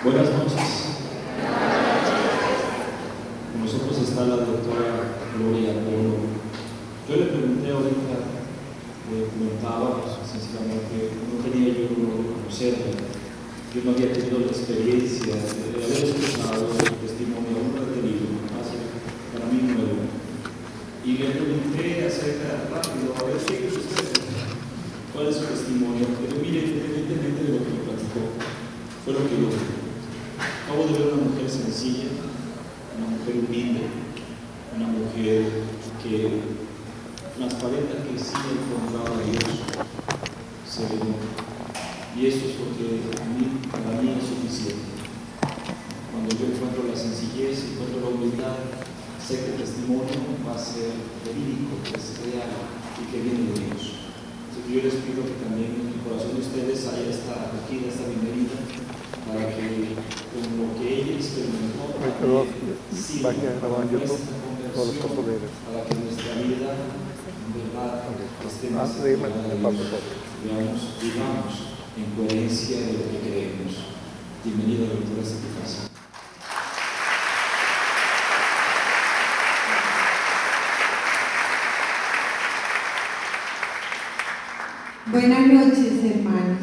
Buenas noches. Con nosotros está la doctora Gloria Polo. Yo le pregunté ahorita, le comentaba sencillamente, no tenía yo el honor de conocerla. Yo no había tenido la experiencia de haber escuchado su testimonio, un retenido, para mí nuevo. Y le pregunté acerca, rápido, a ver, ¿qué es usted? ¿Cuál es su testimonio? Pero mire, independientemente de lo que me platicó, fue lo que yo vi. Acabo de ver una mujer sencilla, una mujer humilde, una mujer que transparenta que sí encontraba a Dios, sereno. Y eso es lo que para mí es suficiente. Cuando yo encuentro la sencillez, encuentro la humildad, sé que el testimonio va a ser verídico, que es real y que viene de Dios. Entonces yo les pido que también en el corazón de ustedes haya esta acogida, esta bienvenida, para que con lo que ella experimentó, sí, para que nuestra vida en verdad esté más vivamos en coherencia de lo que creemos. Bienvenida, doctora Santificación. Buenas noches, hermanos.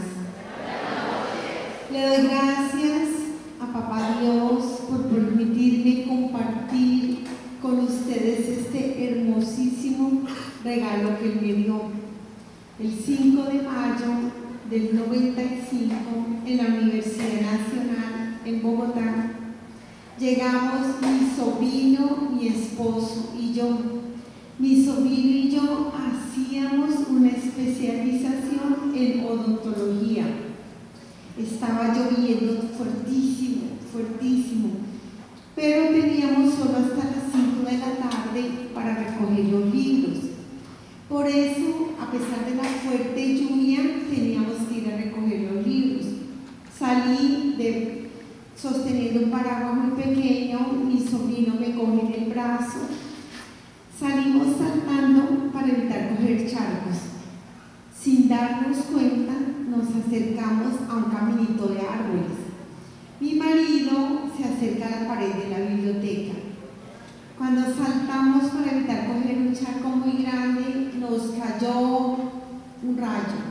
Le doy gracias a Papá Dios por permitirme compartir con ustedes este hermosísimo regalo que Él me dio. El 5 de mayo del 95, en la Universidad Nacional en Bogotá, llegamos mi sobrino, mi esposo y yo. Mi sobrino y yo hacíamos una especialización en odontología. Estaba lloviendo fuertísimo, fuertísimo, pero teníamos solo hasta las 5 de la tarde para recoger los libros. Por eso, a pesar de la fuerte lluvia, teníamos que ir a recoger los libros. Salí sosteniendo un paraguas muy pequeño, mi sobrino me coge en el brazo. Salimos saltando para evitar coger charcos. Sin darnos cuenta, nos acercamos a un caminito de árboles. Mi marido se acerca a la pared de la biblioteca. Cuando saltamos para evitar coger un charco muy grande, nos cayó un rayo.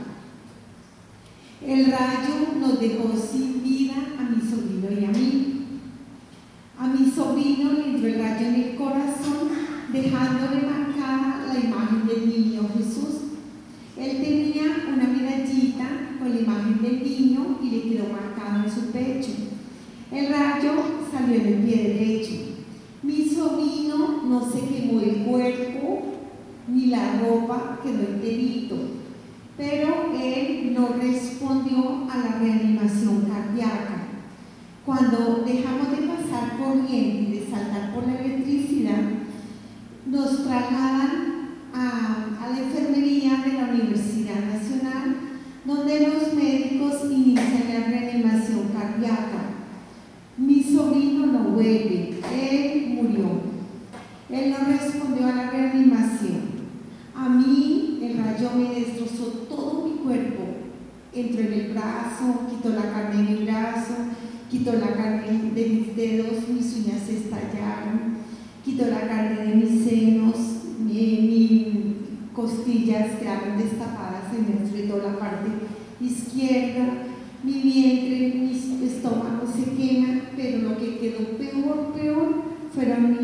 El rayo nos dejó sin vida a mi sobrino y a mí. A mi sobrino le entró el rayo en el corazón, dejándole marcada la imagen del niño Jesús. Él tenía una medallita con la imagen del niño y le quedó marcado en su pecho. El rayo salió en el pie derecho. Mi sobrino no se quemó el cuerpo ni la ropa quedó enterito, pero él no respondió a la reanimación cardíaca. Cuando dejamos de pasar corriente y de saltar por la electricidad, nos trasladan a la enfermería de la Universidad Nacional, donde los médicos inician la reanimación cardíaca. Mi sobrino no vuelve, él murió. Él no respondió a la reanimación. A mí el rayo me destrozó todo mi cuerpo. Entró en el brazo, quitó la carne de mi brazo, quitó la carne de mis dedos, mis uñas se estallaron, quitó la carne de mis senos, mis costillas quedaron destapadas, se me enfrió la parte izquierda, mi vientre, mi estómago se quema, pero lo que quedó peor fueron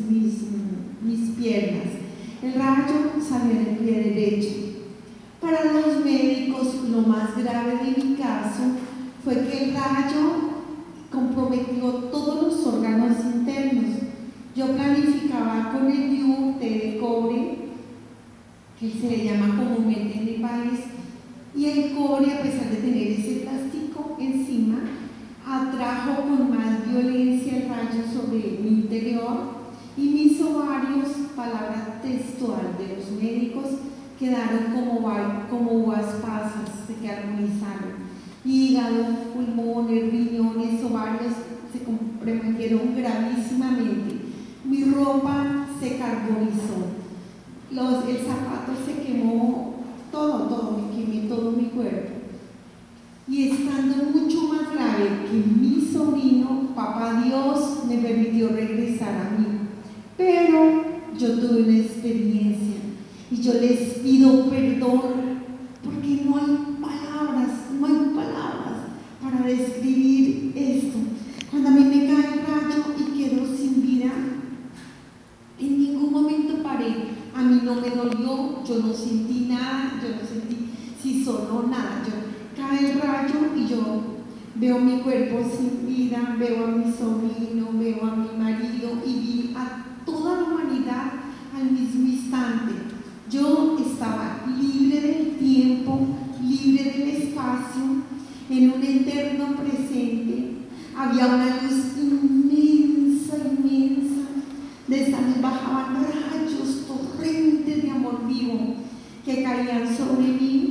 mis piernas. El rayo salió en el pie derecho. Para los médicos, lo más grave de mi caso fue que el rayo comprometió todos los órganos internos. Yo planificaba con el diur de cobre, que se le llama comúnmente en mi país, y el cobre, a pesar de tener ese plástico encima, atrajo con más violencia el rayo sobre mi interior y mis ovarios, palabra textual de los médicos, quedaron como uvas pasas, se carbonizaron. Hígado, pulmones, riñones, ovarios se comprometieron gravísimamente. Mi ropa se carbonizó. El zapato se quemó, me quemé todo mi cuerpo. Y estando mucho más grave que mi sobrino permitió regresar a mí. Pero yo tuve una experiencia y yo les pido perdón porque no hay palabras para describir esto. Cuando a mí me cae el rayo y quedo sin vida, en ningún momento paré. A mí no me dolió, yo no sentí nada, yo no sentí si sonó nada. Cae el rayo y yo veo mi cuerpo sin vida, veo a mi sobrino, veo a mi marido y vi a toda la humanidad al mismo instante. Yo estaba libre del tiempo, libre del espacio, en un eterno presente. Había una luz inmensa, de esa luz bajaban rayos, torrentes de amor vivo que caían sobre mí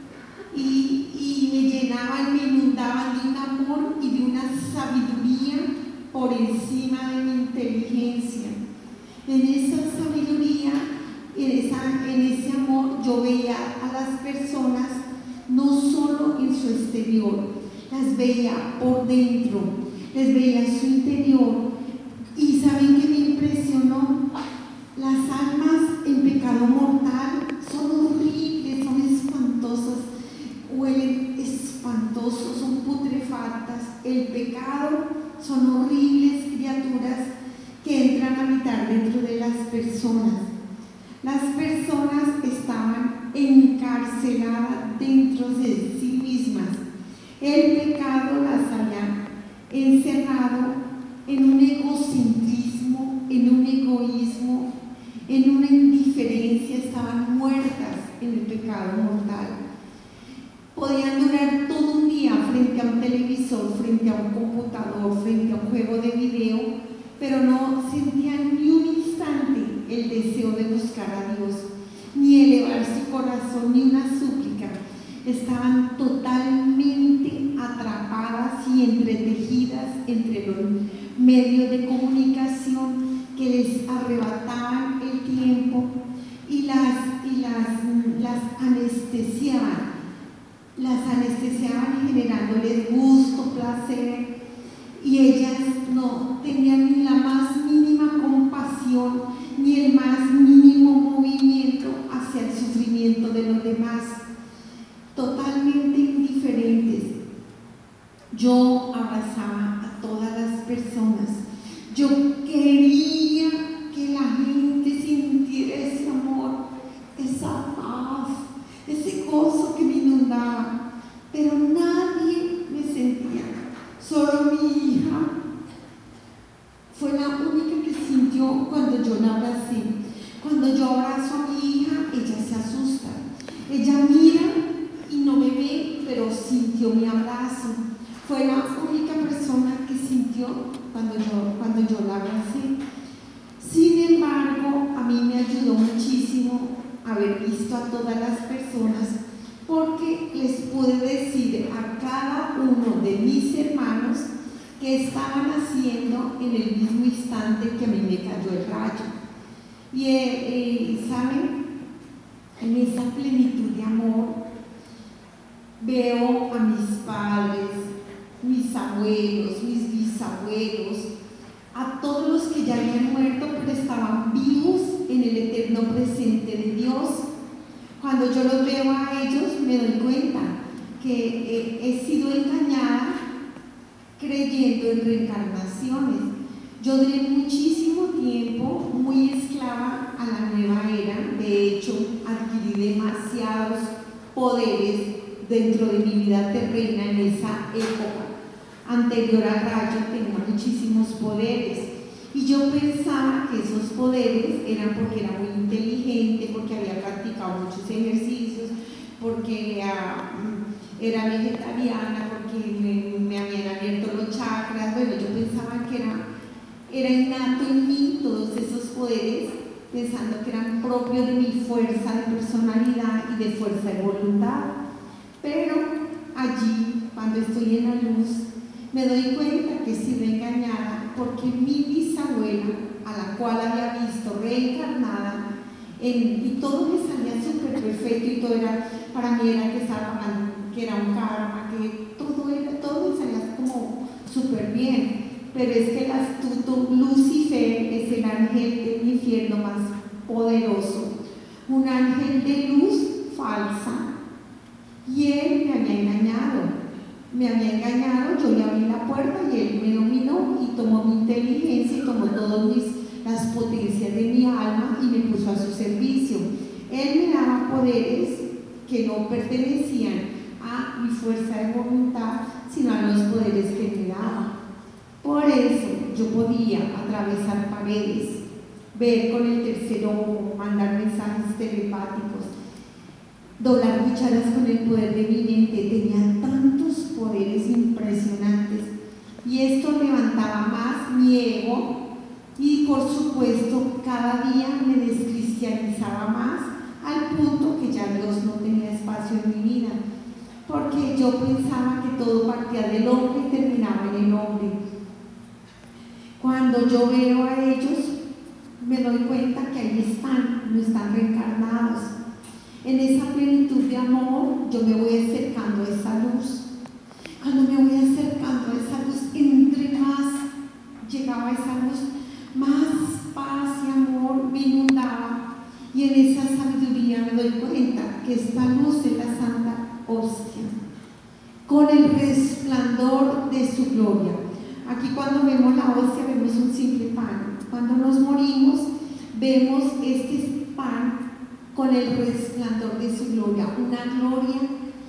y me llenaban, me inundaban de un amor y de una sabiduría por encima de mi inteligencia. En esa sabiduría, en ese amor, yo veía a las personas no solo en su exterior, las veía por dentro, les veía en su interior. Y ¿saben qué me impresionó? Las almas en pecado mortal son horribles, son espantosas, huelen espantosos, son putrefactas. El pecado son horribles criaturas que entran a habitar dentro de las personas. Las personas estaban encarceladas dentro de sí mismas. El pecado las había encerrado en un egocentrismo, en un egoísmo, en una indiferencia. Estaban muertas en el pecado mortal. Podían durar todo un día frente a un televisor, frente a un computador, frente a un juego de video, pero no sentían ni un instante el deseo de buscar a Dios, ni elevar su corazón, ni una súplica. Estaban totalmente atrapadas y entretejidas entre los medios de comunicación que les arrebataban el tiempo y las anestesiaban generándoles gusto, placer, y ellas no tenían ni la más mínima compasión ni el más mínimo movimiento hacia el sufrimiento de los demás, totalmente indiferentes. Yo abrazaba a todas las personas. Yo quería que la gente sintiera ese amor, esa paz, ese gozo que me inundaba, pero nadie me sentía. Solo mi hija fue la única que sintió cuando yo la abracé. Cuando yo abrazo a mi hija, ella se asusta. Ella mira y no me ve, pero sintió mi abrazo. Fue la única persona que sintió cuando yo la abracé. Sin embargo, a mí me ayudó muchísimo haber visto a todas las personas, porque les pude decir a cada uno de mis hermanos qué estaban haciendo en el mismo instante que a mí me cayó el rayo. Y ¿saben? En esa plenitud de amor veo a mis padres, mis abuelos, mis bisabuelos, a todos los que ya habían muerto pero estaban vivos en el eterno presente de Dios. Cuando yo los veo a ellos, me doy cuenta que he sido engañada creyendo en reencarnaciones. Yo duré muchísimo tiempo muy esclava a la nueva era. De hecho, adquirí demasiados poderes dentro de mi vida terrena en esa época. Anterior al rayo tenía muchísimos poderes y yo pensaba que esos poderes eran porque era muy inteligente, porque había practicado muchos ejercicios, porque era vegetariana, porque me habían abierto los chakras. Bueno, yo pensaba que era innato en mí todos esos poderes, pensando que eran propios de mi fuerza de personalidad y de fuerza de voluntad. Pero allí, cuando estoy en la luz, me doy cuenta que he sido engañada, porque mi bisabuela, a la cual había visto reencarnada, y todo me salía súper perfecto, y todo era, para mí era que era un karma, que todo me salía como súper bien. pero es que el astuto Lucifer es el ángel del infierno más poderoso, un ángel de luz falsa, y él me había engañado, yo le abrí la puerta y él me dominó y tomó mi inteligencia y tomó todas las potencias de mi alma y me puso a su servicio. Él me daba poderes que no pertenecían a mi fuerza de voluntad, sino a los poderes que me daba. Por eso yo podía atravesar paredes, ver con el tercer ojo, mandar mensajes telepáticos, doblar cucharas con el poder de mi mente. Tenía tantos poderes impresionantes y esto levantaba más mi ego y, por supuesto, cada día me descristianizaba más, al punto que ya Dios no tenía espacio en mi vida, porque yo pensaba que todo partía del hombre y terminaba en el hombre. Cuando yo veo a ellos, me doy cuenta que ahí están, no están reencarnados. En esa plenitud de amor, yo me voy acercando a esa luz. Cuando me voy acercando a esa luz, entre más llegaba a esa luz, más paz y amor me inundaba. Y en esa sabiduría me doy cuenta que esta luz es la Santa Hostia, con el resplandor de su gloria. Aquí, cuando vemos la hostia, vemos un simple pan. Cuando nos morimos, vemos este pan con el resplandor de su gloria, una gloria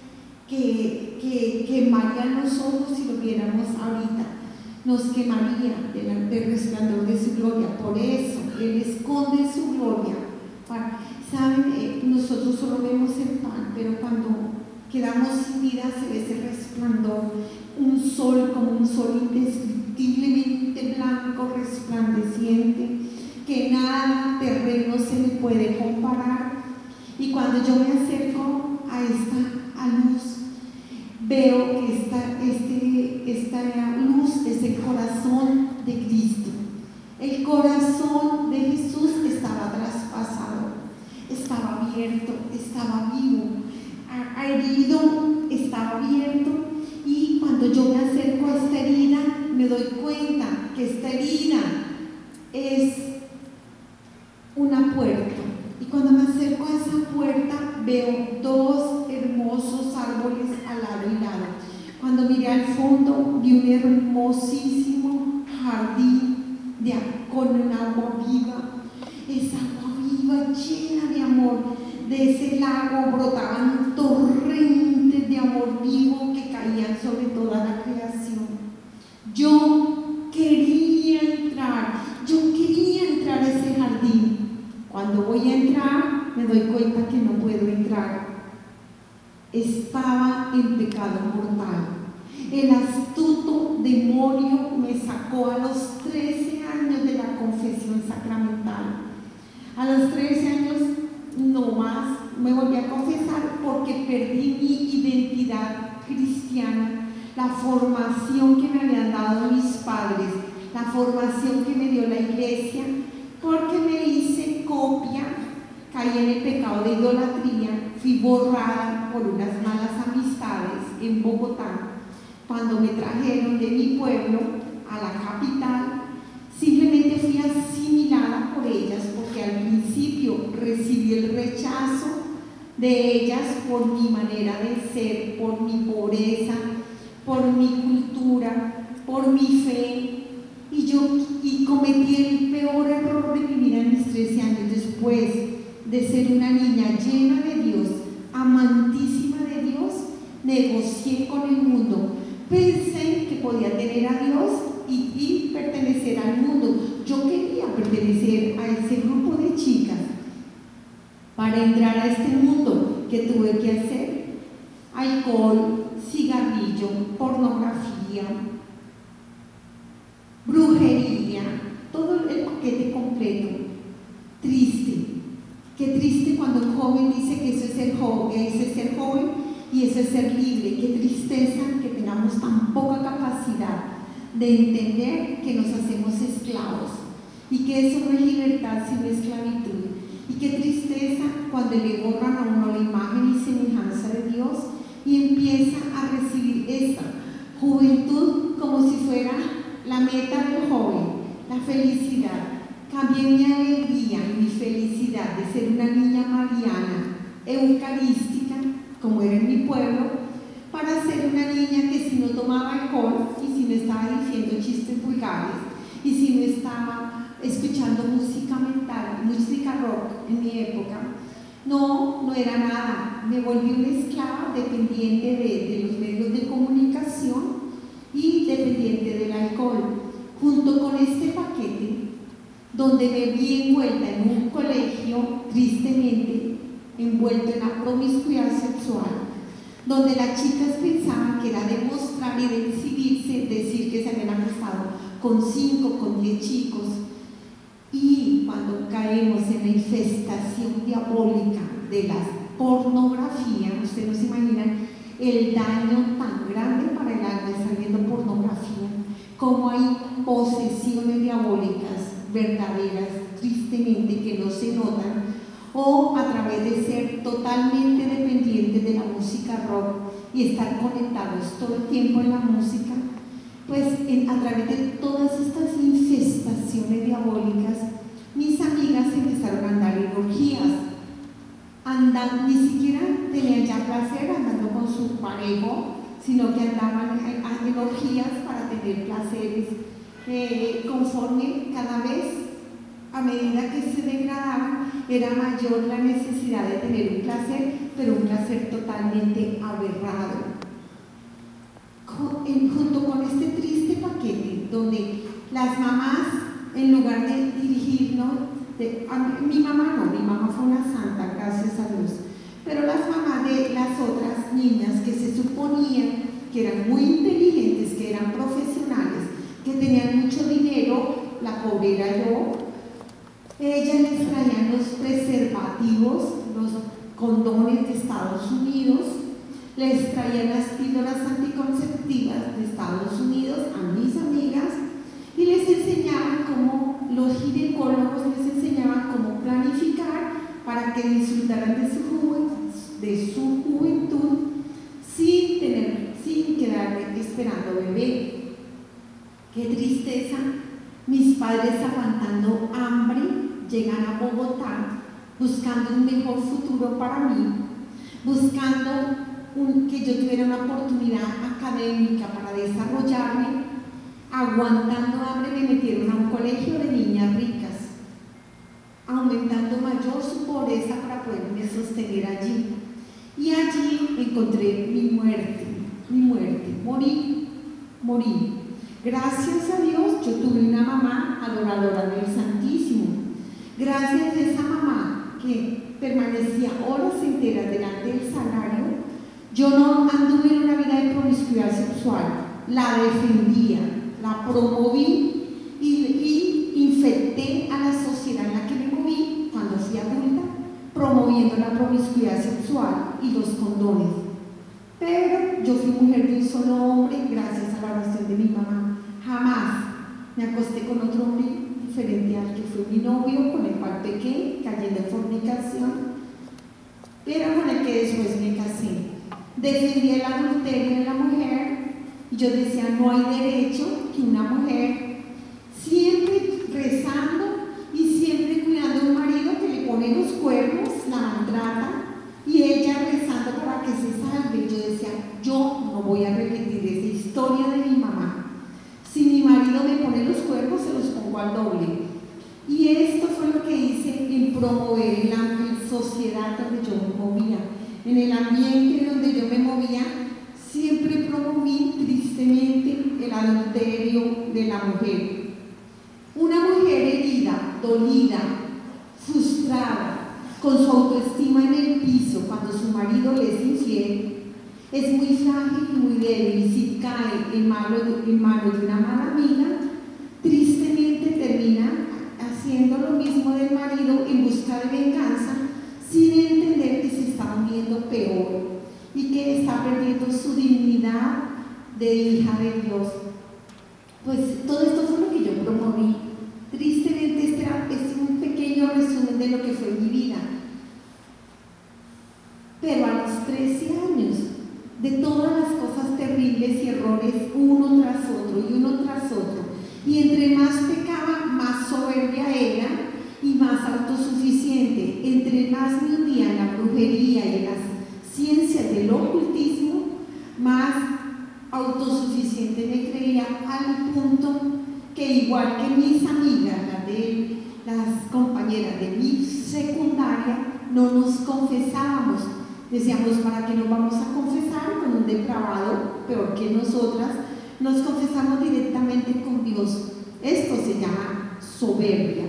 que quemaría los ojos si lo viéramos ahorita, nos quemaría del resplandor de su gloria. Por eso Él esconde su gloria. Saben, nosotros solo vemos el pan, pero cuando quedamos sin vida se ve ese resplandor, un sol, como un sol indescriptiblemente blanco, resplandeciente, que nada terreno se le puede comparar. Y cuando yo me acerco a esta luz, veo que esta luz es el corazón de Cristo. El corazón de Jesús estaba traspasado, estaba abierto, estaba vivo, herido, estaba abierto. Y cuando yo me acerco a esta herida, me doy cuenta que esta herida es una puerta. Y cuando me acerco a esa puerta, veo dos hermosos árboles al lado y lado. Cuando miré al fondo, vi un hermosísimo jardín con un agua viva. Esa agua viva llena de amor. De ese lago brotaban torrentes de amor vivo que caían sobre toda la creación. Yo quería entrar a ese jardín. Cuando voy a entrar, me doy cuenta que no puedo entrar. Estaba en pecado mortal. El astuto demonio me sacó a los 13 años de la confesión sacramental. A los 13 años no más me volví a confesar porque perdí mi identidad cristiana, la formación que me habían dado mis padres, la formación que me dio la iglesia, porque me hice copia, caí en el pecado de idolatría, fui borrada por unas malas amistades en Bogotá. Cuando me trajeron de mi pueblo a la capital, simplemente fui asimilada por ellas, porque al principio recibí el rechazo de ellas por mi manera de ser, por mi pobreza, por mi cultura, por mi fe. Y cometí el peor error de mi vida en mis 13 años, después de ser una niña llena de Dios, amantísima de Dios. Negocié con el mundo, pensé que podía tener a Dios y pertenecer al mundo. Yo quería pertenecer a ese grupo de chicas. Para entrar a este mundo, ¿qué tuve que hacer? Alcohol, cigarrillo, pornografía, brujería, todo el paquete completo. Triste, qué triste cuando un joven dice que eso es ser joven y eso es ser libre. Qué tristeza que tengamos tan poca capacidad de entender que nos hacemos esclavos y que eso no es libertad sino esclavitud. Y qué tristeza cuando le borran a uno la imagen y semejanza de Dios y empieza a recibir esta juventud como si fuera la meta del joven, la felicidad. Cambié mi alegría y mi felicidad de ser una niña mariana, eucarística, como era en mi pueblo, para ser una niña que si no tomaba alcohol y si no estaba diciendo chistes vulgares y si no estaba escuchando música metal, música rock en mi época, no era nada. Me volví una esclava dependiente de los medios de comunicación y dependiente del alcohol. Junto con este paquete, donde me vi envuelta en un colegio, tristemente, envuelto en la promiscuidad sexual, donde las chicas pensaban que era demostrar y de exhibirse, decir que se habían acostado con 5, con 10 chicos. Y cuando caemos en la infestación diabólica de la pornografía, ustedes no se imaginan el daño tan grande para el alma de estar viendo pornografía, como hay posesiones diabólicas verdaderas, tristemente, que no se notan, o a través de ser totalmente dependientes de la música rock y estar conectados todo el tiempo en la música, pues a través de todas estas infestaciones diabólicas, mis amigas empezaron a andar en orgías, ni siquiera tenían ya placer andando con su parejo, sino que andaban en orgías para tener placeres, conforme cada vez, a medida que se degradaban, era mayor la necesidad de tener un placer, pero un placer totalmente aberrado. Junto con este triste paquete, donde las mamás, en lugar de dirigirnos, mi mamá fue una santa, gracias a Dios, pero las mamás de las otras niñas que se suponían que eran muy inteligentes, que eran profesionales, que tenían mucho dinero, la pobre era yo, ellas les traían los preservativos, los condones de Estados Unidos, les traían las píldoras anticonceptivas de Estados Unidos a mis amigas y les enseñaban cómo, los ginecólogos les enseñaban cómo planificar para que disfrutaran de su juventud sin quedar esperando bebé. Qué tristeza, mis padres aguantando hambre llegan a Bogotá buscando un mejor futuro para mí, buscando que yo tuviera una oportunidad académica para desarrollarme. Aguantando hambre me metieron a un colegio de niñas ricas, aumentando mayor su pobreza para poderme sostener allí. Y allí encontré mi muerte, morí. Gracias a Dios yo tuve una mamá adoradora del Santísimo. Gracias a esa mamá que permanecía horas enteras delante del sagrario, yo no anduve en una vida de promiscuidad sexual, la defendía, la promoví y infecté a la sociedad en la que me moví cuando fui adulta, promoviendo la promiscuidad sexual y los condones. Pero yo fui mujer de un solo hombre gracias a la oración de mi mamá. Jamás me acosté con otro hombre diferente al que fue mi novio, con el cual pequé, cayendo en fornicación, pero con el que después me casé. Defendí el adulterio de la mujer y yo decía, no hay derecho que una mujer, siempre rezando y siempre cuidando a un marido que le pone los cuernos, la maltrata, y ella rezando para que se salve. Yo decía, yo no voy a repetir esa historia de mi mamá. Si mi marido me pone los cuernos, se los pongo al doble. Y esto fue lo que hice en promover en la sociedad donde yo me movía. En el ambiente donde yo me movía, siempre promoví tristemente el adulterio de la mujer. Una mujer herida, dolida, frustrada, con su autoestima en el piso cuando su marido le es infiel, es muy frágil y muy débil, y si cae en manos de una mala amiga, tristemente termina haciendo lo mismo del marido en busca de venganza, sin entender que se está hundiendo peor y que está perdiendo su dignidad de hija de Dios. Pues todo esto fue lo que yo promoví. Tristemente este es un pequeño resumen de lo que fue mi vida. Pero a los 13 años, de todas las cosas terribles y errores, uno tras otro, Y entre más pecaba, más soberbia era y más autosuficiente. Entre más me hundía en la brujería y en las ciencias del ocultismo, más autosuficiente me creía, al punto que igual que mis amigas, las compañeras de mi secundaria, no nos confesábamos. Decíamos, ¿para qué nos vamos a confesar con un depravado peor que nosotras? Nos confesamos directamente con Dios. Esto se llama soberbia.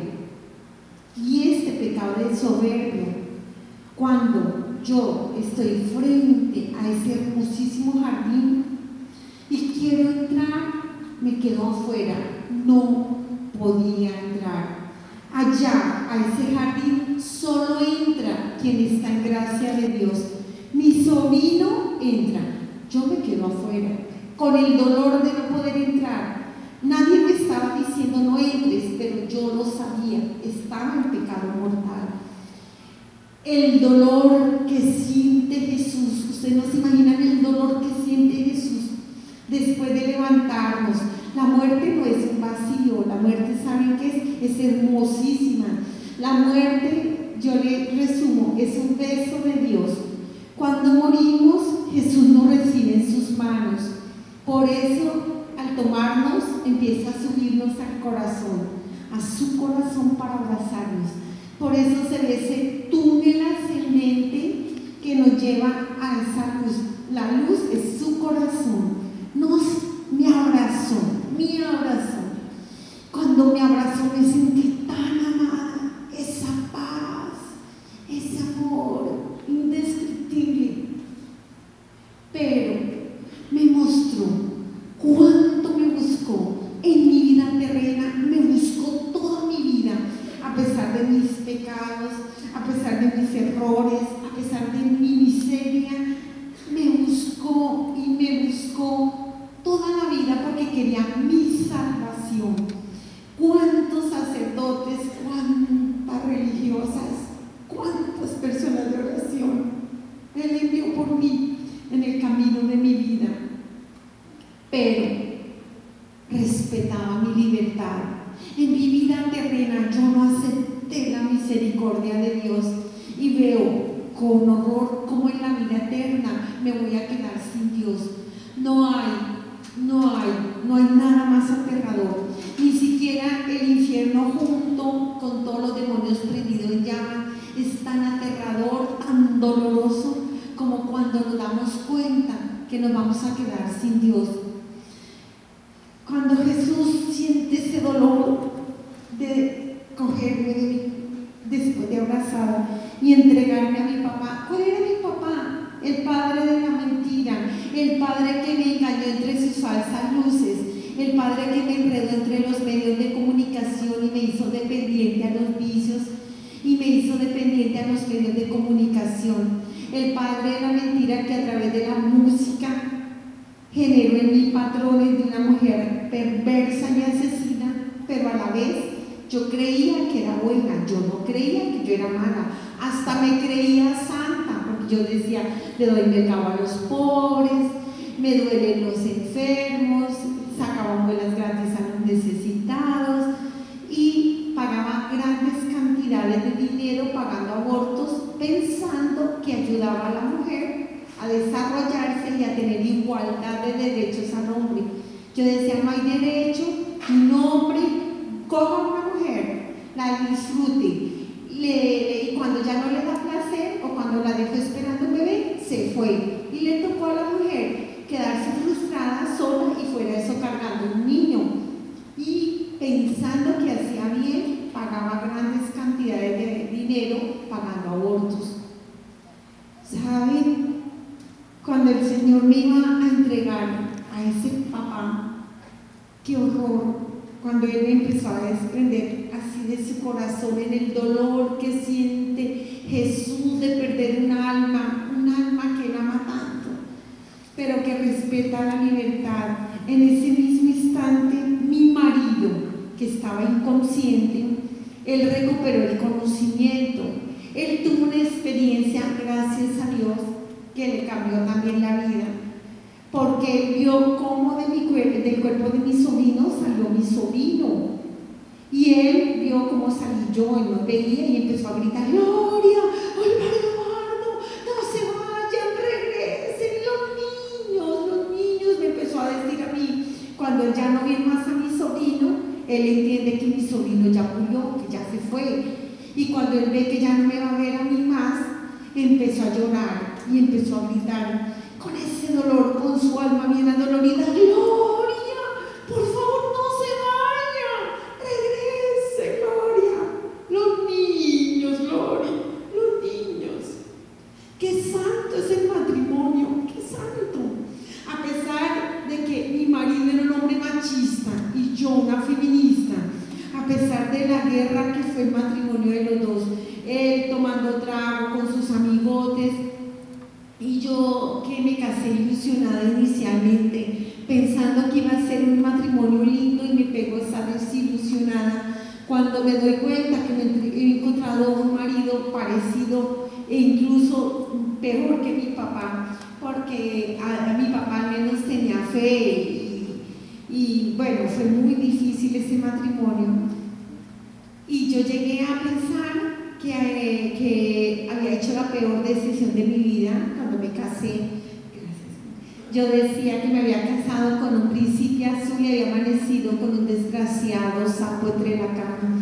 Y este pecado de soberbia, cuando yo estoy frente a ese hermosísimo jardín y quiero entrar, me quedo afuera, no podía entrar. Allá, a ese jardín, solo entra quien está en gracia de Dios. Mi sobrino entra, yo me quedo afuera, con el dolor de no poder entrar. Nadie me estaba diciendo no entres, pero yo lo sabía, estaba en pecado mortal. El dolor que siente Jesús, ustedes no se imaginan el dolor que siente Jesús después de levantarnos. La muerte no es un vacío, la muerte, ¿saben qué es? Es hermosísima. La muerte, yo le resumo, es un beso de Dios. Cuando morimos, Jesús nos recibe en sus manos. Por eso, al tomarnos, empieza a subirnos al corazón, a su corazón para abrazarnos. Por eso se ve ese túnel ascendente que nos lleva a esa luz. La luz es su corazón. Me abrazó, me abrazó. Cuando me abrazó me sentí tan amada, esa paz, ese amor indescriptible. Pero me mostró cuánto me buscó en mi vida terrena, me buscó toda mi vida, a pesar de mis pecados, a pesar de mis errores, a pesar de mi miseria, me buscó y me buscó toda la vida porque quería mi salvación. ¿Cuántos sacerdotes, cuántas religiosas, cuántas personas de oración Él envió por mí en el camino de mi vida? Pero respetaba mi libertad. En mi vida terrena yo no acepté la misericordia de Dios y veo con horror cómo en la vida eterna me voy a quedar sin Dios. No hay nada más aterrador. Ni siquiera el infierno junto con todos los demonios prendidos en llama es tan aterrador, tan doloroso como cuando nos damos cuenta que nos vamos a quedar sin Dios. Cuando Jesús siente ese dolor de cogerme después de abrazada y entregarme a mi papá. ¿Cuál era mi papá? El padre de la mentira, el padre que me engañó entre sus falsas luces, el padre que me enredó entre los medios de comunicación y me hizo dependiente a los vicios y me hizo dependiente a los medios de comunicación, el padre de la mentira que a través de la música generó en mí patrones de una mujer perversa y asesina, pero a la vez yo creía que era buena, yo no creía que yo era mala, hasta me creía santa, porque yo decía, le doy mercado a los pobres, me duelen los enfermos, sacaba muelas gratis a los necesitados y pagaba grandes cantidades de dinero pagando abortos, pensando que ayudaba a la mujer a desarrollarse y a tener igualdad de derechos al hombre. Yo decía, no hay derecho, un hombre coja a una mujer, la disfrute, y cuando ya no le da placer o cuando la dejó esperando un bebé, se fue. Y le tocó a la mujer quedarse frustrada, sola y fuera de eso cargando un niño. Y pensando que hacía bien, pagaba grandes cantidades de dinero pagando abortos. ¿Saben? Cuando el Señor me iba a entregar a ese papá, qué horror, cuando Él me empezó a desprender así de su corazón en el dolor que siente Jesús de perder un alma que Él ama tanto, pero que respeta la libertad. En ese mismo instante, mi marido, que estaba inconsciente, él recuperó el conocimiento, él tuvo una experiencia, gracias a Dios, que le cambió también la vida. porque él vio cómo del cuerpo de mi sobrino salió mi sobrino. Y él vio cómo salí yo, él nos veía y empezó a gritar: Gloria, Álvaro Eduardo, no se vayan, regresen los niños, me empezó a decir a mí. Cuando él ya no ve más a mi sobrino, él entiende que mi sobrino ya murió, que ya se fue. Y cuando él ve que ya no me va a ver a mí más, empezó a llorar y empezó a gritar con ese dolor, con su alma bien adolorida: Gloria, por favor no se vaya, regrese, Gloria, los niños, Gloria, los niños. Qué santo es el matrimonio, qué santo. A pesar de que mi marido era un hombre machista y yo una feminista, a pesar de la guerra que fue el matrimonio de los dos, él tomando trago con sus amigotes y yo que me casé ilusionada inicialmente, pensando que iba a ser un matrimonio lindo, y me pego esa desilusionada cuando me doy cuenta que me he encontrado un marido parecido e incluso peor que mi papá, porque a mi papá al menos tenía fe y bueno, fue muy difícil ese matrimonio. Y yo llegué a pensar que había hecho la peor decisión de mi vida cuando me casé. Yo decía que me había casado con un príncipe azul y había amanecido con un desgraciado sapo entre la cama.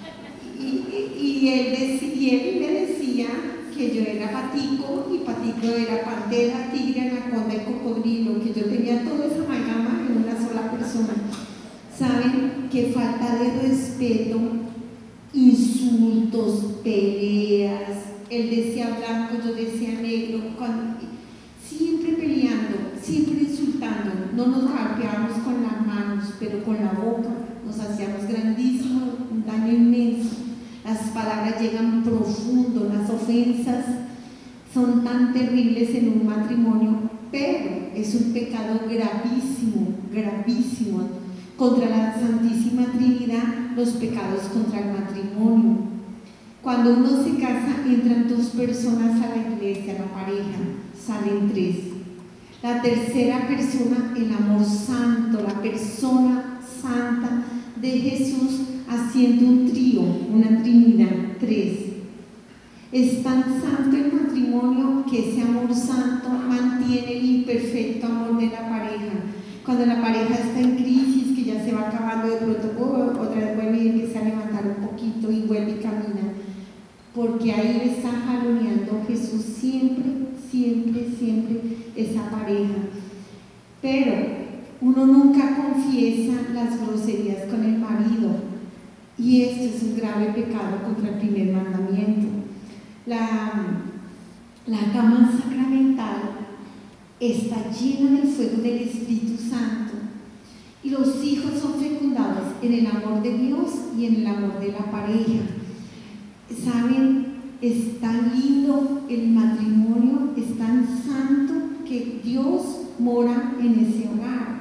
Y él me decía que yo era Patico y Patico era pantera, tigre, anaconda y cocodrilo, que yo tenía toda esa amalgama en una sola persona. ¿Saben? Qué falta de respeto, insultos, peleas. Él decía blanco, yo decía negro, siempre peleando, siempre insultando. No nos golpeábamos con las manos, pero con la boca nos hacíamos grandísimo, un daño inmenso. Las palabras llegan profundo, las ofensas son tan terribles en un matrimonio, pero es un pecado gravísimo, gravísimo. Contra la Santísima Trinidad, los pecados contra el matrimonio. Cuando uno se casa, entran dos personas a la iglesia, la pareja, salen tres. La tercera persona, el amor santo, la persona santa de Jesús, haciendo un trío, una trinidad, tres. Es tan santo el matrimonio que ese amor santo mantiene el imperfecto amor de la pareja. Cuando la pareja está en crisis, que ya se va acabando, de pronto otra vez vuelve y empieza a levantar un poquito y vuelve y camina, porque ahí le está jaloneando Jesús siempre, siempre, siempre esa pareja. Pero uno nunca confiesa las groserías con el marido, y esto es un grave pecado contra el primer mandamiento. La cama sacramental está llena del fuego del Espíritu Santo, y los hijos son fecundados en el amor de Dios y en el amor de la pareja. ¿Saben? Es tan lindo el matrimonio, es tan santo que Dios mora en ese hogar.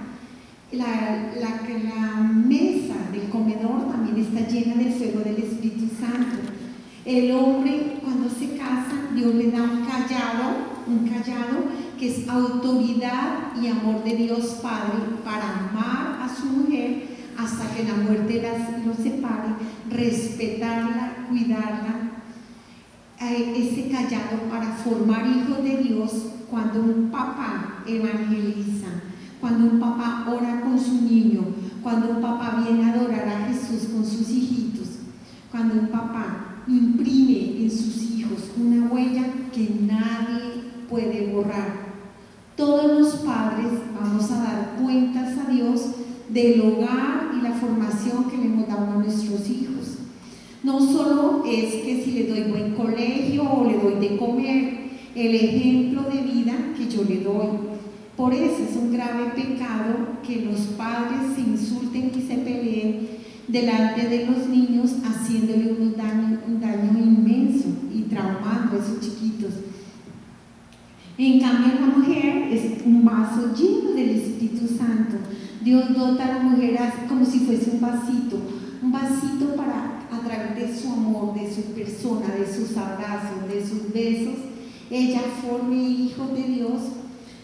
La mesa del comedor también está llena del fuego del Espíritu Santo. El hombre, cuando se casa, Dios le da un callado que es autoridad y amor de Dios Padre para amar a su mujer hasta que la muerte los separe, respetarla, cuidarla. Ese callado para formar hijos de Dios. Cuando un papá evangeliza, cuando un papá ora con su niño, cuando un papá viene a adorar a Jesús con sus hijitos, cuando un papá imprime en sus hijos una huella que nadie puede borrar. Todos los padres vamos a dar cuentas a Dios del hogar y la formación que le hemos dado a nuestros hijos. No solo es que si le doy buen colegio o le doy de comer, el ejemplo de vida que yo le doy. Por eso es un grave pecado que los padres se insulten y se peleen delante de los niños, haciéndole un daño inmenso y traumando a esos chiquitos. En cambio, la mujer es un vaso lleno del Espíritu Santo. Dios dota a la mujer como si fuese un vasito para, a través de su amor, de su persona, de sus abrazos, de sus besos, ella forme hijos de Dios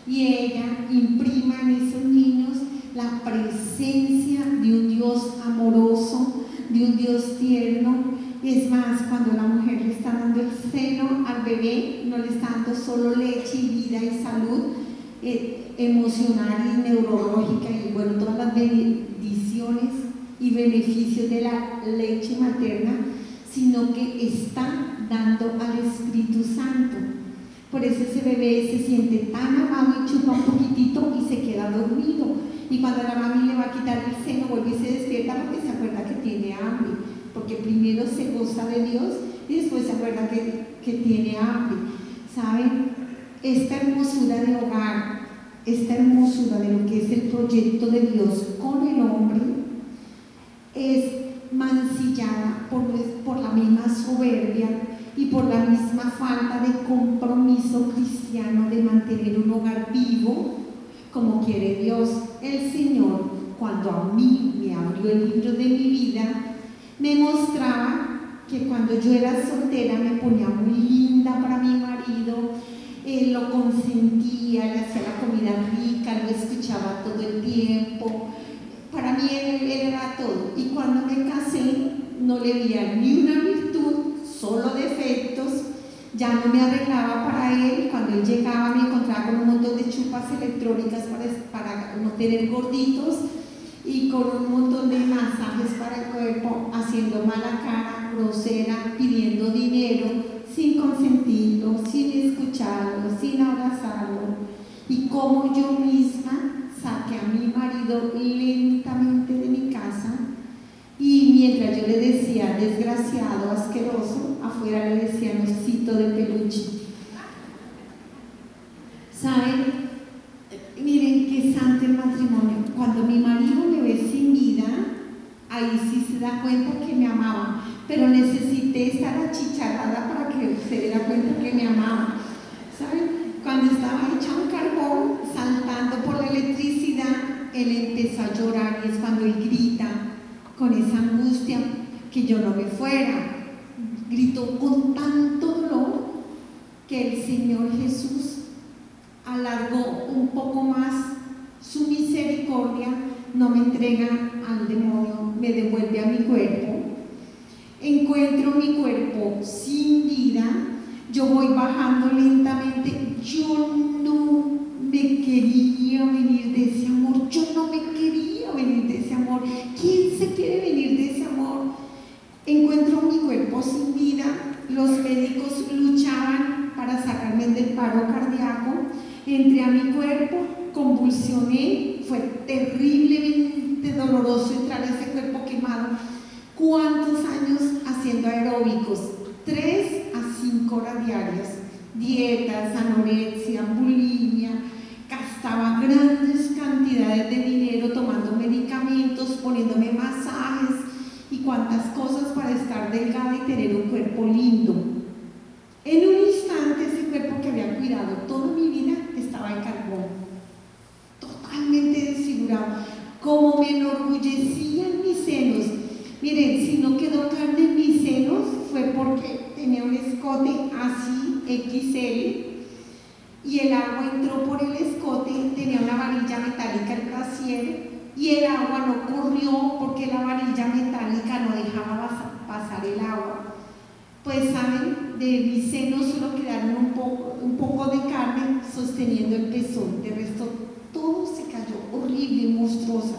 y ella imprima en esos niños la presencia de un Dios amoroso, de un Dios tierno. Es más, cuando la mujer le está dando el seno al bebé, no le está dando solo leche y vida y salud emocional y neurológica y bueno, todas las bendiciones y beneficios de la leche materna, sino que está dando al Espíritu Santo. Por eso ese bebé se siente tan amado y chupa un poquitito y se queda dormido. Y cuando la mami le va a quitar el seno, vuelve y se despierta porque se acuerda que tiene hambre. Porque primero se goza de Dios y después se acuerda que tiene hambre. ¿Saben? Esta hermosura de hogar, esta hermosura de lo que es el proyecto de Dios con el hombre, es mancillada por la misma soberbia y por la misma falta de compromiso cristiano de mantener un hogar vivo como quiere Dios. El Señor, cuando a mí me abrió el libro de mi vida, me mostraba que cuando yo era soltera me ponía muy linda para mi marido, lo consentía, le hacía la comida rica, lo escuchaba todo el tiempo. Para mí él era todo. Y cuando me casé no le veía ni una virtud, solo defectos. Ya no me arreglaba para él. Cuando él llegaba me encontraba con un montón de chupas electrónicas para no tener gorditos y con un montón de masajes para el cuerpo, haciendo mala cara, grosera, pidiendo dinero, sin consentirlo, sin escucharlo, sin abrazarlo. Y como yo misma saqué a mi marido lentamente de mi casa y mientras yo le decía desgraciado, asqueroso, afuera le decía osito de peluche. ¿Saben? Miren qué santo el matrimonio. Cuando mi marido me ve sin vida, ahí sí se da cuenta que me amaba, pero necesité estar achicharrada para que se diera cuenta que me amaba. ¿Saben? Cuando estaba hecha un carbón, saltando por la electricidad, él empezó a llorar y es cuando él grita con esa angustia que yo no me fuera. Gritó con tanto dolor que el Señor Jesús alargó un poco más su misericordia, no me entrega al demonio, me devuelve a mi cuerpo. Encuentro mi cuerpo sin vida, yo voy bajando lentamente. Yo no me quería venir de ese amor, yo no me quería venir de ese amor. ¿Quién se quiere venir de ese amor? Encuentro mi cuerpo sin vida, los médicos luchaban para sacarme del paro cardíaco, entré a mi cuerpo, convulsioné, fue terriblemente doloroso entrar a ese cuerpo quemado. ¿Cuántos años haciendo aeróbicos? 3 a 5 horas diarias, dietas, anorexia, bulimia, gastaba grandes cantidades de dinero tomando medicamentos, poniéndome masajes y cuantas cosas para estar delgada y tener un cuerpo lindo. En un instante ese cuerpo que había cuidado toda mi vida estaba en carbón, totalmente desfigurado. Como me enorgullecían mis senos. Miren, si no quedó carne en mis senos fue porque tenía un escote así, XL, y el agua entró por el escote, tenía una varilla metálica el brasier, y el agua no corrió porque la varilla metálica no dejaba pasar el agua. Pues saben, de mis senos solo quedaron un poco de carne sosteniendo el pezón, de resto todo se cayó horrible y monstruosa.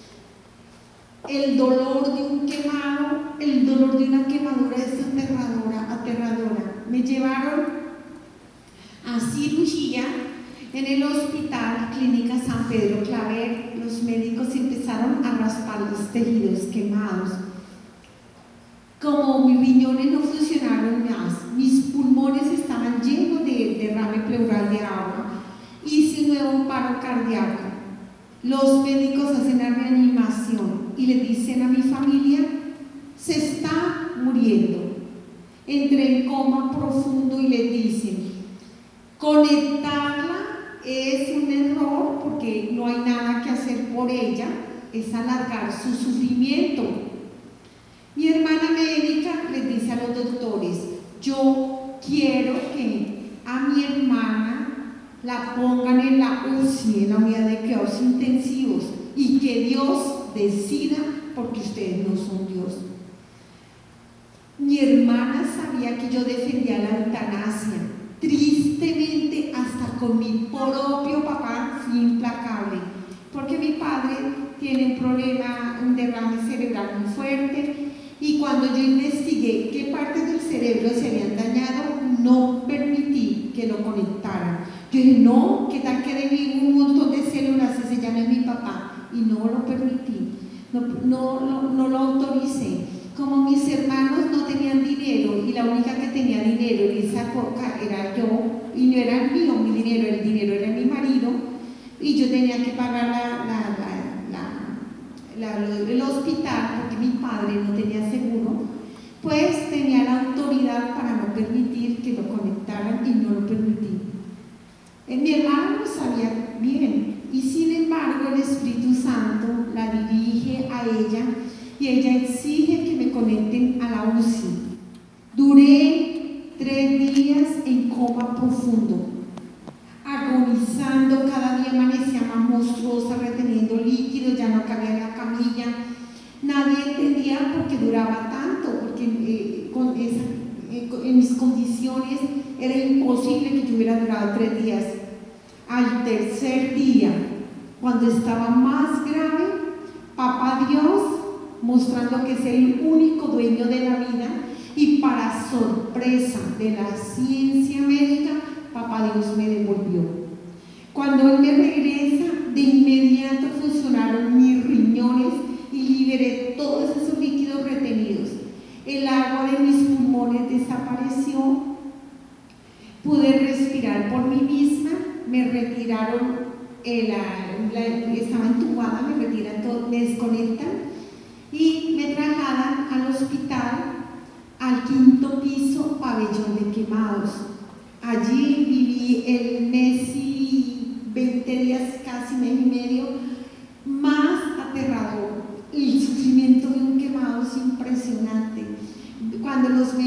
El dolor de un quemado, el dolor de una quemadura es aterradora. Me llevaron a cirugía en el hospital Clínica San Pedro Claver. Los médicos empezaron a raspar los tejidos quemados. Como mis riñones no funcionaron más, mis pulmones estaban llenos de derrame pleural de agua, hice un nuevo paro cardíaco. Los médicos hacen la reanimación y le dicen a mi familia, se está muriendo. Entré en coma profundo y le dicen, conectarla es un error porque no hay nada que hacer por ella, es alargar su sufrimiento. Mi hermana médica les dice a los doctores, yo quiero que a mi hermana la pongan en la UCI, en la unidad de cuidados intensivos, y que Dios decida, porque ustedes no son Dios. Mi hermana sabía que yo defendía la eutanasia. Tristemente, hasta con mi propio papá fui implacable, porque mi padre tiene un problema, un derrame cerebral muy fuerte, y cuando yo investigué qué partes del cerebro se habían dañado, no permití que lo conectaran. Yo dije, no, ¿qué tal que de un montón de células se llame mi papá? Y no lo permití, no lo autoricé. Como mis hermanos no tenían dinero y la única que tenía dinero en esa época era yo, y no era el mío, mi dinero, el dinero era mi marido, y yo tenía que pagar el hospital porque mi padre no tenía seguro, pues tenía la autoridad para no permitir que lo conectaran y no lo permití. Mi hermano lo sabía bien, y sin embargo el Espíritu Santo la dirige a ella y ella exige que me conecten a la UCI. Duré 3 días en coma profundo, agonizando, cada día amanecía más monstruosa, reteniendo líquidos, ya no cabía en la camilla. Nadie entendía por qué duraba tanto, porque en mis condiciones era imposible que yo hubiera durado 3 días. Al tercer día, cuando estaba más grave, Papá Dios, mostrando que es el único dueño de la vida, y para sorpresa de la ciencia médica, Papá Dios me devolvió. Cuando Él me regresa, de inmediato funcionaron mis riñones y liberé todos esos líquidos retenidos. El agua de mis pulmones desapareció, pude respirar por mí misma, me retiraron, estaba entubada, me retiran todo, me desconectan y me trasladan al hospital, al 5º piso, pabellón de quemados. Allí viví el mes y 20 días, casi mes y medio, más aterrador. El sufrimiento de un quemado es impresionante. Cuando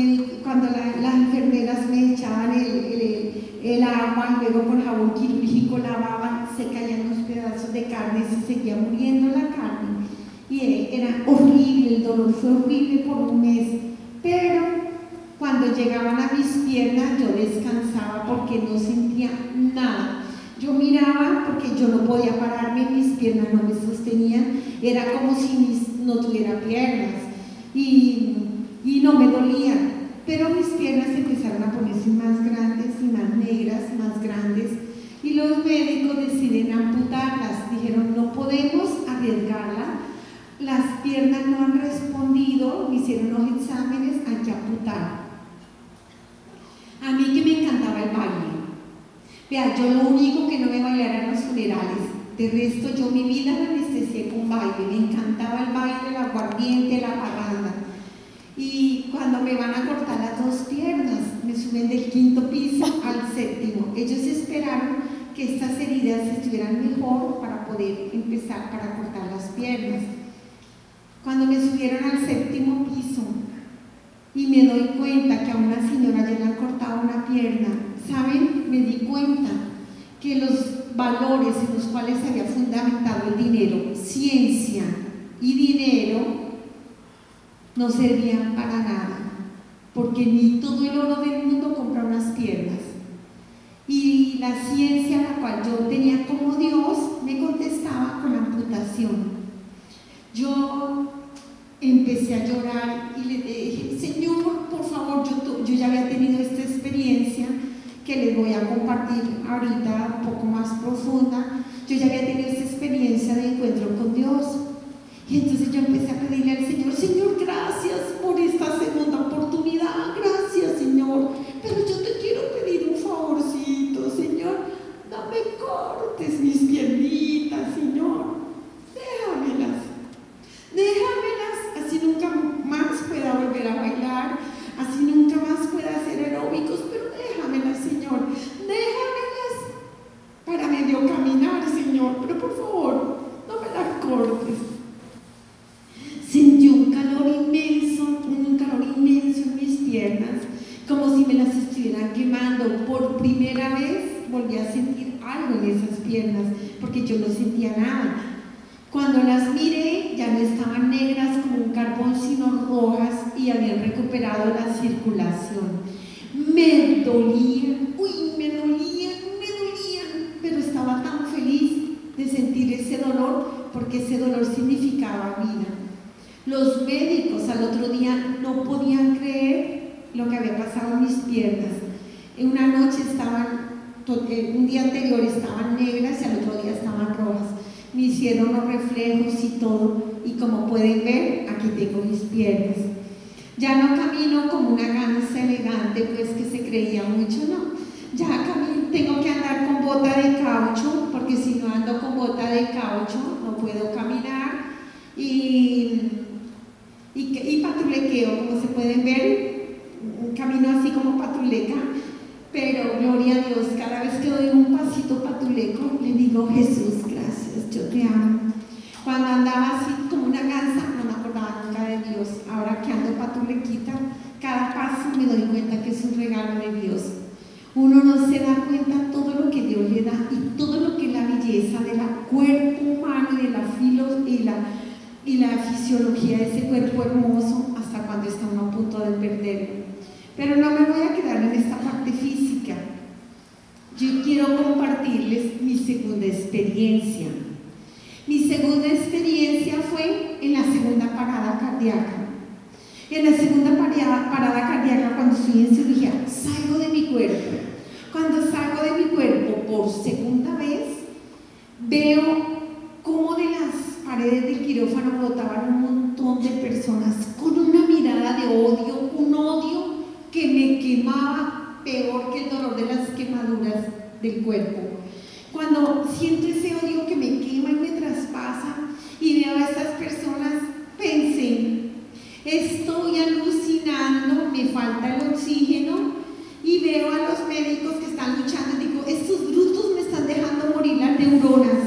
las enfermeras me echaban el agua y luego con jabón quirúrgico lavaban, se caían los pedazos de carne, se seguía muriendo la carne. Y era horrible, el dolor fue horrible por un mes, pero cuando llegaban a mis piernas yo descansaba porque no sentía nada. Yo miraba porque yo no podía pararme, mis piernas no me sostenían, era como si no tuviera piernas y no me dolían, pero mis piernas empezaron a ponerse más grandes y más negras, más grandes, y los médicos deciden amputarlas. Dijeron, no podemos arriesgarla, las piernas no han respondido, me hicieron los exámenes, hay que amputar. A mí que me encantaba el baile. Vea, yo lo único que no me bailara en los funerales, de resto yo mi vida la anestesié con baile, me encantaba el baile, el aguardiente, la parranda. Y cuando me van a cortar las 2 piernas, me suben del 5º piso al 7º. Ellos esperaron que estas heridas estuvieran mejor para poder empezar para cortar las piernas. Cuando me subieron al 7º piso y me doy cuenta que a una señora ya le han cortado una pierna, ¿saben? Me di cuenta que los valores en los cuales se había fundamentado el dinero, ciencia y dinero, no servían para nada, porque ni todo el oro del mundo compra unas piernas. Y la ciencia, la cual yo tenía como Dios, me contestaba con amputación. Yo empecé a llorar y le dije, Señor, por favor, yo ya había tenido esta experiencia que les voy a compartir ahorita un poco más profunda. Yo ya había tenido esta experiencia de encuentro con Dios. Y entonces yo empecé a pedirle al Señor, Señor, gracias por esta segunda oportunidad, gracias, Señor, pero yo te quiero pedir un favorcito, Señor, no me cortes mis piernitas, Señor, déjamelas, así nunca más pueda volver a bailar, así nunca más pueda hacer aeróbicos, pero déjamelas, Señor, déjamelas para medio caminar, Señor, pero por favor, no me las cortes. Sentí un calor inmenso en mis piernas, como si me las estuvieran quemando. Por primera vez volví a sentir yo no sentía nada. Cuando las miré, ya no estaban negras como un carbón, sino rojas y habían recuperado la circulación. Me dolían, pero estaba tan feliz de sentir ese dolor, porque ese dolor significaba vida. Los médicos al otro día no podían creer lo que había pasado en mis piernas. En una noche un día anterior estaban negras y al otro día estaban rojas. Me hicieron los reflejos y todo, y como pueden ver, aquí tengo mis piernas. Ya no camino como una gansa elegante, pues que se creía mucho, no. Ya tengo que andar con bota de caucho, porque si no ando con bota de caucho no puedo caminar, y patulequeo, como se pueden ver, camino así como patuleca, pero gloria a Dios, cada vez que doy un pasito patuleco, le digo: Jesús, gracias, yo te amo. Cuando andaba así como una gansa, no me acordaba nunca de Dios. Ahora que ando patulequita, cada paso me doy cuenta que es un regalo de Dios. Uno no se da cuenta todo lo que Dios le da y todo lo que es la belleza del cuerpo humano y de la fisiología de ese cuerpo hermoso, hasta cuando está uno a punto de perderlo. Pero no me voy a quedar en esta parte física. Yo quiero compartirles mi segunda experiencia. Mi segunda experiencia fue en la segunda parada cardíaca. En la segunda parada cardíaca, cuando estoy en cirugía, salgo de mi cuerpo. Cuando salgo de mi cuerpo por segunda vez, veo cómo de las paredes del quirófano brotaban un montón de personas con una mirada de odio, un odio que me quemaba peor que el dolor de las quemaduras del cuerpo. Cuando siento ese odio que me quema y me traspasa y veo a estas personas, pensé: estoy alucinando, me falta el oxígeno, y veo a los médicos que están luchando y digo: estos brutos me están dejando morir las neuronas.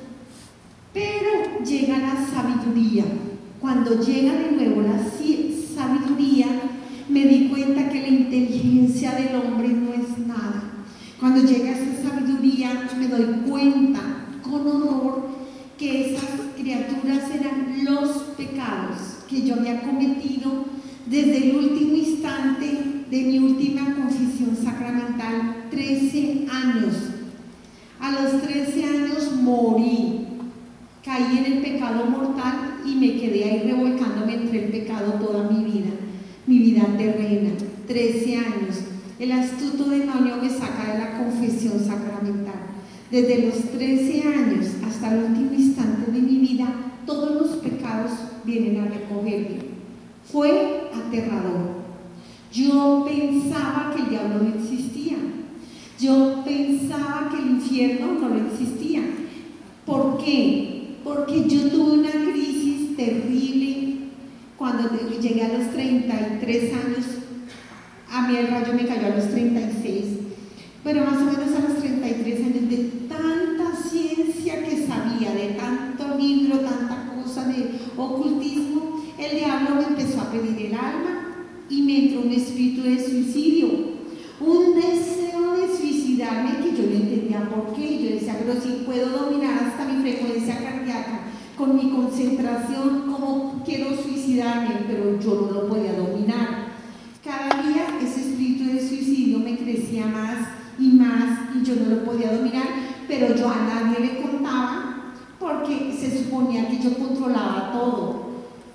Pero llega la sabiduría. Cuando llega de nuevo la sabiduría, me di cuenta que la inteligencia del hombre no es nada. Cuando llega esa sabiduría, me doy cuenta con horror que esas criaturas eran los pecados que yo había cometido desde el último instante de mi última confesión sacramental, 13 años. A los 13 años morí, caí en el pecado mortal y me quedé ahí revolcándome entre el pecado toda mi vida terrena, 13 años. El astuto demonio me saca de la confesión sacramental. Desde los 13 años hasta el último instante de mi vida, todos los pecados vienen a recogerme. Fue aterrador. Yo pensaba que el diablo no existía. Yo pensaba que el infierno no existía. ¿Por qué? Porque yo tuve una crisis terrible cuando llegué a los 33 años. A mí el rayo me cayó a los 36, pero más o menos a los 33 años, de tanta ciencia que sabía, de tanto libro, tanta cosa de ocultismo, el diablo me empezó a pedir el alma y me entró un espíritu de suicidio, un deseo de suicidarme que yo no entendía por qué. Yo decía: pero si puedo dominar hasta mi frecuencia cardíaca con mi concentración, ¿cómo quiero suicidarme? Pero yo no lo podía dominar. Cada día ese espíritu de suicidio me crecía más y yo no lo podía dominar, pero yo a nadie le contaba porque se suponía que yo controlaba todo.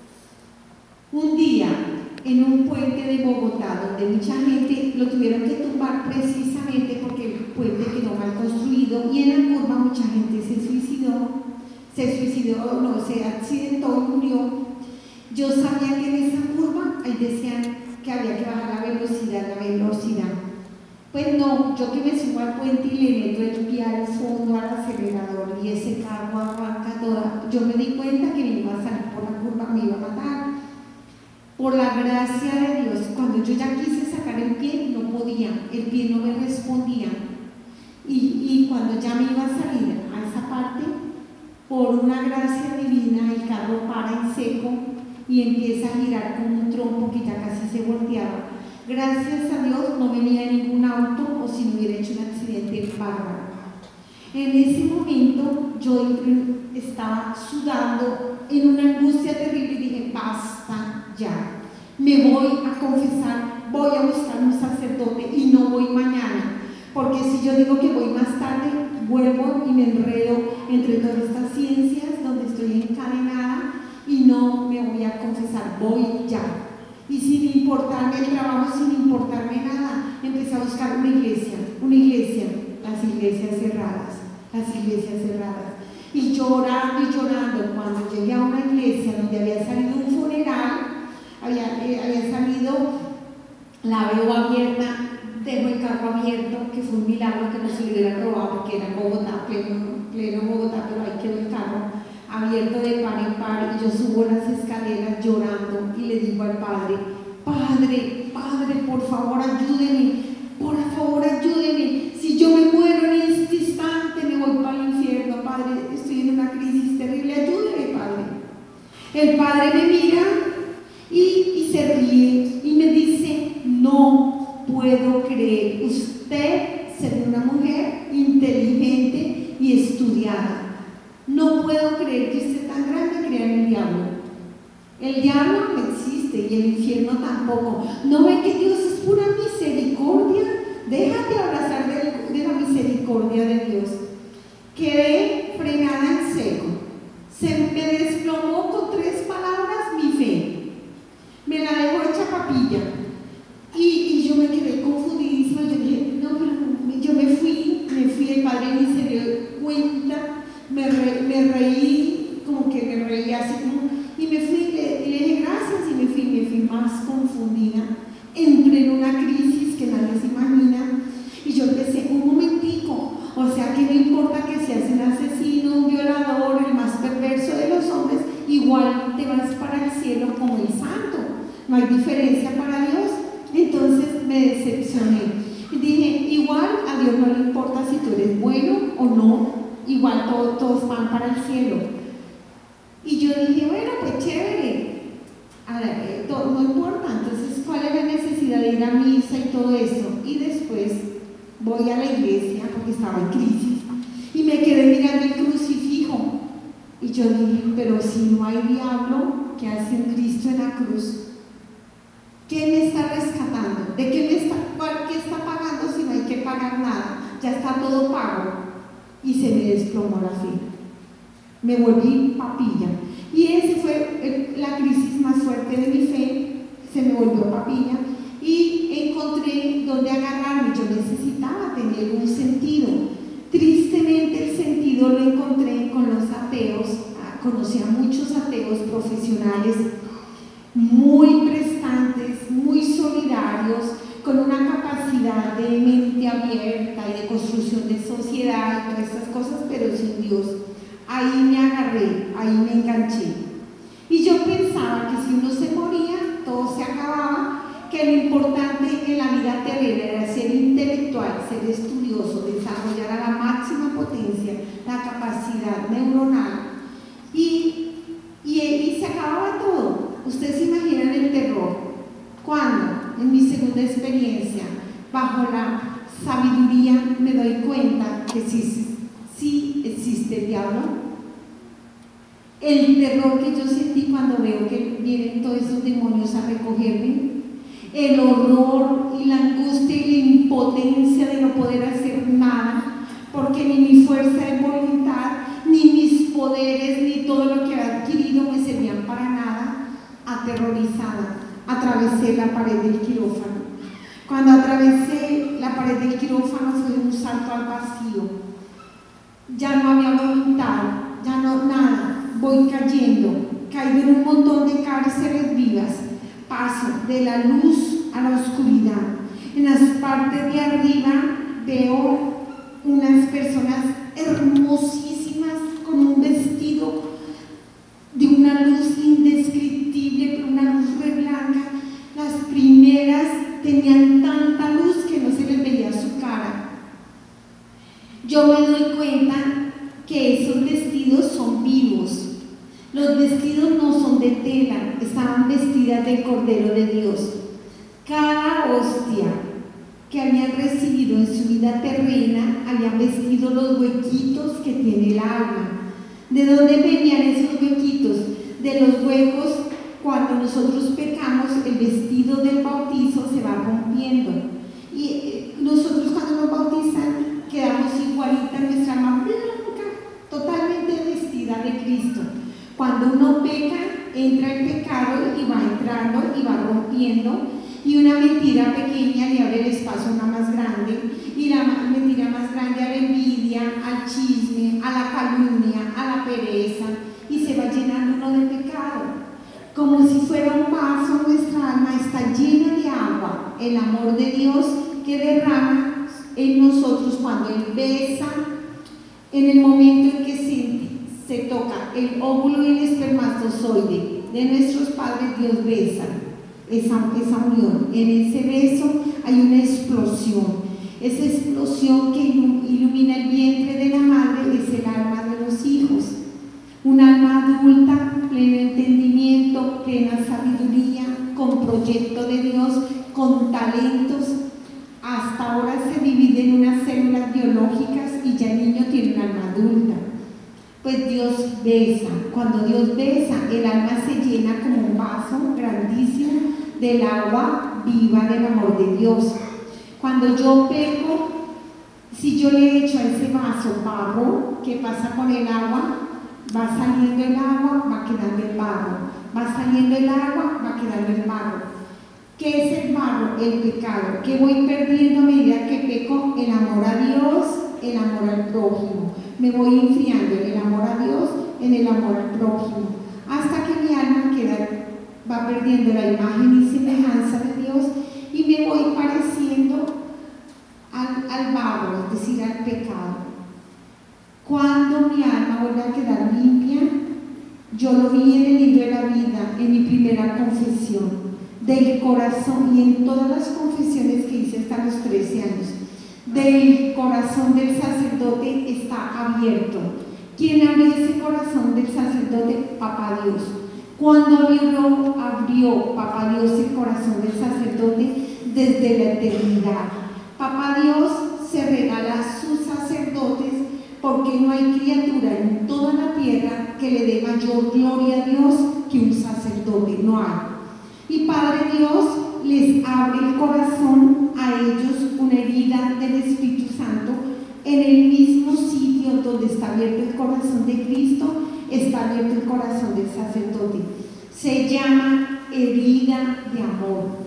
Un día, en un puente de Bogotá, donde mucha gente lo tuvieron que tumbar precisamente porque el puente quedó mal construido, y en la curva mucha gente se accidentó y murió. Yo sabía que en esa curva ahí decían que había que bajar la velocidad. Pues no, yo que me subo al puente y le meto el pie al fondo al acelerador y ese carro arranca toda. Yo me di cuenta que me iba a salir por la curva, me iba a matar. Por la gracia de Dios, cuando yo ya quise sacar el pie, no podía, el pie no me respondía. Y cuando ya me iba a salir a esa parte, por una gracia divina, el carro para en seco y empieza a girar como un trompo que ya casi se volteaba. Gracias a Dios no venía ningún auto, o si no hubiera hecho un accidente bárbaro. En ese momento yo estaba sudando en una angustia terrible y dije, basta ya, me voy a confesar, voy a buscar un sacerdote y no voy mañana, porque si yo digo que voy más tarde, vuelvo y me enredo entre todas estas ciencias donde estoy encadenada y no me voy a confesar, voy ya. Y sin importarme el trabajo, sin importarme nada, empecé a buscar una iglesia, las iglesias cerradas. Y llorando, cuando llegué a una iglesia donde había salido un funeral, había salido, la veo abierta, dejo el carro abierto, que fue un milagro que no se le hubiera robado porque era Bogotá, pleno Bogotá, pero ahí quedó el carro abierto de par en par, y yo subo las escaleras llorando y le digo al Padre, Padre, por favor ayúdeme, si yo me muero en este instante me voy para el infierno, Padre, estoy en una crisis terrible, ayúdeme, Padre. El Padre me mira y se ríe y me dice, no puedo creer, usted ser una mujer inteligente y estudiada, no puedo creer que usted tan grande crea en el diablo. El diablo no existe y el infierno tampoco. ¿No ve que Dios es pura misericordia? Déjate abrazar de la misericordia de Dios. Quedé frenada en seco. Se me desplomó con 3 palabras mi fe. Me la dejó hecha papilla. Y yo me quedé confundidísima. Yo dije, no, pero yo me fui, el Padre ni se dio cuenta. Me reí, como que me reí así como, y me fui, y le dije gracias y me fui más confundida, entré en una crisis que nadie se imagina, y yo empecé, un momentico, o sea que no importa que seas un asesino, un violador, el más perverso de los hombres, igual te vas para el cielo como el santo, no hay diferencia para Dios. Entonces me decepcioné, y dije, igual a Dios no le importa si tú eres bueno o no, igual todos van para el cielo. Y yo dije, bueno, pues chévere, no importa, entonces ¿cuál es la necesidad de ir a misa y todo eso? Y después voy a la iglesia porque estaba en crisis y me quedé mirando el crucifijo y yo dije, pero si no hay diablo, ¿qué hace un Cristo en la cruz? ¿Qué me está rescatando? ¿De qué está pagando si no hay que pagar nada? Ya está todo pago. Y se me desplomó la fe, me volví papilla, y esa fue la crisis más fuerte de mi fe, se me volvió papilla, y encontré donde agarrarme. Yo necesitaba tener un sentido. Tristemente el sentido lo encontré con los ateos. Conocí a muchos ateos profesionales, muy prestantes, muy solidarios, con una capacidad de mente abierta y de construcción de sociedad y todas estas cosas, pero sin Dios. Ahí me agarré, ahí me enganché. Y yo pensaba que si uno se moría, todo se acababa, que lo importante en la vida terrena era ser intelectual, ser estudioso, desarrollar a la máxima potencia la capacidad neuronal y se acababa todo. Ustedes se imaginan el terror. ¿Cuándo? En mi segunda experiencia, bajo la sabiduría, me doy cuenta que sí existe el diablo. El terror que yo sentí cuando veo que vienen todos esos demonios a recogerme, el horror y la angustia y la impotencia de no poder hacer nada, porque ni mi fuerza de voluntad, ni mis poderes, ni todo lo que he adquirido me servían para nada. Aterrorizada, atravesé la pared del quirófano. Cuando atravesé la pared del quirófano fue un salto al vacío. Ya no había voluntad, ya no nada, voy cayendo, caigo en un montón de cárceles vivas, paso de la luz a la oscuridad. En las partes de arriba veo unas personas hermosísimas con un vestido de una luz indescriptible, pero una luz re blanca. Las primeras tenían tanta luz que no se les veía su cara. Yo me doy cuenta que esos vestidos son vivos. Los vestidos no son de tela, estaban vestidas del Cordero de Dios. Cada hostia, que habían recibido en su vida terrena, habían vestido los huequitos que tiene el alma. ¿De dónde venían esos huequitos? De los huecos. Cuando nosotros pecamos, el vestido del bautizo se va rompiendo. Y nosotros cuando nos bautizan quedamos igualita, nuestra alma blanca, totalmente vestida de Cristo. Cuando uno peca, entra el pecado y va entrando y va rompiendo, y una mentira pequeña le abre el espacio a una más grande, y la mentira más grande a la envidia, al chisme, a la calumnia, a la pereza, y se va llenando uno de pecado. Como si fuera un vaso, nuestra alma está llena de agua, el amor de Dios que derrama en nosotros cuando Él besa, en el momento en que se toca el óvulo y el espermatozoide de nuestros padres. Dios besa esa unión. En ese beso hay una explosión. Esa explosión que ilumina el vientre de la madre es el alma de los hijos. Un alma adulta, pleno entendimiento, plena sabiduría, con proyecto de Dios, con talentos. Hasta ahora se divide en unas células biológicas y ya el niño tiene un alma adulta. Pues Dios besa. Cuando Dios besa, el alma se llena como un vaso grandísimo del agua viva del amor de Dios. Cuando yo peco, si yo le echo a ese vaso barro, ¿qué pasa con el agua? Va saliendo el agua, va quedando el barro. Va saliendo el agua, va quedando el barro. ¿Qué es el barro? El pecado. ¿Qué voy perdiendo a medida que peco? El amor a Dios, el amor al prójimo. Me voy enfriando en el amor a Dios, en el amor al prójimo, hasta que mi alma va perdiendo la imagen y semejanza de Dios y me voy pareciendo al barro, es decir, al pecado. Cuando mi alma vuelve a quedar limpia, yo lo vi en el libro de la vida, en mi primera confesión, del corazón, y en todas las confesiones que hice hasta los 13 años, del corazón del sacerdote está abierto. ¿Quién abrió ese corazón del sacerdote? Papá Dios. Cuando abrió Papá Dios el corazón del sacerdote desde la eternidad. Papá Dios se regala a sus sacerdotes porque no hay criatura en toda la tierra que le dé mayor gloria a Dios que un sacerdote, no hay. Y Padre Dios les abre el corazón a ellos, una herida del Espíritu Santo, en el mismo sitio donde está abierto el corazón de Cristo, está abierto el corazón del sacerdote. Se llama herida de amor.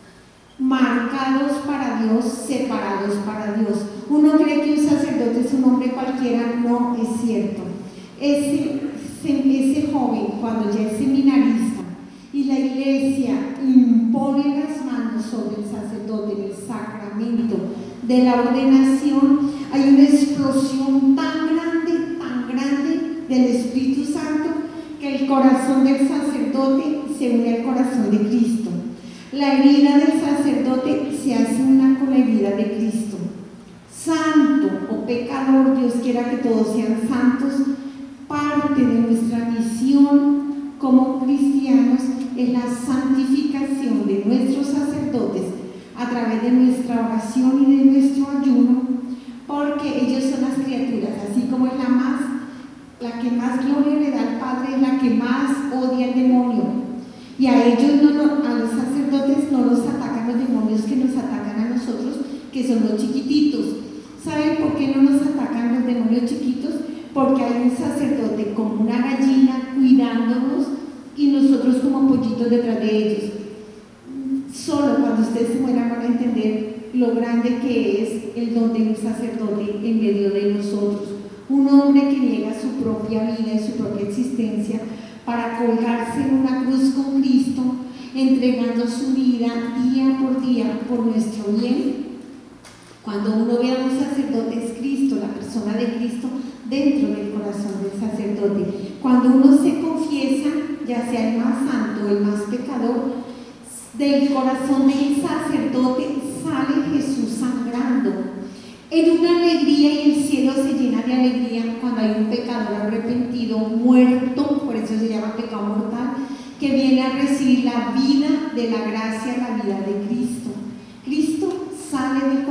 Marcados para Dios, separados para Dios. Uno cree que un sacerdote es un hombre cualquiera, no es cierto. Ese joven, cuando ya es seminarista y la iglesia impone las manos sobre el sacerdote en el sacramento de la ordenación, hay una explosión tan grande del Espíritu Santo que el corazón del sacerdote se une al corazón de Cristo. La herida del sacerdote se hace una con la herida de Cristo. Santo o pecador, Dios quiera que todos sean santos. Parte de nuestra misión como cristianos es la santificación de nuestros sacerdotes a través de nuestra oración y de nuestro ayuno, porque ellos son las criaturas, así como es la que más gloria le da al Padre, es la que más odia al demonio. Y a ellos, a los sacerdotes, no los atacan los demonios que nos atacan a nosotros, que son los chiquititos. ¿Saben por qué no nos atacan los demonios chiquitos? Porque hay un sacerdote como una gallina cuidándonos y nosotros como pollitos detrás de ellos. Solo cuando ustedes se mueran van a entender lo grande que es el don de un sacerdote en medio de nosotros. Un hombre que niega su propia vida y su propia existencia para colgarse en una cruz con Cristo, entregando su vida día por día por nuestro bien. Cuando uno ve a un sacerdote, es Cristo, la persona de Cristo dentro del corazón del sacerdote. Cuando uno se confiesa, ya sea el más santo o el más pecador, del corazón del sacerdote sale Jesús sangrando en una alegría, y el cielo se llena de alegría cuando hay un pecador arrepentido, muerto, por eso se llama pecado mortal, que viene a recibir la vida de la gracia, la vida de Cristo. Cristo sale del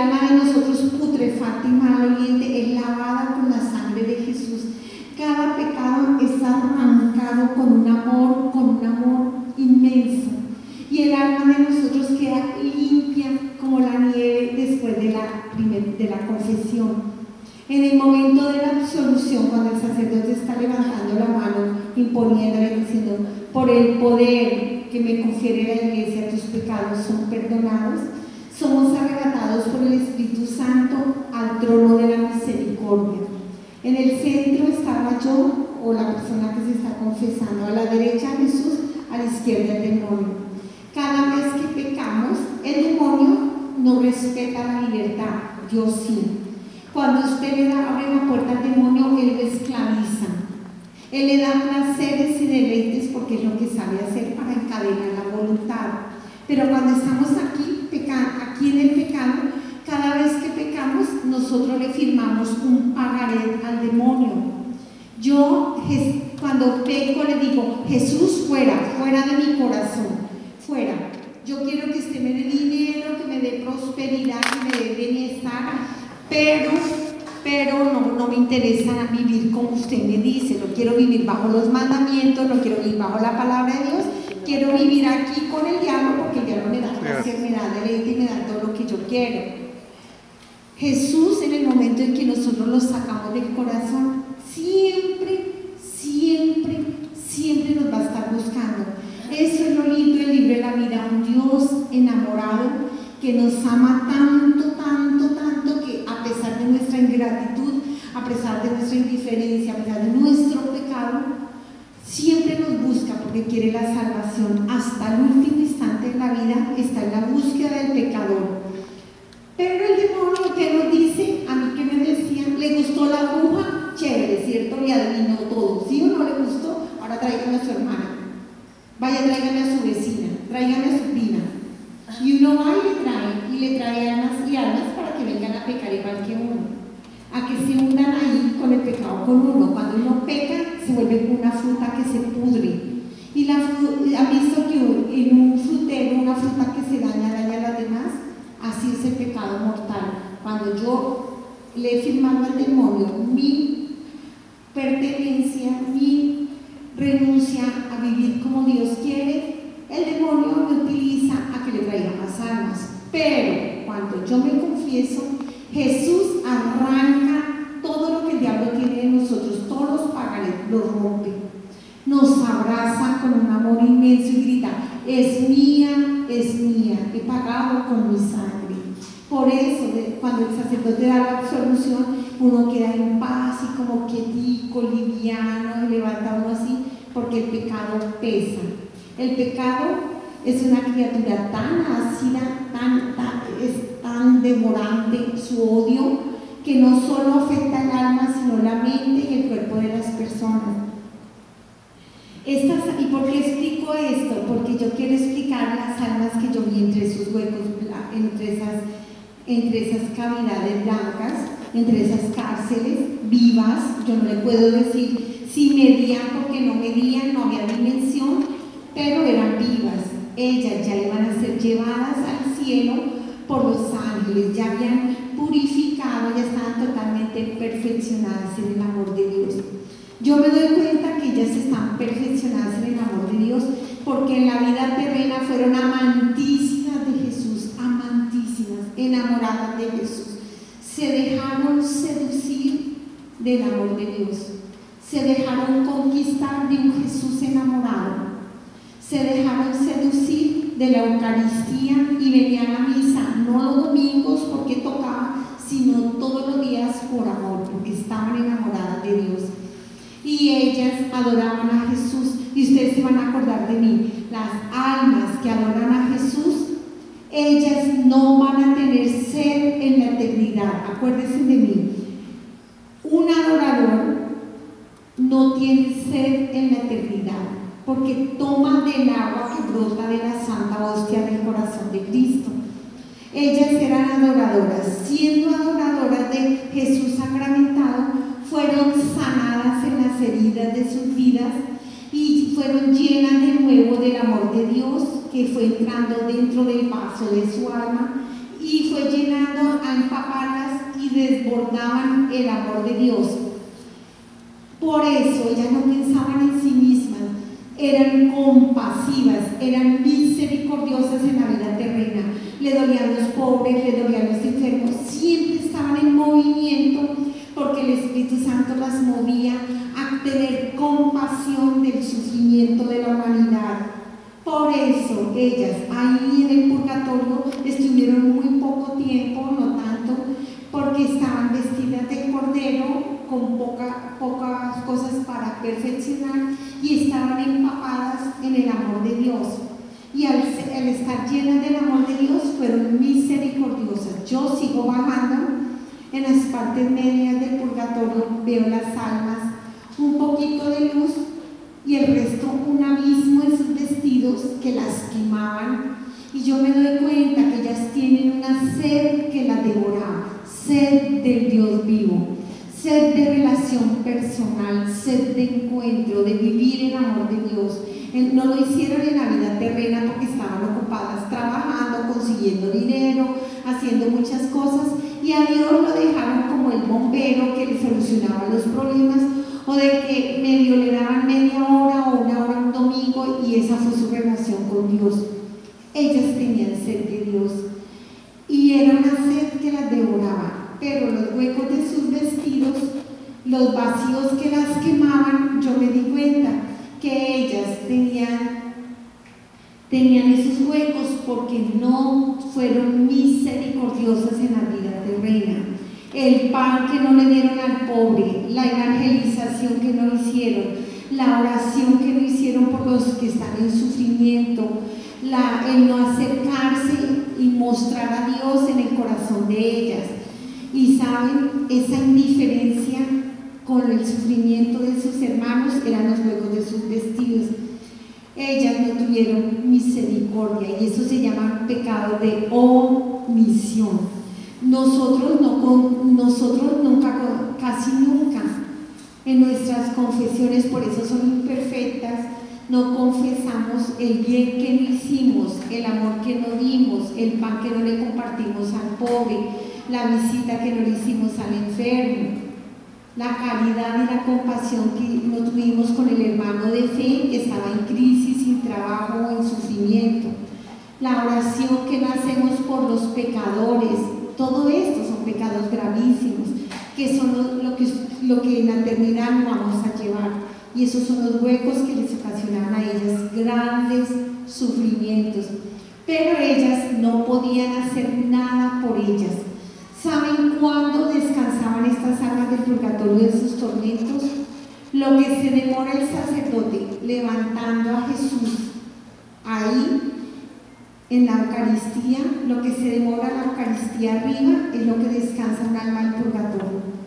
alma de nosotros putrefacta y maloliente es lavada con la sangre de Jesús. Cada pecado está arrancado con un amor inmenso. Y el alma de nosotros queda limpia como la nieve después de la confesión. En el momento de la absolución, cuando el sacerdote está levantando la mano, imponiéndole, diciendo: por el poder que me confiere la Iglesia, tus pecados son perdonados, somos arrebatados por el Espíritu Santo al trono de la misericordia. En el centro estaba yo, o la persona que se está confesando, a la derecha Jesús, a la izquierda el demonio. Cada vez que pecamos, el demonio no respeta la libertad, Dios sí. Cuando usted le abre la puerta al demonio, él lo esclaviza. Él le da placeres y deleites porque es lo que sabe hacer para encadenar la voluntad. Pero cuando estamos aquí en el pecado, cada vez que pecamos, nosotros le firmamos un pagaré al demonio. Yo, cuando peco, le digo: Jesús, fuera de mi corazón, fuera. Yo quiero que usted me dé dinero, que me dé prosperidad, que me dé bienestar, pero no me interesa vivir como usted me dice. No quiero vivir bajo los mandamientos, no quiero vivir bajo la palabra de Dios. Quiero vivir aquí con el diablo, porque el diablo me da placer, me da deleite y me da todo lo que yo quiero. Jesús, en el momento en que nosotros lo sacamos del corazón, siempre nos va a estar buscando. Eso es lo lindo del libro de la vida, un Dios enamorado que nos ama tanto, que a pesar de nuestra ingratitud, a pesar de nuestra indiferencia, a pesar de nuestro pecado, siempre nos busca porque quiere la salvación. Hasta el último instante de la vida está en la búsqueda del pecador. Pero el demonio, que nos dice, a mí que me decían, le gustó la bruja, chévere, ¿cierto? Le adivinó todo. ¿Sí o no le gustó? Ahora tráigame a su hermana. Vaya, tráigame a su vecina, tráigame a su prima. Y uno va y le trae almas y almas para que vengan a pecar igual que uno, a que se hundan ahí con el pecado con uno. Cuando uno peca, se vuelve como una fruta que se pudre. Y ha visto que en un frutero, una fruta que se daña a las demás. Así es el pecado mortal. Cuando yo le he firmado al demonio mi pertenencia, mi renuncia a vivir como Dios quiere, el demonio me utiliza a que le traiga más almas. Pero cuando yo me confieso, Jesús arranca todo lo que el diablo tiene de nosotros, todos los pagarés, los rompe, nos abraza con un amor inmenso y grita: es mía, he pagado con mi sangre. Por eso, cuando el sacerdote da la absolución, uno queda en paz y como quietico, liviano, levanta uno así, porque el pecado pesa. El pecado es una criatura tan ácida, es tan demorante su odio, que no solo afecta el alma, sino la mente y el cuerpo de las personas. ¿Y por qué explico esto? Porque yo quiero explicar las almas que yo vi entre esos huecos, entre esas cavidades blancas, entre esas cárceles vivas. Yo no le puedo decir si medían, porque no medían, no había dimensión, pero eran vivas. Ellas ya iban a ser llevadas al cielo por los ángeles, ya habían purificado, ya estaban totalmente perfeccionadas en el amor de Dios. Yo me doy cuenta que ellas están perfeccionadas en el amor de Dios porque en la vida terrena fueron amantísimas de Jesús, amantísimas, enamoradas de Jesús. Se dejaron seducir del amor de Dios, se dejaron conquistar de un Jesús enamorado, se dejaron seducir de la Eucaristía y venían a misa, no los domingos porque tocaba, sino todos los días por amor, porque estaban enamoradas de Dios. Y ellas adoraban a Jesús, y ustedes se van a acordar de mí, las almas que adoran a Jesús, ellas no van a tener sed en la eternidad. Acuérdense de mí, un adorador no tiene sed en la eternidad, porque toma del agua que brota de la santa hostia del corazón de Cristo. Ellas eran adoradoras, siendo adoradoras de Jesús sacramentado, fueron sanadas en las heridas de sus vidas y fueron llenas de nuevo del amor de Dios que fue entrando dentro del vaso de su alma, y fue llenando a empaparlas y desbordaban el amor de Dios. Por eso ellas no pensaban en sí mismas, eran compasivas, eran misericordiosas en la vida terrena. Le dolían los pobres, le dolían los enfermos, siempre estaban en movimiento porque el Espíritu Santo las movía a tener compasión del sufrimiento de la humanidad. Por eso ellas ahí en el purgatorio estuvieron muy poco tiempo, no tanto, porque estaban vestidas de cordero con pocas cosas para perfeccionar y estaban empapadas en el amor de Dios. Y al estar llenas del amor de Dios fueron misericordiosas. Yo sigo bajando en las partes medias del purgatorio, veo las almas, un poquito de luz y el resto un abismo en sus vestidos que las quemaban, y yo me doy cuenta que ellas tienen una sed que las devoraba, sed del Dios vivo, sed de relación personal, sed de encuentro, de vivir el amor de Dios. No lo hicieron en la vida terrena porque estaban ocupadas trabajando, consiguiendo dinero, haciendo muchas cosas, y a Dios lo dejaron como el bombero que le solucionaba los problemas, o de que medio le daban media hora o una hora un domingo, y esa fue su relación con Dios. Ellas tenían sed de Dios y era una sed que las devoraba, pero los huecos de sus vestidos, los vacíos que las quemaban, yo me di cuenta que ellas tenían esos huecos porque no fueron misericordiosas en la vida terrena. El pan que no le dieron al pobre, la evangelización que no hicieron, la oración que no hicieron por los que están en sufrimiento, el no acercarse y mostrar a Dios en el corazón de ellas. Y saben, esa indiferencia con el sufrimiento de sus hermanos eran los huecos de sus vestidos. Ellas no tuvieron misericordia, y eso se llama pecado de omisión. Nosotros nunca, casi nunca, en nuestras confesiones, por eso son imperfectas, no confesamos el bien que no hicimos, el amor que no dimos, el pan que no le compartimos al pobre, la visita que no le hicimos al enfermo, la caridad y la compasión que no tuvimos con el hermano de fe que estaba en crisis, sin trabajo o en sufrimiento, la oración que no hacemos por los pecadores. Todo esto son pecados gravísimos, que son lo que en la eternidad no vamos a llevar, y esos son los huecos que les ocasionan a ellas grandes sufrimientos. Pero ellas no podían hacer nada por ellas. ¿Saben cuándo descansaban estas almas del purgatorio de sus tormentos? Lo que se demora el sacerdote levantando a Jesús ahí en la Eucaristía, lo que se demora la Eucaristía arriba es lo que descansa un alma del purgatorio.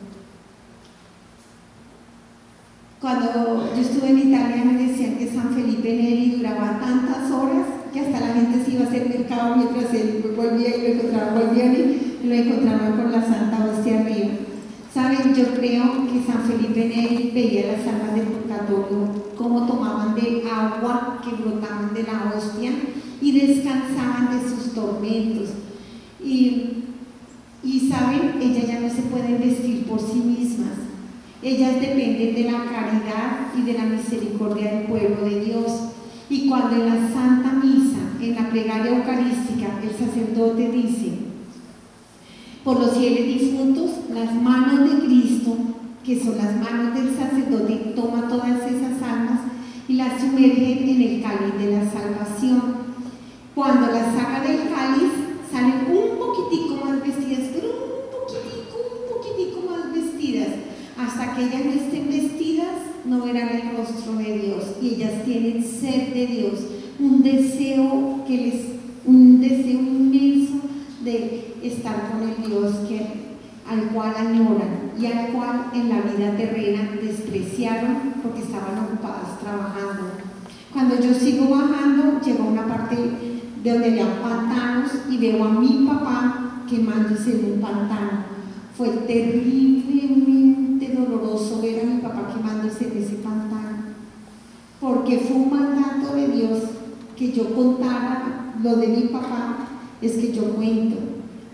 Cuando yo estuve en Italia me decían que San Felipe Neri duraba tantas horas que hasta la gente se iba a hacer mercado mientras él volvía y lo encontraban con la Santa Hostia arriba. ¿Saben? Yo creo que San Felipe Neri veía las almas del purgatorio cómo tomaban de agua que brotaban de la hostia y descansaban de sus tormentos. Y ¿saben? Ellas ya no se pueden vestir por sí mismas. Ellas dependen de la caridad y de la misericordia del pueblo de Dios. Y cuando en la Santa Misa, en la plegaria eucarística, el sacerdote dice: por los fieles difuntos, las manos de Cristo, que son las manos del sacerdote, toma todas esas almas y las sumerge en el cáliz de la salvación. Cuando las saca del cáliz, salen un poquitico más vestidas, pero un poquitico más vestidas. Hasta que ellas no estén vestidas, no verán el rostro de Dios, y ellas tienen sed de Dios, un deseo inmenso de estar con el Dios al cual añoran y al cual en la vida terrena despreciaron porque estaban ocupadas trabajando. Cuando yo sigo bajando, llego a una parte de donde había pantanos y veo a mi papá quemándose en un pantano. Fue terriblemente doloroso ver a mi papá quemándose en ese pantano, porque fue un mandato de Dios que yo contara lo de mi papá. Es que yo cuento,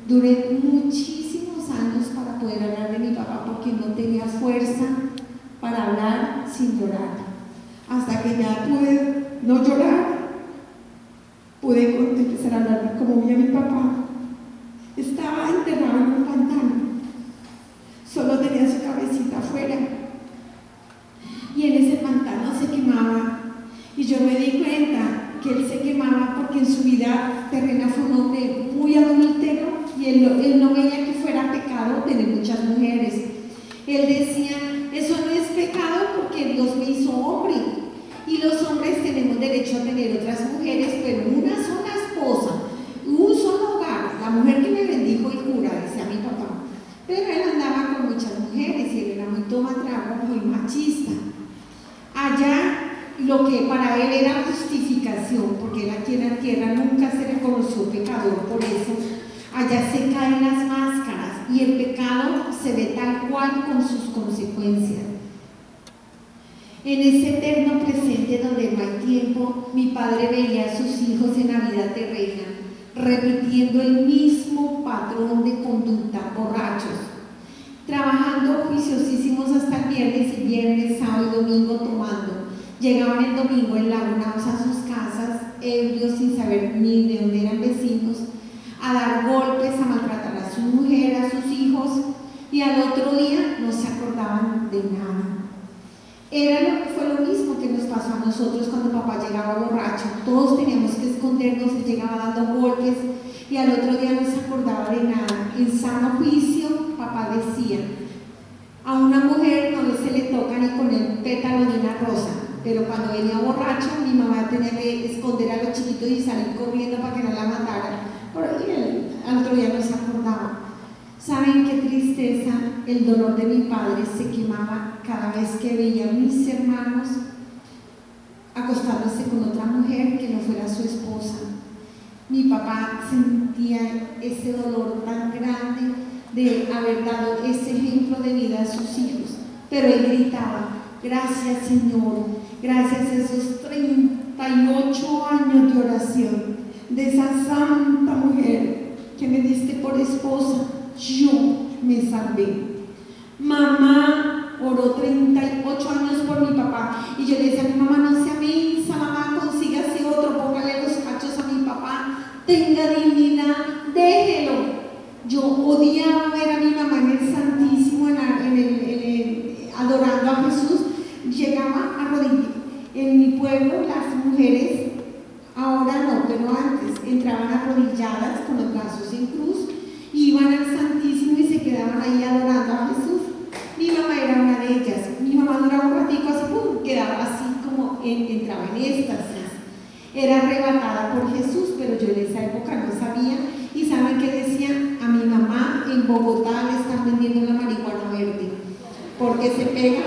Duré muchísimos años para poder hablar de mi papá porque no tenía fuerza para hablar sin llorar. Hasta que ya pude no llorar, pude empezar a hablar de cómo vi a mi papá. Estaba enterrado en un pantano, solo tenía su cabecita afuera y en ese pantano se quemaba, y yo me di cuenta que él se quemaba porque en su vida terrena fue un hombre muy adúltero y él no veía que fuera pecado tener muchas mujeres. Él decía, eso no es pecado porque Dios me hizo hombre y los hombres tenemos derecho a tener otras mujeres, pero una sola esposa, un solo hogar, la mujer que me bendijo y cura, decía mi papá. Pero él andaba con muchas mujeres y él era muy tomatrago, muy machista. Allá lo que para él era justificación, porque él aquí en la tierra nunca se reconoció pecador, por eso allá se caen las máscaras y el pecado se ve tal cual con sus consecuencias. En ese eterno presente donde no hay tiempo, mi padre veía a sus hijos en la vida terrena, repitiendo el mismo patrón de conducta, borrachos, trabajando juiciosísimos hasta el viernes, sábado y domingo tomando. Llegaban el domingo enlagunados a sus casas, ebrios sin saber ni de dónde eran vecinos, a dar golpes, a maltratar a su mujer, a sus hijos, y al otro día no se acordaban de nada. Fue lo mismo que nos pasó a nosotros cuando papá llegaba borracho. Todos teníamos que escondernos, él llegaba dando golpes y al otro día no se acordaba de nada. En sano juicio, papá decía, a una mujer no se le toca ni con el pétalo de una rosa, pero cuando venía borracho, mi mamá tenía que esconder a los chiquitos y salir corriendo para que no la mataran. Y él al otro día no se acordaba. ¿Saben qué tristeza? El dolor de mi padre se quemaba cada vez que veía a mis hermanos acostándose con otra mujer que no fuera su esposa. Mi papá sentía ese dolor tan grande de haber dado ese ejemplo de vida a sus hijos, pero él gritaba, gracias Señor, gracias a esos 38 años de oración de esa santa mujer que me diste por esposa, yo me salvé. Mamá oró 38 años por mi papá y yo le decía a mi mamá, no sea mensa, mamá, consígase otro, póngale los cachos a mi papá, tenga dignidad, déjelo. Yo odiaba ver a mi mamá en el Santísimo, adorando a Jesús. Llegaba a rodillas. En mi pueblo las mujeres, ahora no, pero antes, entraban arrodilladas con los brazos en cruz, iban al Santísimo y se quedaban ahí adorando a Jesús. Mi mamá era una de ellas. Mi mamá duraba un ratico así, quedaba así como entraba en éxtasis. Era arrebatada por Jesús, pero yo en esa época no sabía. ¿Y saben qué decían? A mi mamá en Bogotá le están vendiendo la marihuana verde, porque se pega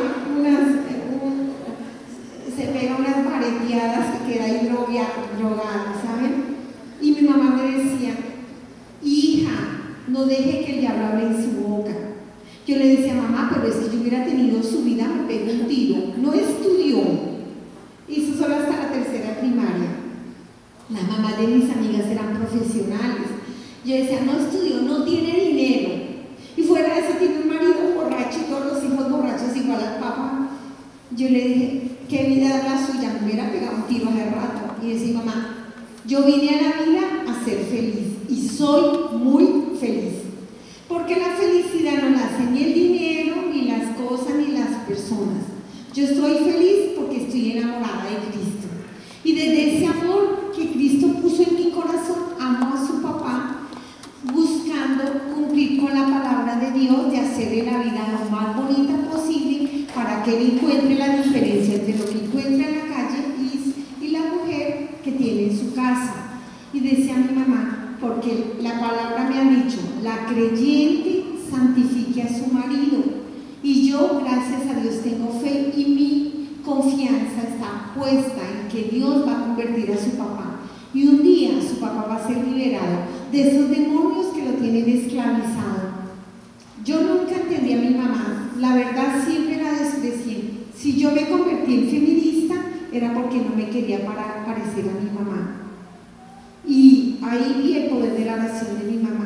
unas vareteadas y queda ahí drogada, ¿saben? Y mi mamá me decía, hija, no deje que el diablo hable en su boca. Yo le decía, mamá, pero es que yo hubiera tenido su vida, me pegó un tiro. No estudió, hizo solo hasta la tercera primaria. Las mamás de mis amigas eran profesionales. Yo decía, no estudió, no tiene dinero. Y fuera de eso tiene un marido borracho y todos los hijos borrachos igual al papá. Yo le dije, ¿qué vida es la suya? Me hubiera pegado un tiro hace rato. Y decía, mamá, yo vine a la vida a ser feliz y soy muy feliz. Porque la felicidad no nace ni el dinero, ni las cosas, ni las personas. Yo estoy feliz porque estoy enamorada de Cristo. Y desde ese amor que Cristo puso en mi corazón, amo a su papá, buscando cumplir con la palabra de Dios, de hacerle la vida lo más bonita posible para que él encuentre la diferencia entre lo que encuentra en la calle y la mujer que tiene en su casa. Y decía mi mamá, porque la palabra me ha dicho, la creyente santifique a su marido. Y yo, gracias a Dios, tengo fe y mi confianza está puesta en que Dios va a convertir a su papá. Y un día su papá va a ser liberado de esos demonios que lo tienen esclavizado. Yo nunca entendí a mi mamá, la verdad siempre la desprecié. Si yo me convertí en feminista, era porque no me quería parecer a mi mamá. Y ahí vi el poder de la oración de mi mamá.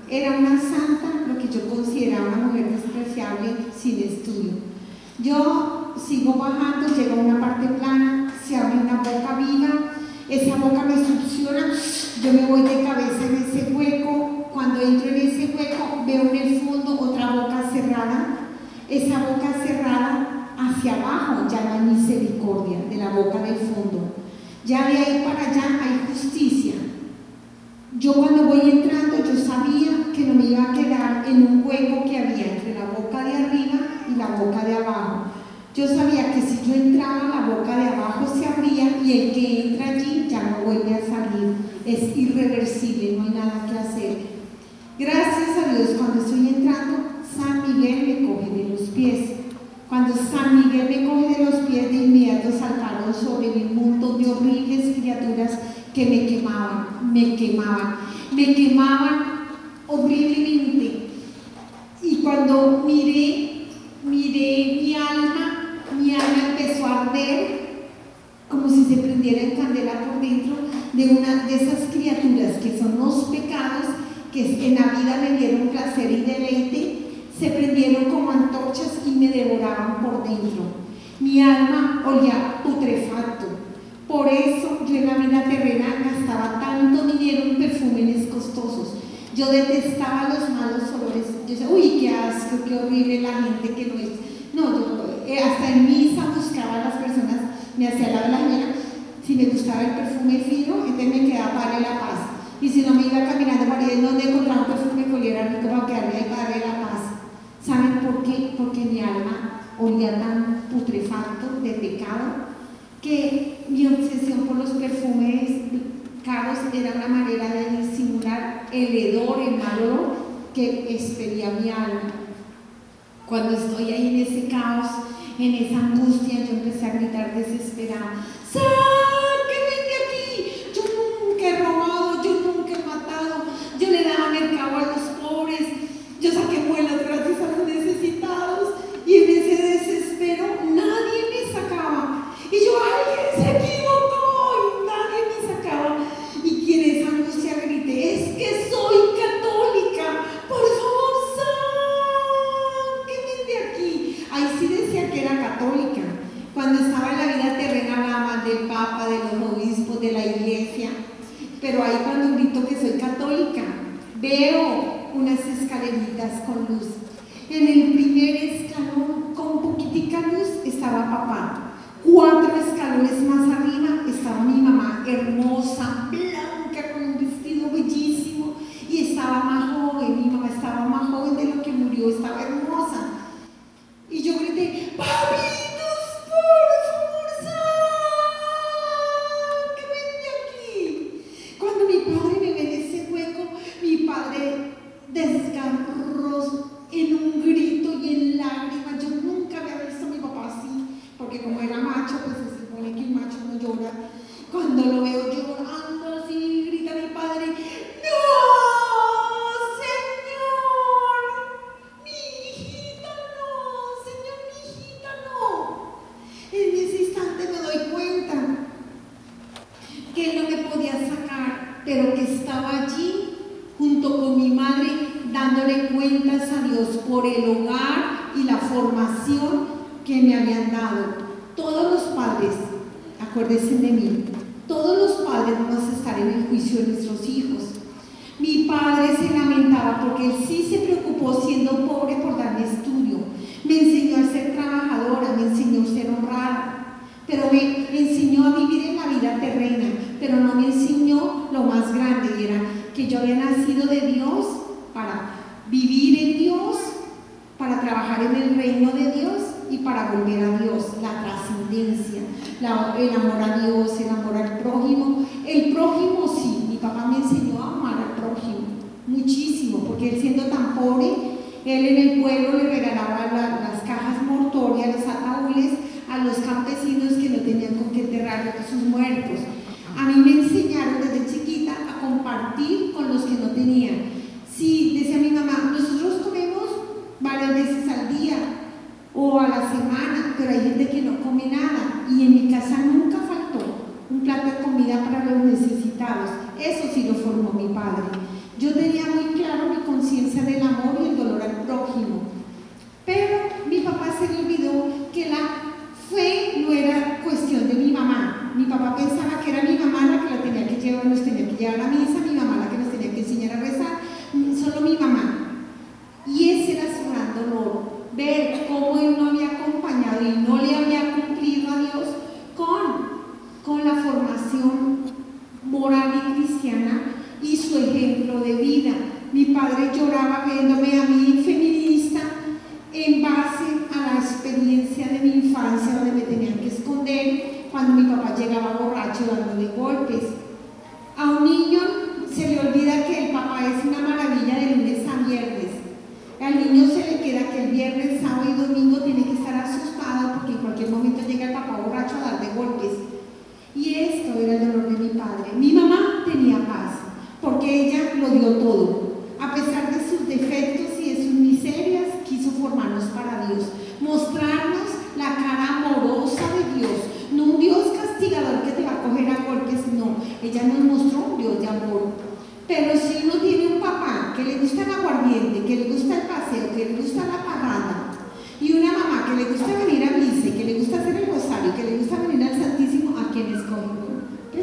Era una santa, lo que yo consideraba una mujer despreciable sin estudio. Yo sigo bajando, llego a una parte plana, se abre una boca viva, esa boca me succiona, yo me voy de cabeza en ese hueco. Cuando entro en ese hueco veo en el fondo otra boca cerrada. Esa boca cerrada hacia abajo ya no hay misericordia de la boca del fondo. Ya de ahí para allá hay justicia. Yo cuando voy entrando, yo sabía que no me iba a quedar en un hueco que había entre la boca de arriba y la boca de abajo. Yo sabía que si yo entraba, la boca de abajo se abría y el que entra allí ya no vuelve a salir. Es irreversible, no hay nada que hacer. Gracias a Dios, cuando estoy entrando, San Miguel me coge de los pies. Cuando San Miguel me coge de los pies, de inmediato saltaron sobre mí un montón de horribles criaturas que me quemaban horriblemente. Y cuando miré mi alma empezó a arder como si se prendiera en candela por dentro de una de esas criaturas que son los pecados que en la vida me dieron placer y deleite. Se prendieron como antorchas y me devoraban por dentro. Mi alma olía putrefacto. Por eso yo en la vida terrena gastaba tanto dinero en perfumes costosos. Yo detestaba los malos olores. Yo decía, uy, qué asco, qué horrible la gente que no es. No, yo hasta en misa buscaba a las personas, me hacía la blanquera. Si me gustaba el perfume fino, entonces me quedaba para darle la paz. Y si no, me iba caminando para ir donde encontraba un perfume que oliera rico para quedarme ahí para darle la paz. ¿Saben por qué? Porque mi alma olía tan putrefacto de pecado que mi obsesión por los perfumes caros era una manera de disimular el hedor, el mal olor que expedía mi alma. Cuando estoy ahí en ese caos, en esa angustia, yo empecé a gritar desesperada: ¡sáquenme de aquí! Yo nunca he robado, yo nunca he matado, yo le daba mercado a los pobres, yo saqué muelas gratis a los necesitados, y en ese desespero nadie me sacaba. Y yo, alguien se equivocó, y nadie me sacaba. Y que en esa angustia grité: es que soy católica, por favor, sáquenme de aquí. Ahí sí decía que era católica. Cuando estaba en la vida terrena hablaba más del Papa, de los obispos, de la iglesia. Pero ahí cuando grito que soy católica, veo unas escaleritas con luz. En el primer escalón, con poquitica luz, estaba papá. 4 escalones más arriba estaba mi mamá, hermosa, blanca, con un vestido bellísimo, y estaba más joven. Mi mamá estaba más joven de lo que murió, estaba hermosa. Y yo grité: ¡papitos, por favor, sáquenme de aquí! Cuando mi padre me ve en ese hueco, mi padre desgarró en un grito y en lágrimas. Yo nunca había visto a mi papá así, porque como era macho, pues se supone que un macho no llora. Cuando lo veo llorando así, grita mi padre: ¡no, Señor! ¡Mi hijita no! ¡Señor, mi hijita no! En ese instante me doy cuenta que él no me podía sacar, pero que estaba allí junto con mi madre, dándole cuentas a Dios por el hogar y la formación que me habían dado. Todos los padres, acuérdense de mí, todos los padres vamos a estar en el juicio de nuestros hijos. Mi padre se lamentaba porque él sí se preocupó, siendo pobre, por darme estudio. Me enseñó a ser trabajadora, me enseñó a ser honrada, pero me enseñó a vivir en la vida terrena, pero no me enseñó lo más grande, y era que yo había nacido de Dios para vivir en Dios, para trabajar en el reino de Dios y para volver a Dios, la trascendencia, el amor a Dios, el amor al prójimo. El prójimo sí, mi papá me enseñó a amar al prójimo muchísimo, porque él, siendo tan pobre, él en el pueblo le regalaba las cajas mortuorias, los ataúdes a los campesinos que no tenían con qué enterrar a sus muertos. A mí me enseñaron desde chiquita a compartir con los que no tenían. Sí, decía mi mamá, nosotros comemos varias veces al día o a la semana, pero hay gente que no come nada, y en mi casa nunca faltó un plato de comida para los necesitados. Eso sí lo formó mi padre. Yo tenía muy claro mi concepto llevar a misa, mi mamá la que nos tenía que enseñar a rezar, solo mi mamá. Y ese era su gran dolor, ver cómo él no había acompañado y no le había cumplido a Dios con la formación moral y cristiana y su ejemplo de vida. Mi padre lloraba viéndome a mí feminista en base a la experiencia de mi infancia, donde me tenían que esconder cuando mi papá llegaba borracho dándole golpes. A un niño se le olvida que el papá es una maravilla de lunes a viernes. Al niño se le queda que el viernes, sábado y domingo tiene que estar asustado porque en cualquier momento llega el papá borracho a darle golpes. Y esto era el dolor de mi padre. Mi mamá tenía paz porque ella lo dio todo. A pesar de sus defectos y de sus miserias, quiso formarnos para Dios, mostrarnos la cara amorosa de Dios, no un Dios castigador que te va a coger a golpes, no. Ella nos mostró un Dios de amor. Pero si uno tiene un papá que le gusta el aguardiente, que le gusta el paseo, que le gusta la parranda, y una mamá que le gusta venir a misa, que le gusta hacer el rosario, que le gusta venir al Santísimo, ¿a quién escoge? Pues,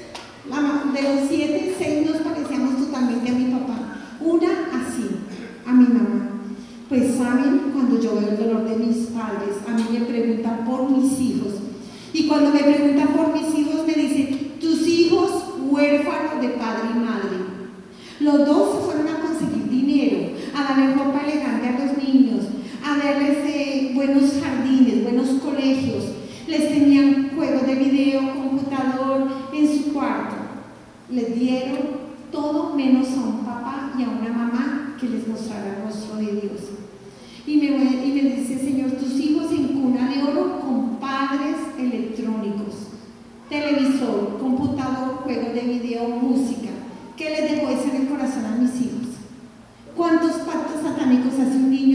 de los 7, 6 nos parecíamos totalmente a mi papá. Una así, a mi mamá. Pues saben, cuando yo veo el dolor de mis padres, a mí me preguntan por mis hijos. Y cuando me preguntan por mis hijos, me dicen, tus hijos huérfanos de padre y madre. Los dos se fueron a conseguir dinero, a darle ropa elegante a los niños, a darles buenos jardines, buenos colegios. Les tenían juegos de video, computador en su cuarto. Les dieron todo menos a un papá y a una mamá que les mostrara el rostro de Dios. Y me dice, Señor, tus hijos en cuna de oro con padres electrónicos, televisor, computador, juegos de video, música. ¿Qué les dejó eso en el corazón a mis hijos? ¿Cuántos pactos satánicos hace un niño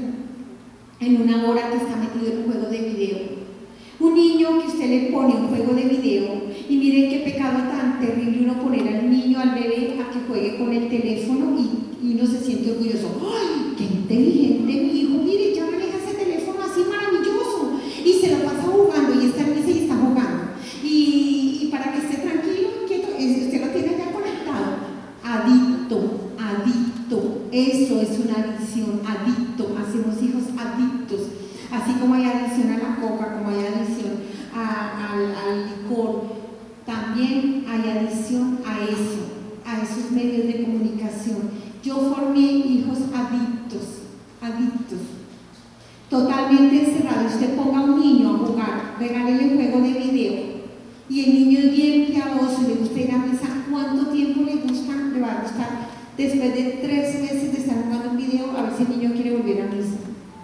en una hora que está metido en un juego de video? Un niño que usted le pone un juego de video y miren qué pecado tan terrible uno poner al niño, al bebé, a que juegue con el teléfono y uno se siente orgulloso. ¡Ay, qué inteligente mi hijo! Mire, ya maneja ese teléfono así maravilloso y se lo pasa jugando y está en misa y está jugando. Y para que esté tranquilo, quieto, usted lo tiene ya conectado. Adicto, adicto. Eso es una adicción, adicto. Hacemos hijos adictos. Así como hay adicción a la coca, como hay adicción al licor, también hay adicción a eso, a esos medios de comunicación. Yo formé hijos adictos, adictos, totalmente encerrados. Usted ponga a un niño a jugar, regálele un juego de video y el niño es bien piadoso y le gusta ir a misa. ¿Cuánto tiempo le va a gustar después de 3 meses de estar jugando un video a ver si el niño quiere volver a misa?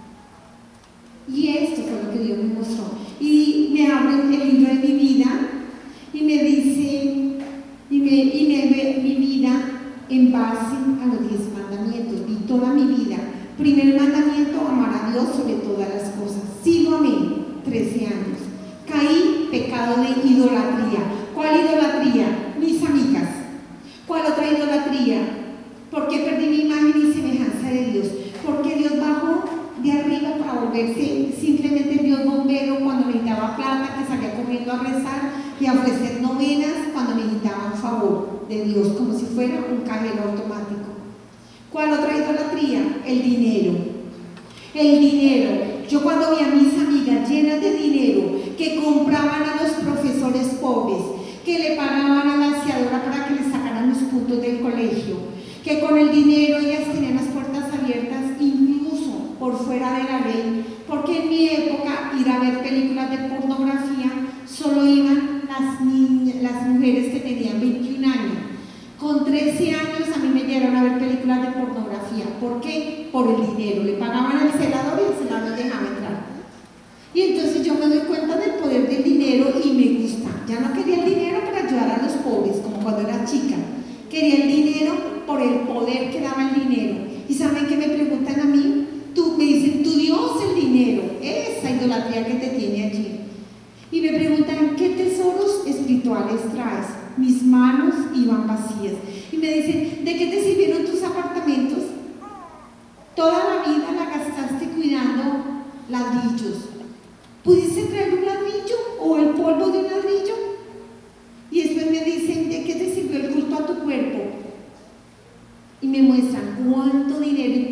Y esto fue lo que Dios me mostró. Y me abre el libro de mi vida y me dice, y me ve mi vida en base a los 10 mandamientos. Vi toda mi vida. Primer mandamiento, amar a Dios sobre todas las cosas. Sí lo amé, 13 años. Caí, pecado de idolatría. ¿Cuál idolatría? Mis amigas. ¿Cuál otra idolatría? ¿Por qué perdí mi imagen y semejanza de Dios? Porque Dios bajó de arriba para volverse simplemente Dios bombero cuando necesitaba plata, que salía corriendo a rezar y a ofrecer novenas cuando necesitaban favor de Dios, como si fuera un cajero automático. ¿Cuál otra idolatría? El dinero. El dinero. Yo cuando vi a mis amigas llenas de dinero, que compraban a los profesores pobres, que le pagaban a la aseadora para que les sacaran los puntos del colegio, que con el dinero ellas tenían las puertas abiertas incluso por fuera de la ley, porque en mi época ir a ver películas de pornografía solo iban las mujeres que tenían 21 años. Con 13 años a mí me llegaron a ver películas de pornografía. ¿Por qué? Por el dinero. Le pagaban al celador y el celador dejaba entrar. Y entonces yo me doy cuenta del poder del dinero y me gusta. Ya no quería el dinero para ayudar a los pobres, como cuando era chica. Quería el dinero por el poder que daba el dinero. ¿Y saben qué me preguntan a mí? Me dicen, tu Dios el dinero, esa idolatría que te tiene allí. Y me preguntan, ¿qué tesoros espirituales traes? Mis manos iban vacías. Y me dicen, ¿de qué te sirvieron tus apartamentos? Toda la vida la gastaste cuidando ladrillos. ¿Pudiste traer un ladrillo o el polvo de un ladrillo? Y después me dicen, ¿de qué te sirvió el culto a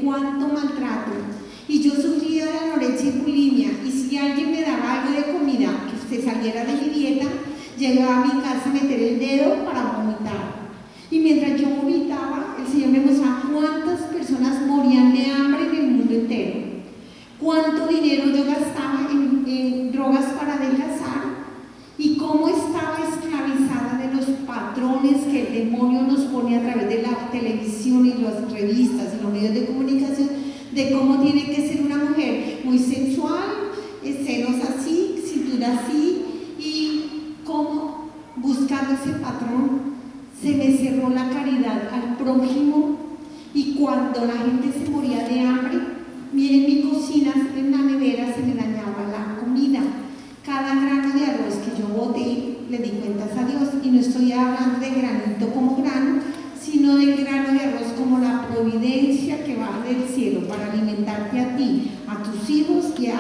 cuánto maltrato. Y yo sufría de anorexia y bulimia, y si alguien me daba algo de comida que se saliera de mi dieta, llegaba a mi casa a meter el dedo para vomitar. Y mientras yo vomitaba, el Señor me mostraba cuántas personas morían de hambre en el mundo entero, cuánto dinero yo gastaba en drogas para adelgazar y cómo estaba esclavizada de los patrones que el demonio nos pone a través de la televisión y las revistas y los medios de comunicación, de cómo tiene que ser una mujer muy sensual, senos así, cintura así, y cómo buscando ese patrón se me cerró la caridad al prójimo. Y cuando la gente se moría de hambre, miren, mi cocina, en la nevera se me dañaba la comida. Cada grano de arroz que yo boté, le di cuentas a Dios, y no estoy hablando de granito como grano, sino del grano de arroz como la providencia que baja del cielo para alimentarte a ti, a tus hijos y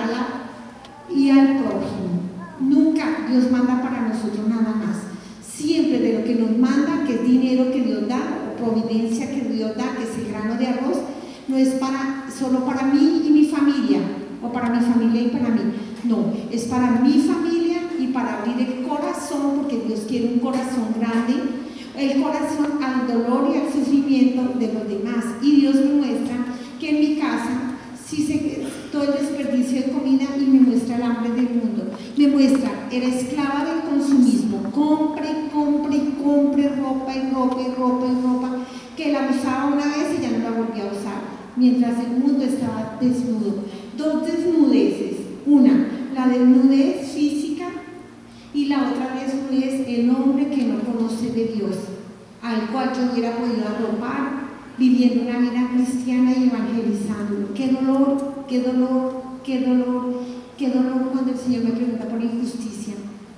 al prójimo. Nunca Dios manda para nosotros nada más. Siempre de lo que nos manda, que es dinero que Dios da, o providencia que Dios da, que es el grano de arroz, no es solo para mí y mi familia, o para mi familia y para mí. No, es para mi familia y para abrir el corazón, porque Dios quiere un corazón grande, el corazón al dolor y al sufrimiento de los demás. Y Dios me muestra que en mi casa todo el desperdicio de comida, y me muestra el hambre del mundo. Me muestra, era esclava del consumismo, compre ropa y ropa y ropa y ropa, que la usaba una vez y ya no la volvía a usar, mientras el mundo estaba desnudo. Dos desnudeces, una, la desnudez física, y la otra desnudez, el hombre que no conoce de Dios, al cual yo hubiera podido arropar, viviendo una vida cristiana y evangelizando. Qué dolor, qué dolor, qué dolor, qué dolor cuando el Señor me pregunta por injusticia,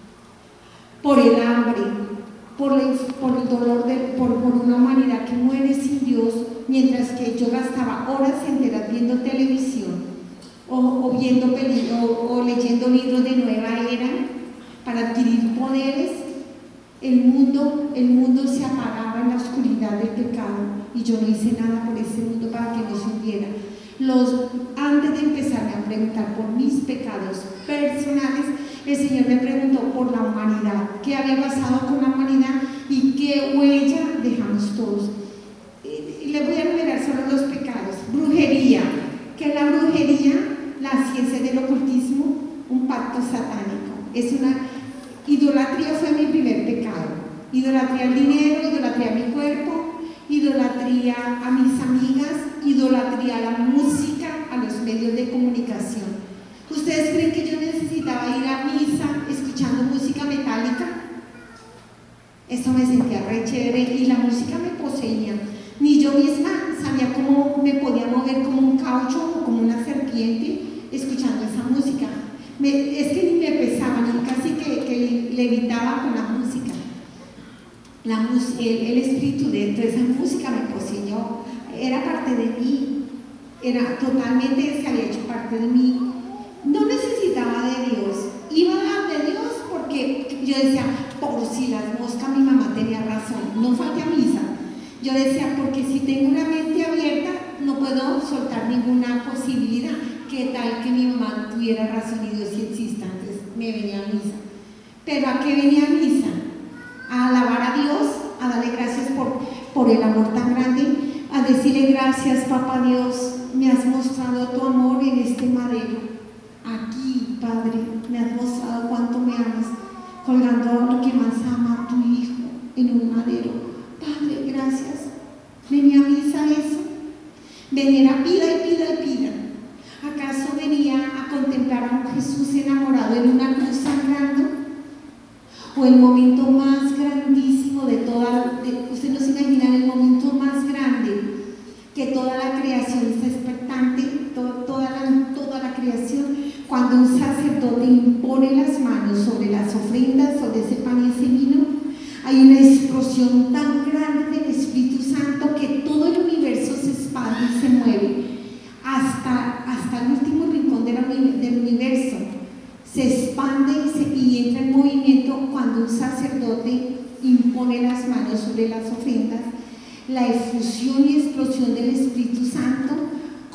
por el hambre, por el dolor, por una humanidad que muere sin Dios, mientras que yo gastaba horas enteras viendo televisión o viendo o leyendo libros de nueva era para adquirir poderes. El mundo se apagaba en la oscuridad del pecado, y yo no hice nada por ese mundo para que no se hundiera. Antes de empezarme a preguntar por mis pecados personales, el Señor me preguntó por la humanidad, qué había pasado con la humanidad y qué huella dejamos todos. Y les voy a enumerar solo los pecados. Brujería, que es la brujería, la ciencia del ocultismo, un pacto satánico. Idolatría fue mi primer pecado. Idolatría al dinero, idolatría a mi cuerpo, idolatría a mis amigas, idolatría a la música, a los medios de comunicación. ¿Ustedes creen que yo necesitaba ir a misa escuchando música metálica? Eso me sentía re chévere y la música me poseía. Ni yo misma sabía cómo me podía mover como un caucho o como una serpiente escuchando esa música. Es que ni me pesaba, ni casi que levitaba con la música. El espíritu dentro de esa música me poseyó, era parte de mí, se había hecho parte de mí. No necesitaba de Dios, iba a dar de Dios porque yo decía, por si las moscas, mi mamá tenía razón, no falté a misa. Yo decía, porque si tengo una mente abierta, no puedo soltar ninguna posibilidad. ¿Qué tal que mi mamá tuviera razón y Dios sí exista? Entonces me venía a misa. ¿Pero a qué venía a misa? A alabar a Dios, a darle gracias por el amor tan grande, a decirle gracias, papá Dios, me has mostrado tu amor en este madero. Aquí, Padre, me has mostrado cuánto me amas, colgando lo que más ama a tu hijo en un madero. Padre, gracias. Venía a misa eso. Venía, pida y pida y pida. ¿Acaso venía a contemplar a un Jesús enamorado en una cruz sangrando? ¿O el momento más grandísimo usted no se imagina, el momento más grande que toda la creación está expectante, toda la creación, cuando un sacerdote impone las manos sobre las ofrendas, sobre ese pan y ese vino, hay una explosión tan grande del Espíritu Santo que todo el universo se expande y se mueve hasta el último rincón del universo. Se expande y entra en movimiento cuando un sacerdote impone las manos sobre las ofrendas. La efusión y explosión del Espíritu Santo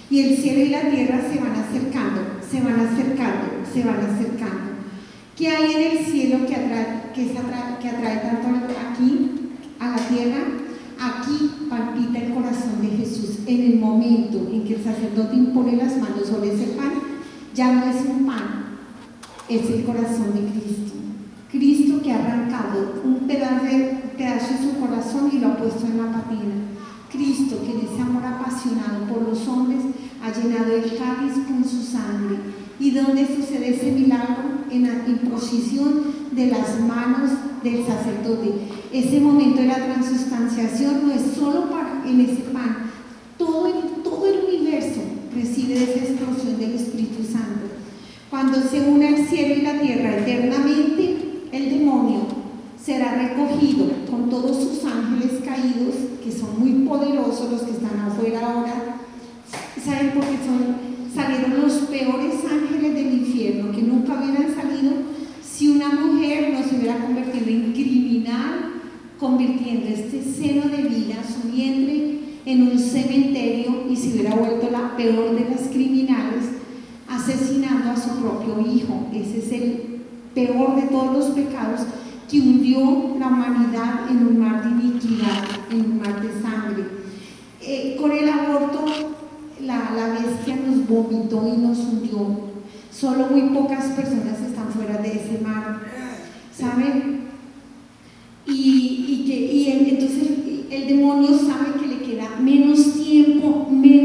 Y el cielo y la tierra se van acercando, se van acercando, se van acercando. ¿Qué hay en el cielo que atrae tanto aquí a la tierra? Aquí palpita el corazón de Jesús. En el momento en que el sacerdote impone las manos sobre ese pan, ya no es un pan, es el corazón de Cristo. Cristo que ha arrancado un pedazo de su corazón y lo ha puesto en la patina. Cristo que en ese amor apasionado por los hombres ha llenado el cáliz con su sangre. ¿Y dónde sucede ese milagro? En la imposición de las manos del sacerdote. Ese momento de la transustanciación no es solo en ese pan. Todo el universo recibe de esa explosión del Espíritu Santo. Cuando se une el cielo y la tierra eternamente, el demonio será recogido con todos sus ángeles caídos, que son muy poderosos los que están afuera ahora. ¿Saben por qué salieron los peores ángeles del infierno, que nunca hubieran salido si una mujer no se hubiera convertido en criminal, convirtiendo este seno de vida, su vientre, en un cementerio, y se hubiera vuelto la peor de las criminales, asesinando a su propio hijo? Ese es el peor de todos los pecados, que hundió la humanidad en un mar de iniquidad, en un mar de sangre. Con el aborto, la bestia nos vomitó y nos hundió. Solo muy pocas personas están fuera de ese mar, ¿saben? Entonces el demonio sabe que le queda menos tiempo,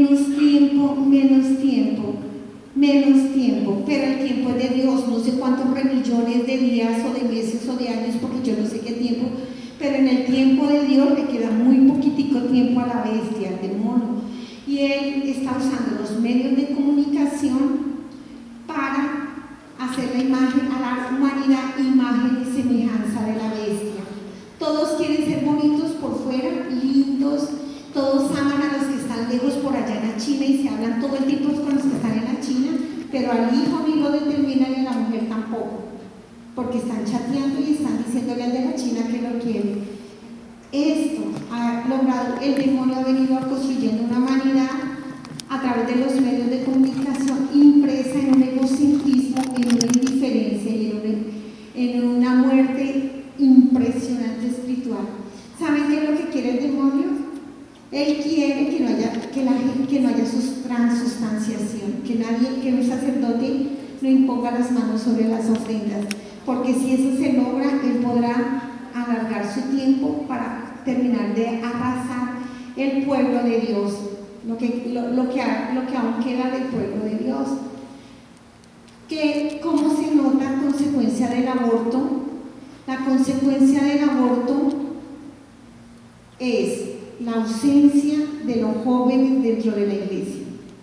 pero el tiempo es de Dios. No sé cuántos remillones de días o de meses o de años, porque yo no sé qué tiempo, pero en el tiempo de Dios le queda muy poquitico tiempo a la bestia, al demonio, y él está usando los medios de comunicación para hacer a la humanidad imagen y semejanza de la bestia. Todos quieren ser bonitos por fuera, lindos, todos aman a los que están lejos por allá en la China y se hablan todo el tiempo con los que están en la China, pero al hijo ni lo determinan y a la mujer tampoco, porque están chateando y están diciéndole al de la China que lo quiere. Esto ha logrado, el demonio ha venido construyendo una humanidad a través de los medios de comunicación impresa en un egocentrismo, en una indiferencia y en una muerte impresionante espiritual. ¿Saben qué es lo que quiere el demonio? Él quiere que no haya transustanciación, que un sacerdote no imponga las manos sobre las ofrendas, porque si eso se logra, él podrá alargar su tiempo para terminar de arrasar el pueblo de Dios, lo que aún queda del pueblo de Dios. ¿Cómo se nota la consecuencia del aborto? La consecuencia del aborto es la ausencia de los jóvenes dentro de la iglesia.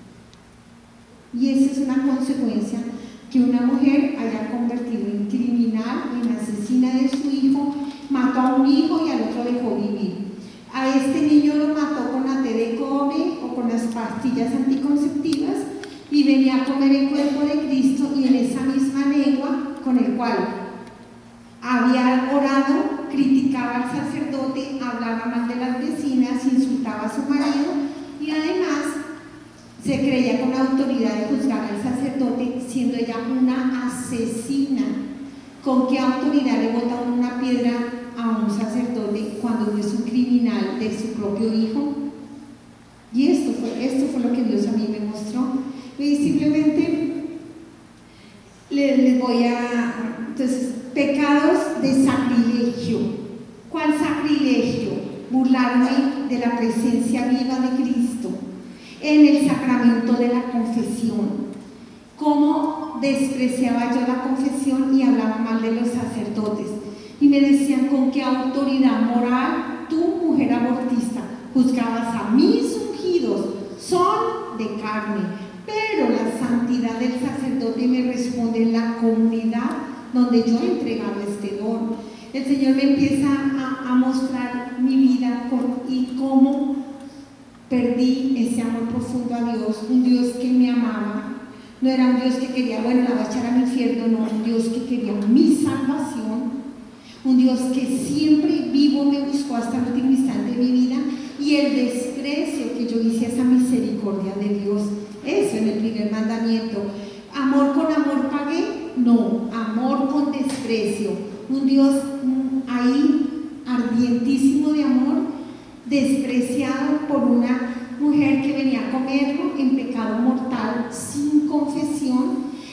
Y esa es una consecuencia, que una mujer haya convertido en criminal, en asesina de su hijo, mató a un hijo y al otro dejó vivir. A este niño lo mató con la té de cobre o con las pastillas anticonceptivas y venía a comer el cuerpo de Cristo, y en esa misma lengua con el cual había orado, criticaba al sacerdote, hablaba mal de las vecinas, insultaba a su marido y además se creía con la autoridad de juzgar al sacerdote, siendo ella una asesina. ¿Con qué autoridad le bota una piedra a un sacerdote cuando no es un criminal de su propio hijo? Y esto fue lo que Dios a mí me mostró. Y simplemente les voy a... Entonces, pecados de sacrilegio. ¿Cuál sacrilegio? Burlarme de la presencia viva de Cristo en el sacramento de la confesión. ¿Cómo despreciaba yo la confesión y hablaba mal de los sacerdotes? Y me decían, ¿con qué autoridad moral tú, mujer abortista, juzgabas a mis ungidos? Son de carne, pero la santidad del sacerdote me responde en la comunidad donde yo he entregado este don. El Señor me empieza a mostrar mi vida y cómo perdí ese amor profundo a Dios, un Dios que me amaba. No era un Dios que quería, bueno, la va a echar al infierno, no, un Dios que quería mi salvación, un Dios que siempre vivo me buscó hasta el último instante de mi vida, y el desprecio que yo hice a esa misericordia de Dios.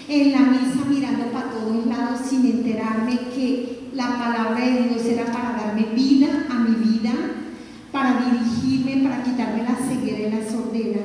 en la misa mirando para todos lados sin enterarme que la palabra de Dios era para darme vida a mi vida, para dirigirme, para quitarme la ceguera y la sordera.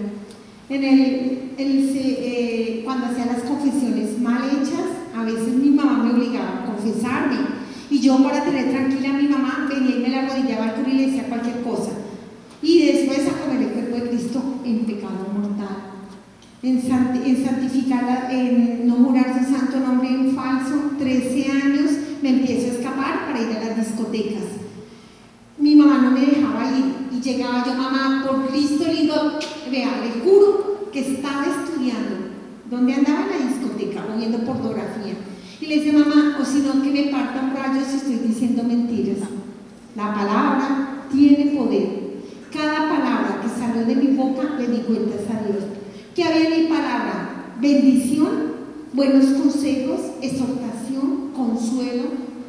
Cuando hacía las confesiones mal hechas, a veces mi mamá me obligaba a confesarme y yo, para tener tranquila a mi mamá, venía y me la arrodillaba al cura y le decía cualquier cosa, y después a comer el cuerpo de Cristo en pecado mortal, en santificar, en no jurar su santo nombre en falso. 13 años me empiezo a escapar para ir a las discotecas. Mi mamá no me dejaba ir y llegaba yo: mamá, por Cristo, le digo, vea, le juro que estaba estudiando. ¿Dónde andaba? En la discoteca, o viendo pornografía. Y le dice: mamá, o si no, que me parta un rayo si estoy diciendo mentiras. La palabra tiene poder. Cada palabra que salió de mi boca le di cuentas a Dios. ¿Qué había en mi palabra? Bendición, buenos consejos, exhortación, consuelo,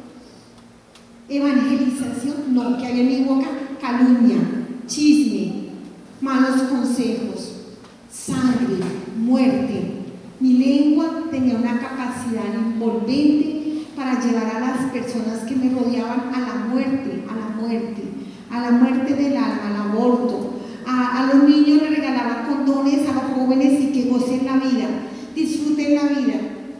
evangelización. No, que había en mi boca: calumnia, chisme, malos consejos, sangre, muerte. Mi lengua tenía una capacidad envolvente para llevar a las personas que me rodeaban a la muerte, a la muerte, a la muerte del alma, al aborto. A los niños les regalaban condones, a los jóvenes, y que gocen la vida, disfruten la vida.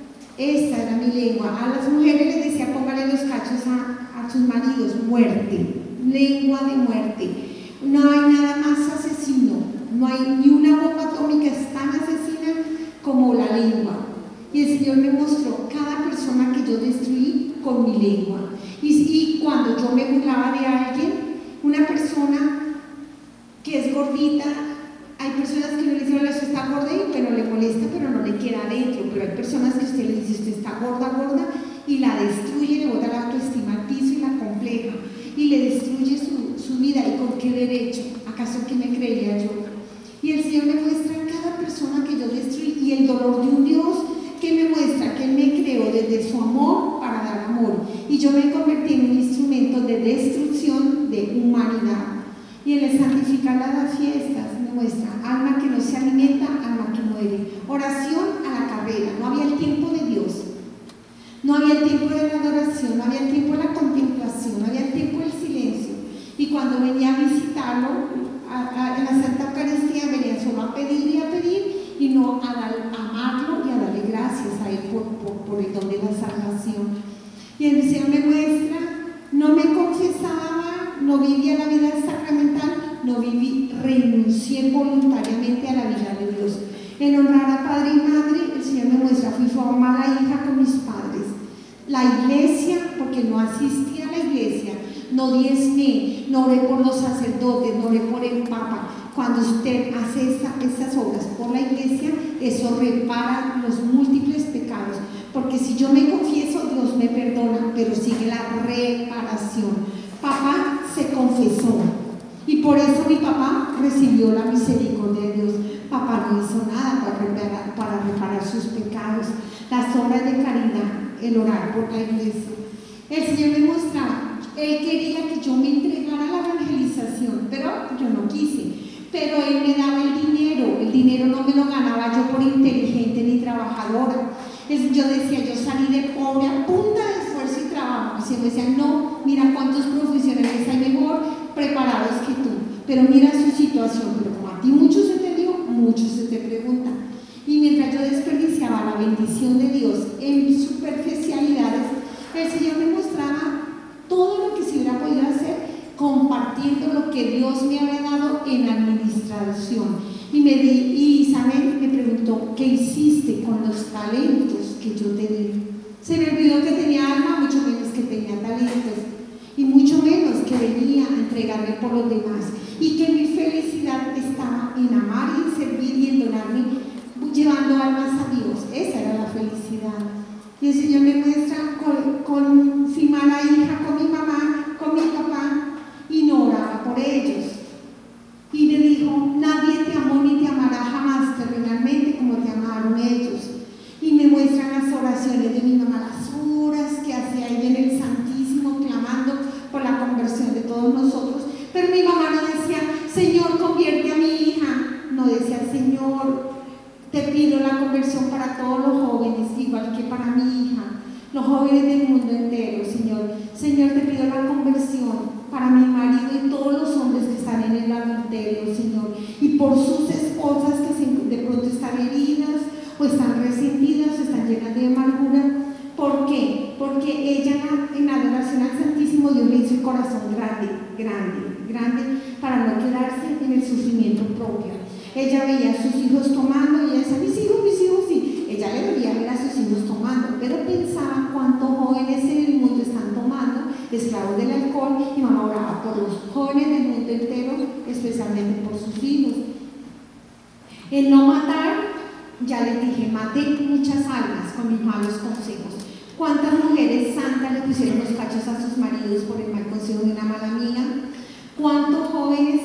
Esa era mi lengua. A las mujeres les decía: póngale los cachos a sus maridos. Muerte, lengua de muerte. No hay nada más asesino, no hay ni una bomba atómica es tan asesina como la lengua. Y el Señor me mostró cada persona que yo destruí con mi lengua. Y cuando yo me burlaba de alguien, una persona que es gordita, hay personas que le dicen: usted está gorda, y bueno, le molesta, pero no le queda adentro. Pero hay personas que usted le dice: usted está gorda, gorda, y la destruye, le bota la autoestima al piso y la compleja, y le destruye su vida. ¿Y con qué derecho? ¿Acaso que me creía yo? Y el Señor me muestra cada persona que yo destruí, y el dolor de un Dios que me muestra que Él me creó desde su amor para dar amor, y yo me convertí en un instrumento de destrucción de humanidad. Y en el santificar las fiestas me muestra: alma que no se alimenta, alma que muere. Oración a la carrera. No había el tiempo de Dios, no había el tiempo de la adoración, no había el tiempo de la contemplación, no había el tiempo del silencio. Y cuando venía a visitarlo en la Santa Eucaristía, venía solo a pedir y no a amarlo y a darle gracias a Él por el don de la salvación. Y el Señor me muestra: no me confesaba, no vivía la vida sacramental, no viví, renuncié voluntariamente a la vida de Dios. En honrar a padre y madre, el Señor me muestra: fui formada hija con mis padres. La iglesia, porque no asistí a la iglesia, no diezmé, no oré por los sacerdotes, no oré por el Papa. Cuando usted hace estas obras por la iglesia, eso repara los múltiples pecados, porque si yo me confieso, Dios me perdona, pero sigue la reparación. Papá se confesó y por eso mi papá recibió la misericordia de Dios. Papá no hizo nada para reparar sus pecados. Las obras de caridad, el orar por la iglesia. El Señor me mostraba: Él quería que yo me entregara a la evangelización, pero yo no quise. Pero Él me daba el dinero no me lo ganaba yo por inteligente ni trabajadora. Yo decía: yo salí de pobre a punta de esfuerzo y trabajo. Y siempre decía: no, mira cuántos profesionales hay mejor preparados que tú, pero mira su situación. Pero como a ti mucho se te dio, mucho se te pregunta. Y mientras yo desperdiciaba la bendición de Dios en superficialidades, el Señor me mostraba todo lo que se hubiera podido hacer compartiendo lo que Dios me había dado en administración. Y Isabel me preguntó: ¿qué hiciste con los talentos que yo te di? Se me olvidó que tenía alma, mucho menos que tenía talentos, y mucho menos que venía a entregarme por los demás, y que mi felicidad estaba en amar y en servir y en donarme, llevando almas a Dios. Esa era la felicidad. Y el Señor me muestra con fui mala hija con mi mamá, con mi papá, y no oraba por ellos. Y le dijo: nadie te amó ni te amará jamás terrenalmente como te amaron ellos. Y me muestran las oraciones de mi mamá, las horas que hacía ella en el Santísimo, clamando por la conversión de todos nosotros. Pero mi mamá no decía: Señor, convierte a mi hija. No decía: Señor, te pido la conversión para todos los jóvenes, igual que para mi hija, los jóvenes del mundo entero, Señor. Señor, te pido la conversión para mi marido y todos los hombres que están en el adulterio, Señor, y por sus esposas que de pronto están heridas o están resentidas o están llenas de amargura. ¿Por qué? Porque ella en adoración al Santísimo Dios le hizo el corazón grande, grande, grande, para no quedarse en el sufrimiento propio. Ella veía a sus hijos tomando y ella decía, mis hijos, sí. Ella le veía ver a sus hijos tomando, pero pensaba cuántos jóvenes en el mundo están tomando, esclavos del alcohol, y mamá oraba por los jóvenes del mundo entero, especialmente por sus hijos. El no matar, ya les dije, maté muchas almas con mis malos consejos. ¿Cuántas mujeres santas le pusieron los cachos a sus maridos por el mal consejo de una mala amiga? ¿Cuántos jóvenes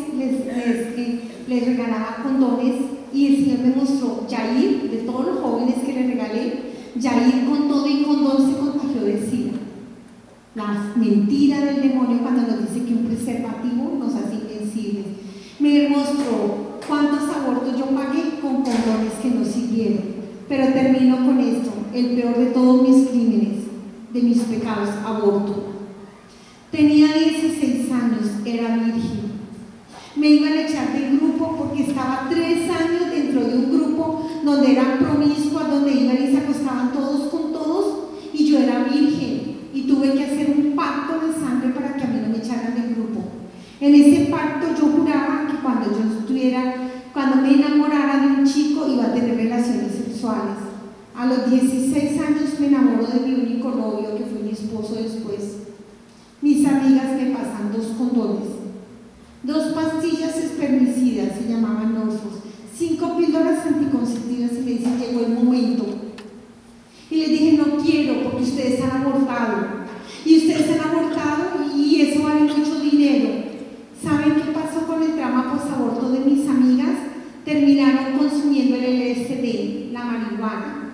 les regalaba condones? Y el Señor me mostró, Yair, de todos los jóvenes que le regalé, Yair con todo y condón se contagió de SIDA. La mentira del demonio cuando nos dice que un preservativo nos hace invencibles. Me mostró cuántos abortos yo pagué con condones que no sirvieron. Pero termino con esto, el peor de todos mis crímenes, de mis pecados, aborto. Tenía 16 años, era virgen. Me iban a echar del grupo porque estaba 3 años dentro de un grupo donde eran promiscuas, donde iban y se acostaban todos con todos, y yo era virgen y tuve que hacer un pacto de sangre para que a mí no me echaran del grupo. En ese pacto yo juraba que cuando me enamorara de un chico iba a tener relaciones sexuales. A los 16 años me enamoro de mi único novio, que fue mi esposo después. Mis amigas me pasan 2 condones, 2 pastillas espermicidas, se llamaban Norfos, 5 píldoras anticonceptivas, y me dicen, llegó el momento. Y les dije, no quiero, porque ustedes han abortado. Y ustedes han abortado y eso vale mucho dinero. ¿Saben qué pasó con el trauma posaborto de mis amigas? Terminaron consumiendo el LSD, la marihuana,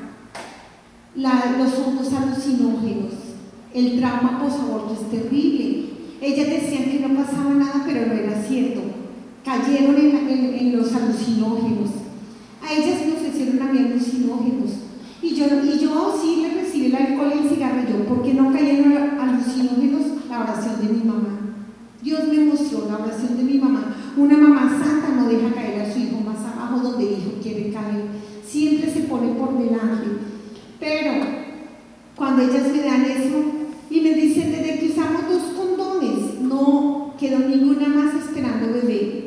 los hongos alucinógenos. El trauma posaborto es terrible. Ellas decían que no pasaba nada, pero no era cierto. Cayeron en los alucinógenos. A ellas me ofrecieron a mí alucinógenos. Y yo sí le recibí el alcohol y el cigarrillo, porque no caí en alucinógenos. La oración de mi mamá. Dios me mostró la oración de mi mamá. Una mamá santa no deja caer a su hijo más abajo donde el hijo quiere caer. Siempre se pone por delante. Pero cuando ellas me dan eso y me dicen, desde que usamos 2 condones, no quedó ninguna más esperando bebé.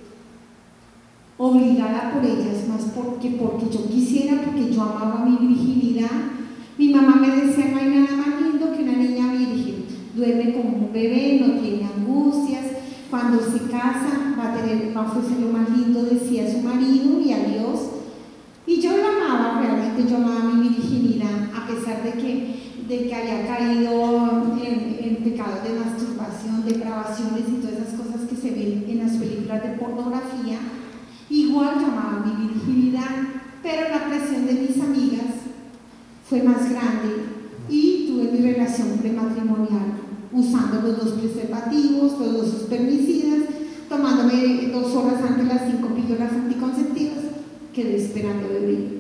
Obligada por ellas, más porque yo quisiera, porque yo amaba mi virginidad. Mi mamá me decía, no hay nada más lindo que una niña virgen. Duerme como un bebé, no tiene angustias. Cuando se casa va a ofrecer lo más lindo, decía su marido y a Dios. Y yo la amaba, realmente yo amaba mi virginidad, a pesar de que había caído en pecados de masturbación, depravaciones y todas esas cosas que se ven en las películas de pornografía. Igual yo amaba mi virginidad, pero la presión de mis amigas fue más grande y tuve mi relación prematrimonial, usando los 2 preservativos, los 2 espermicidas, tomándome 2 horas antes las 5 píldoras anticonceptivas, quedé esperando bebé.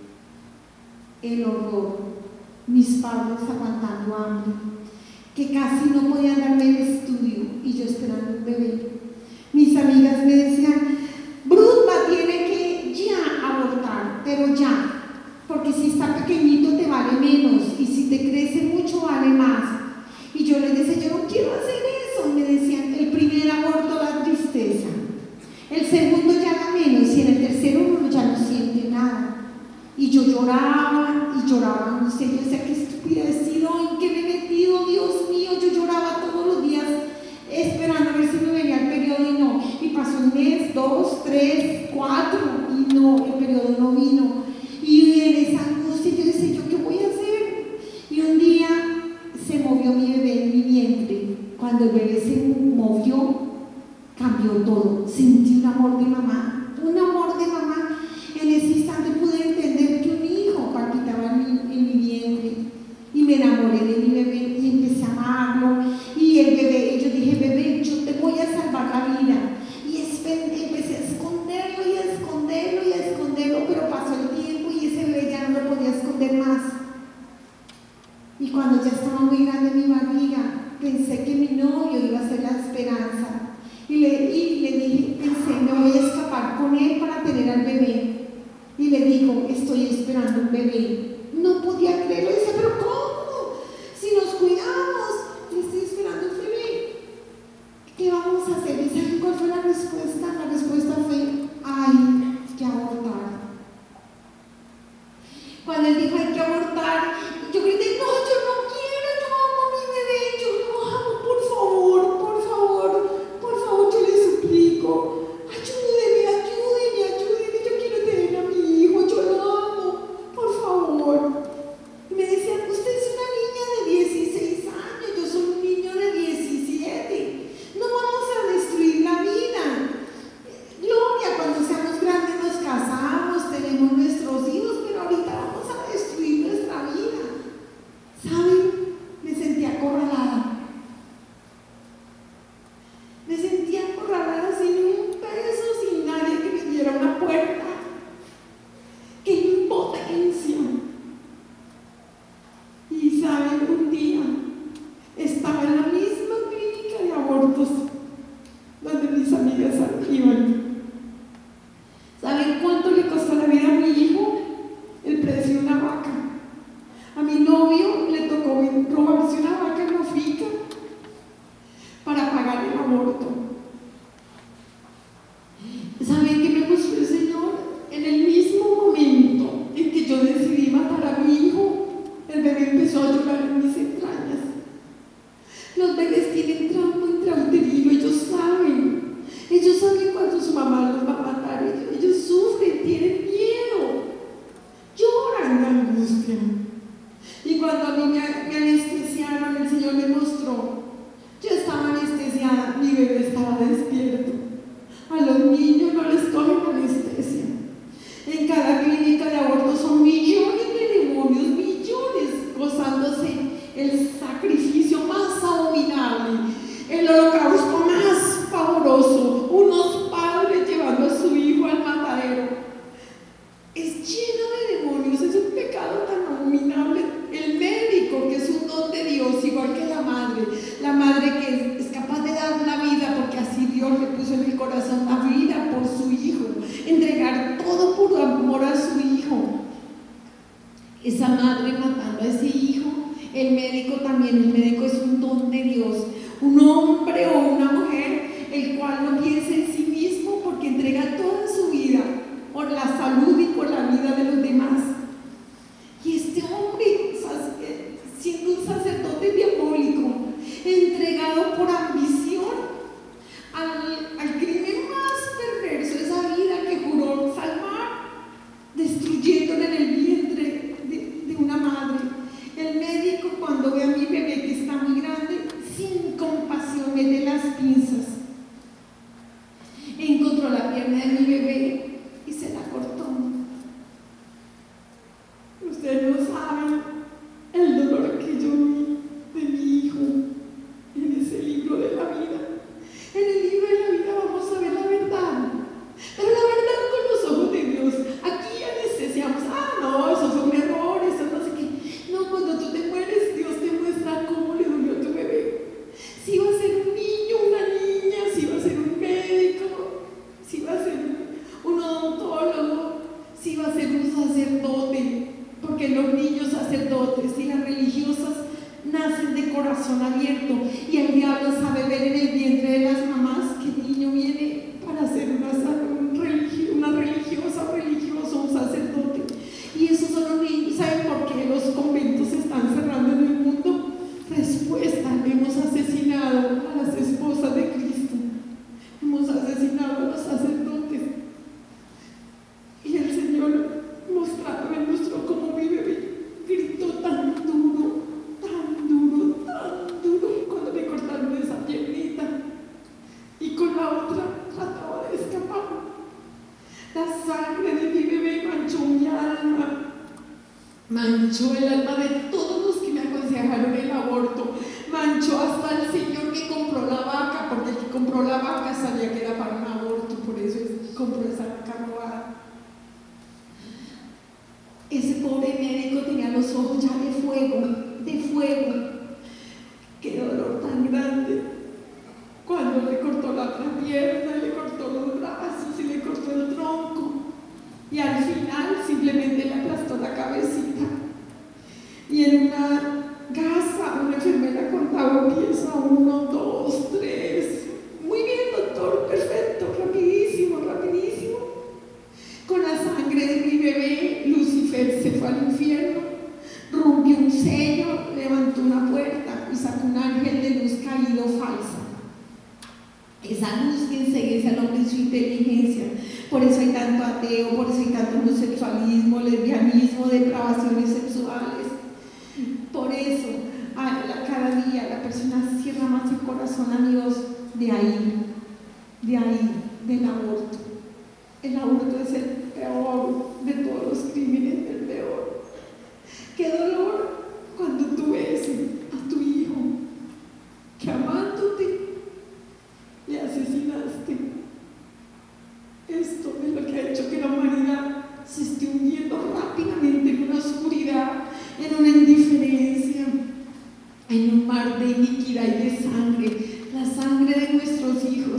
El horror, mis padres aguantando hambre, que casi no podían darme el estudio y yo esperando un bebé. Mis amigas me decían, Brutma tiene que ya abortar, pero ya, porque si está pequeñito te vale menos y si te crece mucho vale más. Y yo les decía, yo no quiero hacer eso. Y me decían, el primer aborto da tristeza, el segundo ya da menos y en el tercero uno ya no siente nada. Y yo lloraba y lloraba, no sé, yo decía, qué estupidez, ¿en qué me he metido? Dios mío, yo lloraba todos los días esperando a ver si me venía el periodo y no. Y pasó 1 mes, 2, 3, 4 y no, el periodo no vino. Y en esa angustia yo decía, ¿yo qué voy a hacer? Y un día se movió mi bebé en mi vientre. Cuando el bebé se movió, cambió todo. Sentí un amor de mamá, un amor de mamá. En ese instante pude entender que un hijo palpitaba en mi vientre y me enamoré de mi bebé y empecé a amarlo. Y el bebé, yo dije, bebé, yo te voy a salvar la vida. Y empecé a esconderlo y a esconderlo y a esconderlo, pero pasó el día dijo, estoy esperando un bebé. No podía creerlo, dice, pero ¿cómo? Si nos cuidamos, estoy esperando un bebé. ¿Qué vamos a hacer? ¿Y saben cuál fue la respuesta? La respuesta fue, hay que abortar. Cuando él dijo hay que abortar, yo grité, no, yo no quiero, yo amo a mi bebé, yo lo amo, por favor, yo le suplico, ayúdeme, yo quiero tener a mi hijo, yo lo amo, por favor. Y me decían, usted es una niña de 16 años, yo soy un niño de 17, no vamos a destruir la vida. Gloria, cuando seamos grandes nos casamos, tenemos nuestros hijos, pero ahorita vamos a destruir nuestra vida. ¿Saben? Me sentía acorralada. Me sentía acorralada sin un peso, sin nadie que me diera una puerta. ¡Qué impotencia! Y ¿saben? Un día estaba en la misma clínica de abortos donde mis amigas iban. ¿Saben cuánto le costó la vida a mi hijo? El precio de una vaca. A mi novio le tocó robarse una vaca en la finca para pagar el aborto. ¿Saben qué me mostró el Señor? En el mismo momento en que yo decidí matar a mi hijo, el bebé empezó a llorar en mis entrañas. Los bebés tienen trauma intrauterino, ellos saben cuando su mamá los va a matar, ellos sufren, tienen miedo, lloran de angustia. Y cuando a mí me anestesiaron, el Señor me mostró, yo estaba anestesiada, mi bebé estaba despierto. A los niños no les cogen anestesia. En cada clínica de aborto son millones de demonios, millones, gozándose el sacrificio más abominable, el holocausto más pavoroso, unos padres llevando a su hijo al matadero. Es lleno de demonios, es un pecado tan abominable. El médico, que es un don de Dios, igual que la madre que es capaz de dar la vida, porque así Dios le puso en el corazón la vida por su hijo, entregar todo por amor a su hijo. Esa madre matando a ese hijo, el médico también, el médico es un don de Dios, un hombre o una mujer, el cual no piensa en sí mismo porque entrega toda su vida por la salud y por la vida de los demás. Y este hombre, siendo un sacerdote diabólico, entregado por ambición al crimen más perverso, esa vida que juró salvar, destruyéndola en el vientre de una madre. El médico, cuando ve a mi bebé que está muy grande, sin compasión mete las pinzas, encontró la pierna de mi bebé y se la cortó. Ustedes no saben el dolor que yo vi de mi hijo en ese libro de la vida. En el libro de la vida vamos a ver la verdad, pero la verdad con los ojos de Dios. Aquí anestesiamos, no, eso fue un error, eso no sé qué. No, cuando tú te mueres, Dios te muestra cómo le dolió a tu bebé. Si va a ser un niño, una niña, si va a ser un médico, si va a ser un odontólogo, si va a ser un sacerdote, porque los niños sacerdotes y las religiosas nacen de corazón abierto, y el diablo sabe ver en el vientre de las mamás que el niño viene para ser una religiosa o religioso, un sacerdote. Y esos son los niños. ¿Saben por qué los conventos se están cerrando en el mundo? Respuesta: hemos asesinado a las esposas de Cristo, hemos asesinado a los sacerdotes. Y el Señor mostrándome, mostró cómo mi bebé gritó tan duro, cuando me cortaron esa piernita, y con la otra trataba de escapar. La sangre de mi bebé manchó mi alma, manchó el alma de todos los que me aconsejaron el aborto, manchó hasta el señor que compró la vaca, porque el que compró la vaca sabía que era para un aborto, por eso compró esa vaca robada. Ese pobre médico tenía los ojos ya de fuego. Qué dolor tan grande cuando le cortó la otra pierna, le cortó los brazos y le cortó el tronco, y al final, sin inteligencia. Por eso hay tanto ateo, por eso hay tanto homosexualismo, lesbianismo, depravaciones sexuales. Por eso, cada día la persona cierra más el corazón a Dios. De ahí, del aborto. El aborto es el peor de todos los crímenes, el peor. Qué dolor cuando tú ves a tu hijo que amándote le asesinaste. Esto es lo que ha hecho que la humanidad se esté hundiendo rápidamente en una oscuridad, en una indiferencia, en un mar de iniquidad y de sangre, la sangre de nuestros hijos.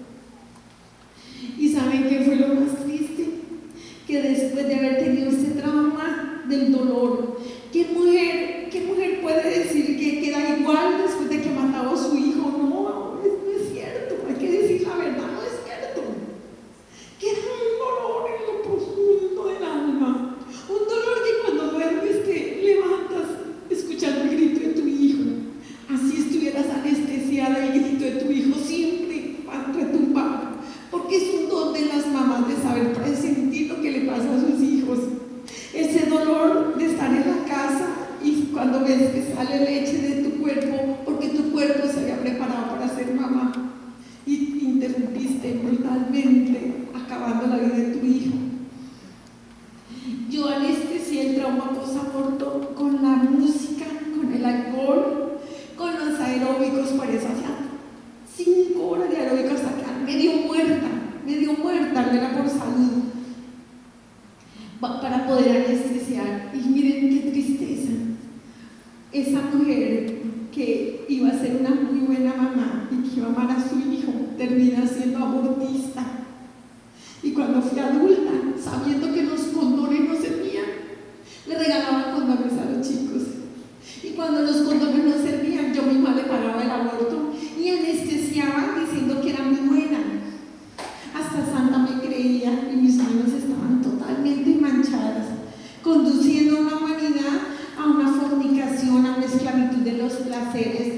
¿Y saben qué fue lo más triste? Que después de haber tenido ese trauma del dolor, ¿qué mujer puede decir que queda igual después de que ha matado a su hijo? No es cierto, hay que decir la verdad, no es cierto. Queda un dolor en lo profundo del alma, un dolor que cuando duermes te levantas escuchando el grito de tu hijo, así estuvieras anestesiada, el grito de tu hijo siempre va a retumbar, porque es un don de las mamás de saber presentir lo que le pasa a sus hijos. Ese dolor de estar en la casa y cuando ves que sale leche de tu cuerpo, porque tu cuerpo se había preparado para ser mamá y interrumpiste brutalmente, acabando la vida de tu hijo. Yo anestesié el trauma posaborto con la música, con el alcohol, con los aeróbicos. Por eso hacía 5 horas de aeróbicos hasta quedar medio muerta, no era por salud, para poder anestesiar. Y miren qué tristeza, esa mujer que iba a ser una muy buena mamá y que iba a amar a su hijo, termina siendo abortista. Y cuando fui adulta, sabiendo que los condones no servían, le regalaban condones a los chicos. Y cuando los condones no servían, yo misma le pagaba el aborto y anestesiaba diciendo que era muy buena. Hasta santa me creía y mis manos estaban totalmente manchadas, conduciendo a una humanidad a una fornicación, a una esclavitud de los placeres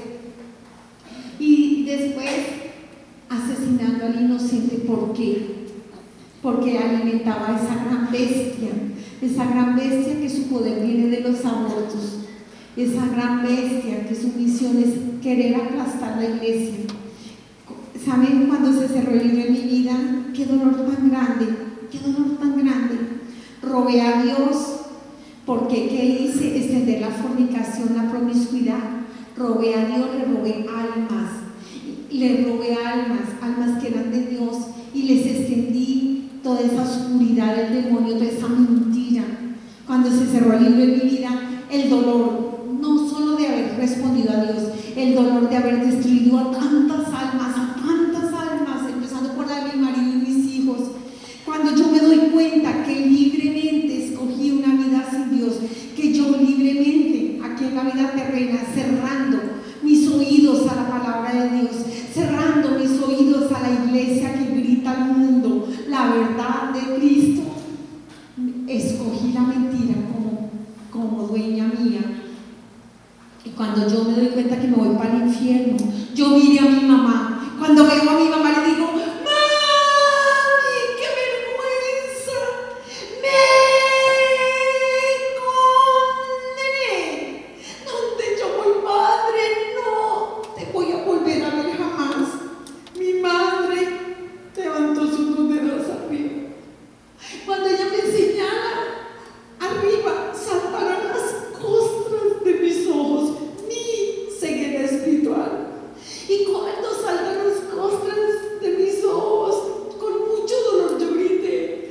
y después asesinando al inocente. ¿Por qué? Porque alimentaba a esa gran bestia que su poder viene de los abortos, esa gran bestia que su misión es querer aplastar la iglesia. ¿Saben? Cuando se cerró el libro en mi vida, qué dolor tan grande, robé a Dios, porque ¿qué hice? Extender la fornicación, la promiscuidad. Robé a Dios, le robé almas que eran de Dios, y les extendí toda esa oscuridad del demonio, toda esa mentira. Cuando se cerró el libro en mi vida, el dolor, no solo de haber respondido a Dios, el dolor de haber destruido a tantas almas, empezando por la de mi marido y mis hijos. Cuando yo me doy cuenta que libremente escogí una vida sin Dios, que yo libremente, aquí en la vida terrena, cerrando mis oídos a la palabra de Dios, cerrando mis oídos a la iglesia que grita al mundo la verdad de Cristo, escogí la mentira como dueña mía. Y cuando yo me doy cuenta que me voy para el infierno, yo miré a mi mamá. Cuando veo a mi mamá le digo: ¡Mami, qué vergüenza! ¡Me condené! Donde yo voy, madre, no te voy a volver a ver jamás. Mi madre levantó sus 2 dedos arriba. Cuando ella me señala arriba, saltaron las costras de mis ojos, mi ceguera espiritual. Y cuando saltan las costras de mis ojos, con mucho dolor yo grité: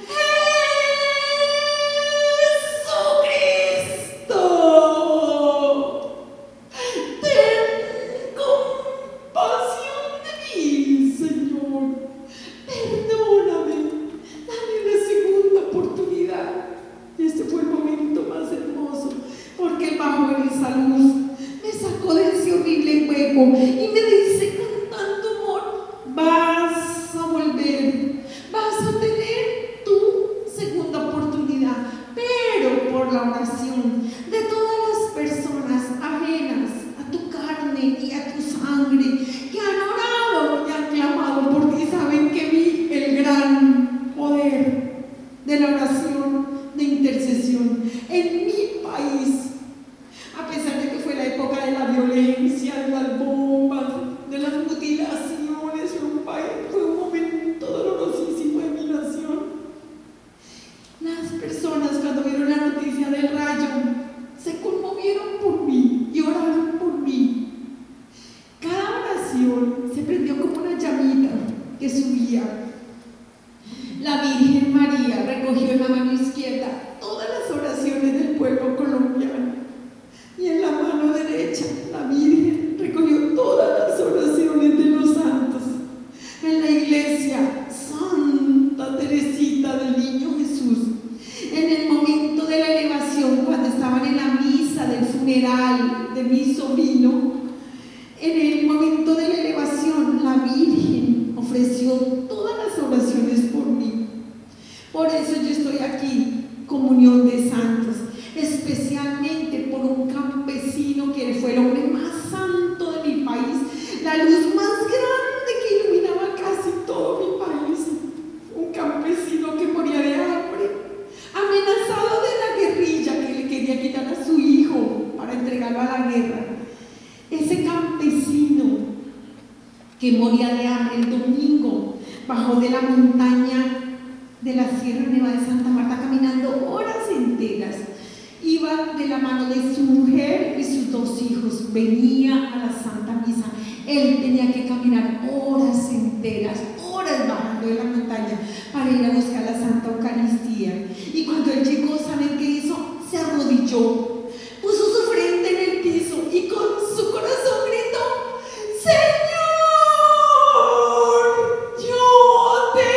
¡Jesucristo! ¡Ten compasión de mí, Señor! Perdóname, dame una segunda oportunidad. Y este fue el momento más hermoso, porque Él bajó en esa luz, me sacó de ese horrible hueco y me dice con tanto amor: vas a volver, vas a tener tu segunda oportunidad, pero por la oración de todas las personas ajenas a tu carne y a tu sangre, que han orado y han clamado por ti. Saben que vi en mi país. A pesar de que fue la época de la violencia, de las bombas, de las mutilaciones, fue un momento dolorosísimo de mi nación. Las personas, cuando vieron la noticia del rayo, se conmovieron por mí y oraron por mí. Cada oración se prendió como una llamita que subía. La Virgen María recogió en la mano izquierda todas las oraciones del pueblo colombiano y en la mano derecha la Virgen recogió todas las oraciones de los santos. En la iglesia, Santa Teresita del Niño Jesús, en el momento de la elevación, cuando estaban en la misa del funeral de mi sobrino, en el momento de la elevación, la Virgen ofreció todas las oraciones por mí. Por eso yo estoy aquí, comunión de santos, especialmente por un campesino que fue el hombre más santo de mi país, la luz más grande que iluminaba casi todo mi país. Un campesino que moría de hambre, amenazado de la guerrilla que le quería quitar a su hijo para entregarlo a la guerra. Ese campesino que moría de hambre el domingo bajó de la montaña de la Sierra Nevada de Santa Marta caminando horas enteras. Iba de la mano de su mujer y sus 2 hijos. Venía a la Santa Misa. Él tenía que caminar horas enteras, horas bajando de la montaña para ir a buscar la Santa Eucaristía. Y cuando él llegó, ¿saben qué hizo? Se arrodilló, puso su frente en el piso y con su corazón gritó: ¡Señor! ¡Yo te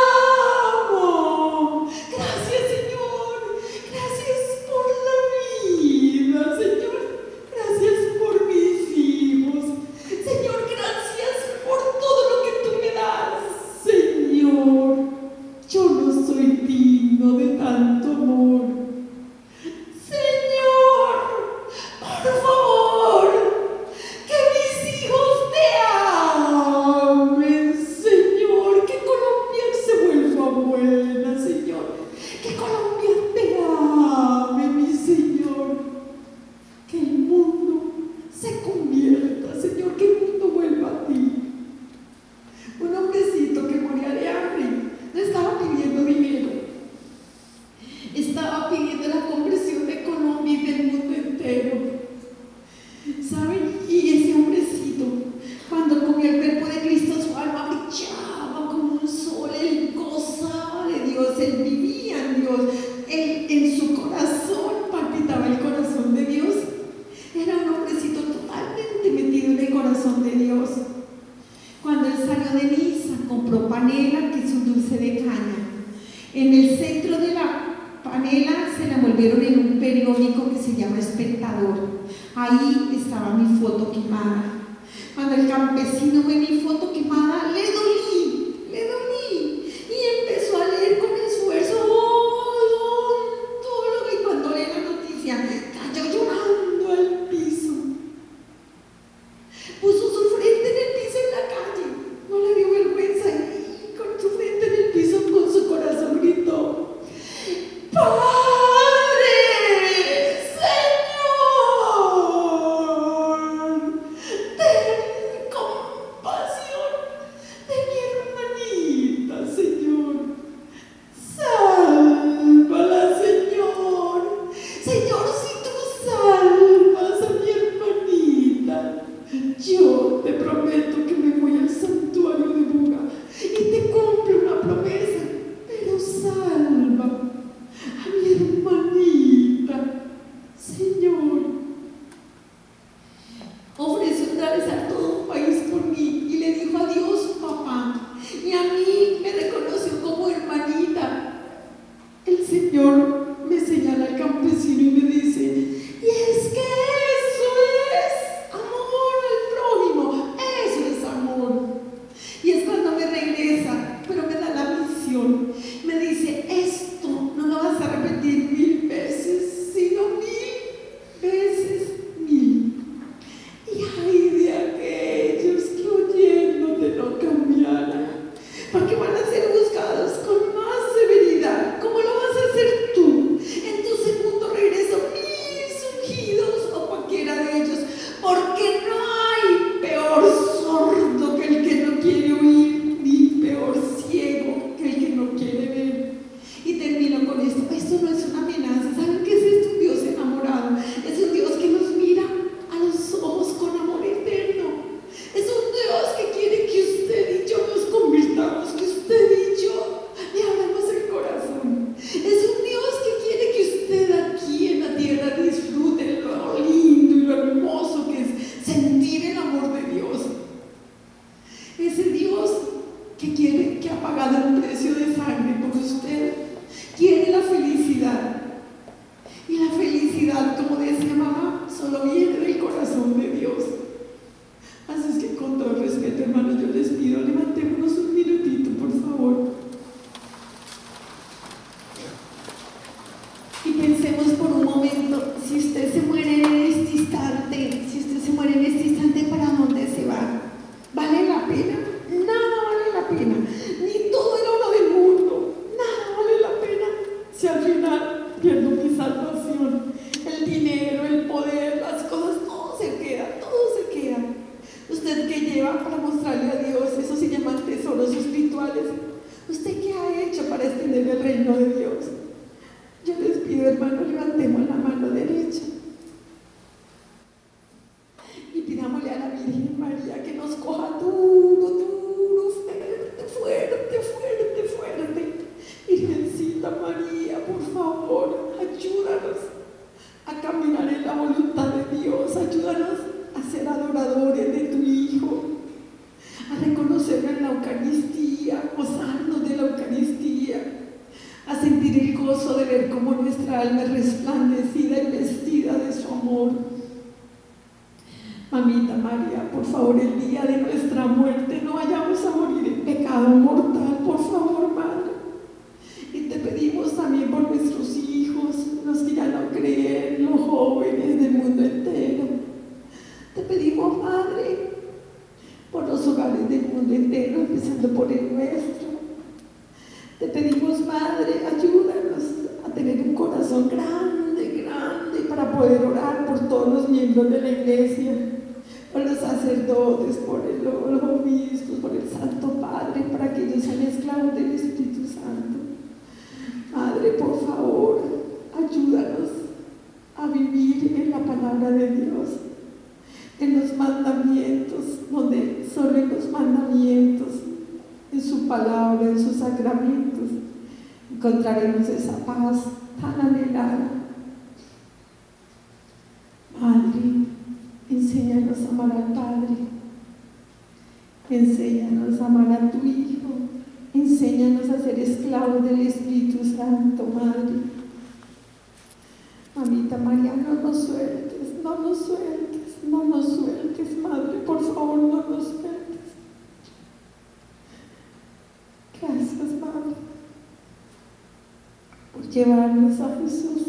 amo! Gracias, Señor. Gracias por la vida, Señor. Gracias por mis hijos. Señor, gracias por todo lo que tú me das. Señor, yo no soy digno de tanto amor. Señor, por favor, que mis hijos te amen, Señor, que Colombia se vuelva buena, Señor, que Colombia te ame, mi Señor, que el mundo se convierta, Señor, que el mundo vuelva a ti. Un hombrecito que moría de hambre no estaba pidiendo dinero, estaba pidiendo la conversión de Colombia y del mundo entero. ¿Saben? Y ese hombrecito, cuando comió el cuerpo de Cristo, su alma brillaba como un sol. Él gozaba de Dios, él vivía en Dios, en su corazón palpitaba el corazón de Dios. Era un hombrecito totalmente metido en el corazón de Dios. Cuando él salió de misa, compró panela, que es un dulce de caña. En el centro de la panela se la envolvieron en un periódico que se llama Espectador. Ahí estaba mi foto quemada. Cuando el campesino ve mi foto quemada, le dolí. Y empezó a leer con esfuerzo, y cuando lee la noticia, cayó llorando al piso. Puso su frente en el piso en la calle, no le dio vergüenza, y con su frente en el piso, con su corazón gritó: ¡Padre, Señor, ten compasión de mi Y pensemos por un momento, si usted se muere en este instante, ¿para dónde se va? ¿Vale la pena? Nada vale la pena, ni todo el oro del mundo, nada vale la pena si al final pierdo mi salvación. El dinero, el poder, las cosas, todo se queda, todo se queda. ¿Usted qué lleva para mostrarle a Dios? Eso se llaman tesoros espirituales. ¿Usted qué ha hecho para extender el reino de Dios? Yo les pido, hermanos, levantemos la mano derecha y pidámosle a la Virgen María que nos coja duro, duro, fuerte, fuerte, fuerte, fuerte. Virgencita María, por favor, ayúdanos a caminar en la voluntad de Dios, ayúdanos a ser adoradores de tu Hijo, a reconocerlo en la Eucaristía, a gozarnos de la Eucaristía, a sentir el gozo de ver cómo nuestra alma es resplandecida y vestida de su amor. Mamita María, por favor, el día de nuestra muerte no vayamos a morir en pecado mortal, por favor, Madre. Y te pedimos también por nuestros hijos, los que ya no creen, los jóvenes del mundo entero. Te pedimos, Madre, por los hogares del mundo entero, empezando por el nuestro. Te pedimos, Madre, ayúdanos a tener un corazón grande, grande, para poder orar por todos los miembros de la Iglesia, por los sacerdotes, por los obispos, por el Santo Padre, para que ellos sean esclavos del Espíritu Santo. Madre, por favor, ayúdanos a vivir en la palabra de Dios, en los mandamientos, donde solo en los mandamientos, en su palabra, en sus sacramentos, encontraremos esa paz tan anhelada. Madre, enséñanos a amar al Padre, enséñanos a amar a tu Hijo, enséñanos a ser esclavos del Espíritu Santo, Madre. Mamita María, no nos sueltes, no nos sueltes, no nos sueltes, Madre, por favor, no nos sueltes. Gracias, Madre, por llevarnos a Jesús.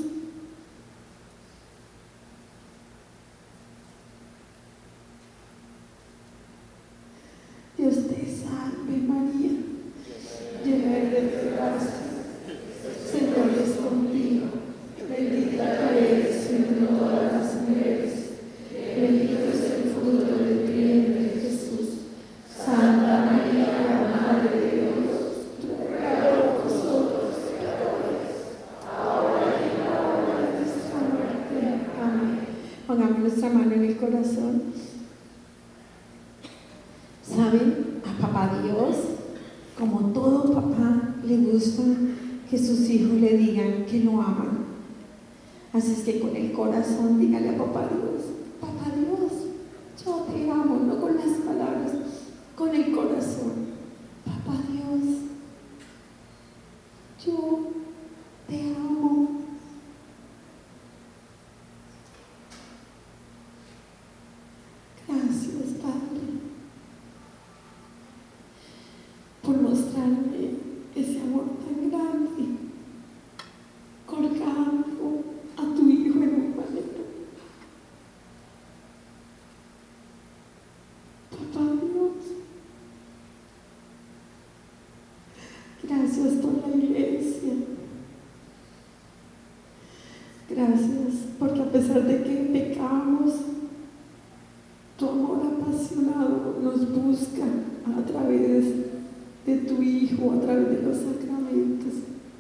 Dios te salve, María, llena eres de gracia, Señor es contigo, bendita tú eres entre todas las mujeres, bendito es el fruto de tu vientre, Jesús. Santa María, Madre de Dios, ruega por nosotros pecadores, ahora y en la hora de nuestra muerte. Amén. Pongamos nuestra mano en el corazón. ¿Saben? A papá Dios, como todo papá, le gusta que sus hijos le digan que lo aman. Así es que con el corazón dígale a papá Dios, yo te amo, no con las palabras, con el corazón. Papá Dios, yo te amo. Gracias, Padre, por mostrarme ese amor tan grande, colgando a tu Hijo en un madero. Papá Dios, gracias por la Iglesia. Gracias porque a pesar de que pecamos, tu amor apasionado nos busca a través de tu Hijo, a través de los sacramentos.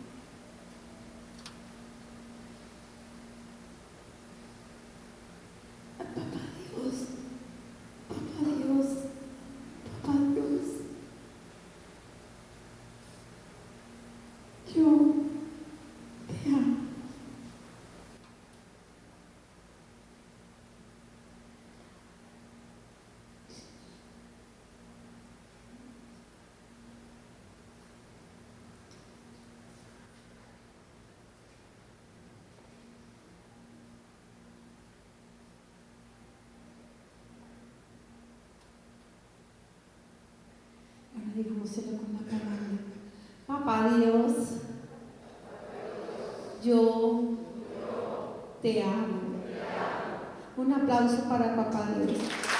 Papá Dios, papá Dios, papá Dios, yo te amo. Digámoselo con la palabra. Papá Dios, Yo te amo. Un aplauso para Papá Dios.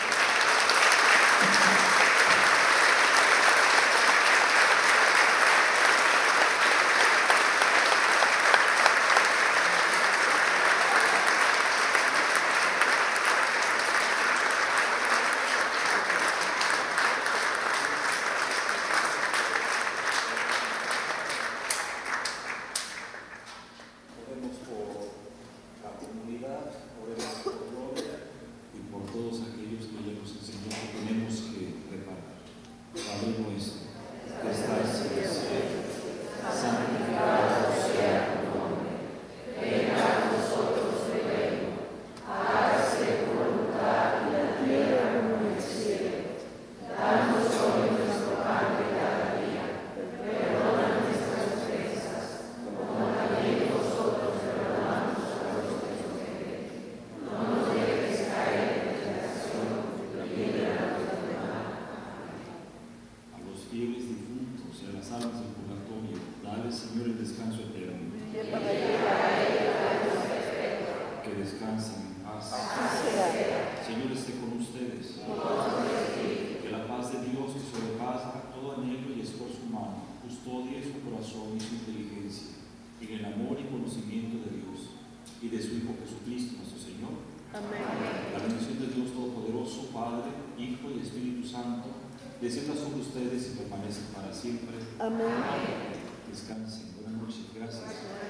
Oremos por la comunidad, oremos por Gloria y por todos aquellos que ella nos enseñó que tenemos que reparar. Padre nuestro, que estás en el cielo, santificado sea tu nombre. Venga a nosotros tu reino. Hágase tu voluntad en la tierra como en el cielo. Danos hoy nuestro pan de cada día. Perdona nuestras ofensas, como también nosotros perdonamos a los que nos ofenden. No nos dejes caer en tentación y líbranos del mal. A los fieles difuntos y a las almas del purgatorio, dale, Señor, el descanso eterno. Que descansen en paz. Señor, esté con ustedes. Que la paz de Dios, que sobrepasa todo anhelo y esfuerzo humano, custodie su corazón y su inteligencia, en el amor y conocimiento de Dios y de su Hijo Jesucristo, nuestro Señor. Amén. La bendición de Dios Todopoderoso, Padre, Hijo y Espíritu Santo, descienda sobre ustedes y permanece para siempre. Amén. Descansen. Buenas noches. Gracias.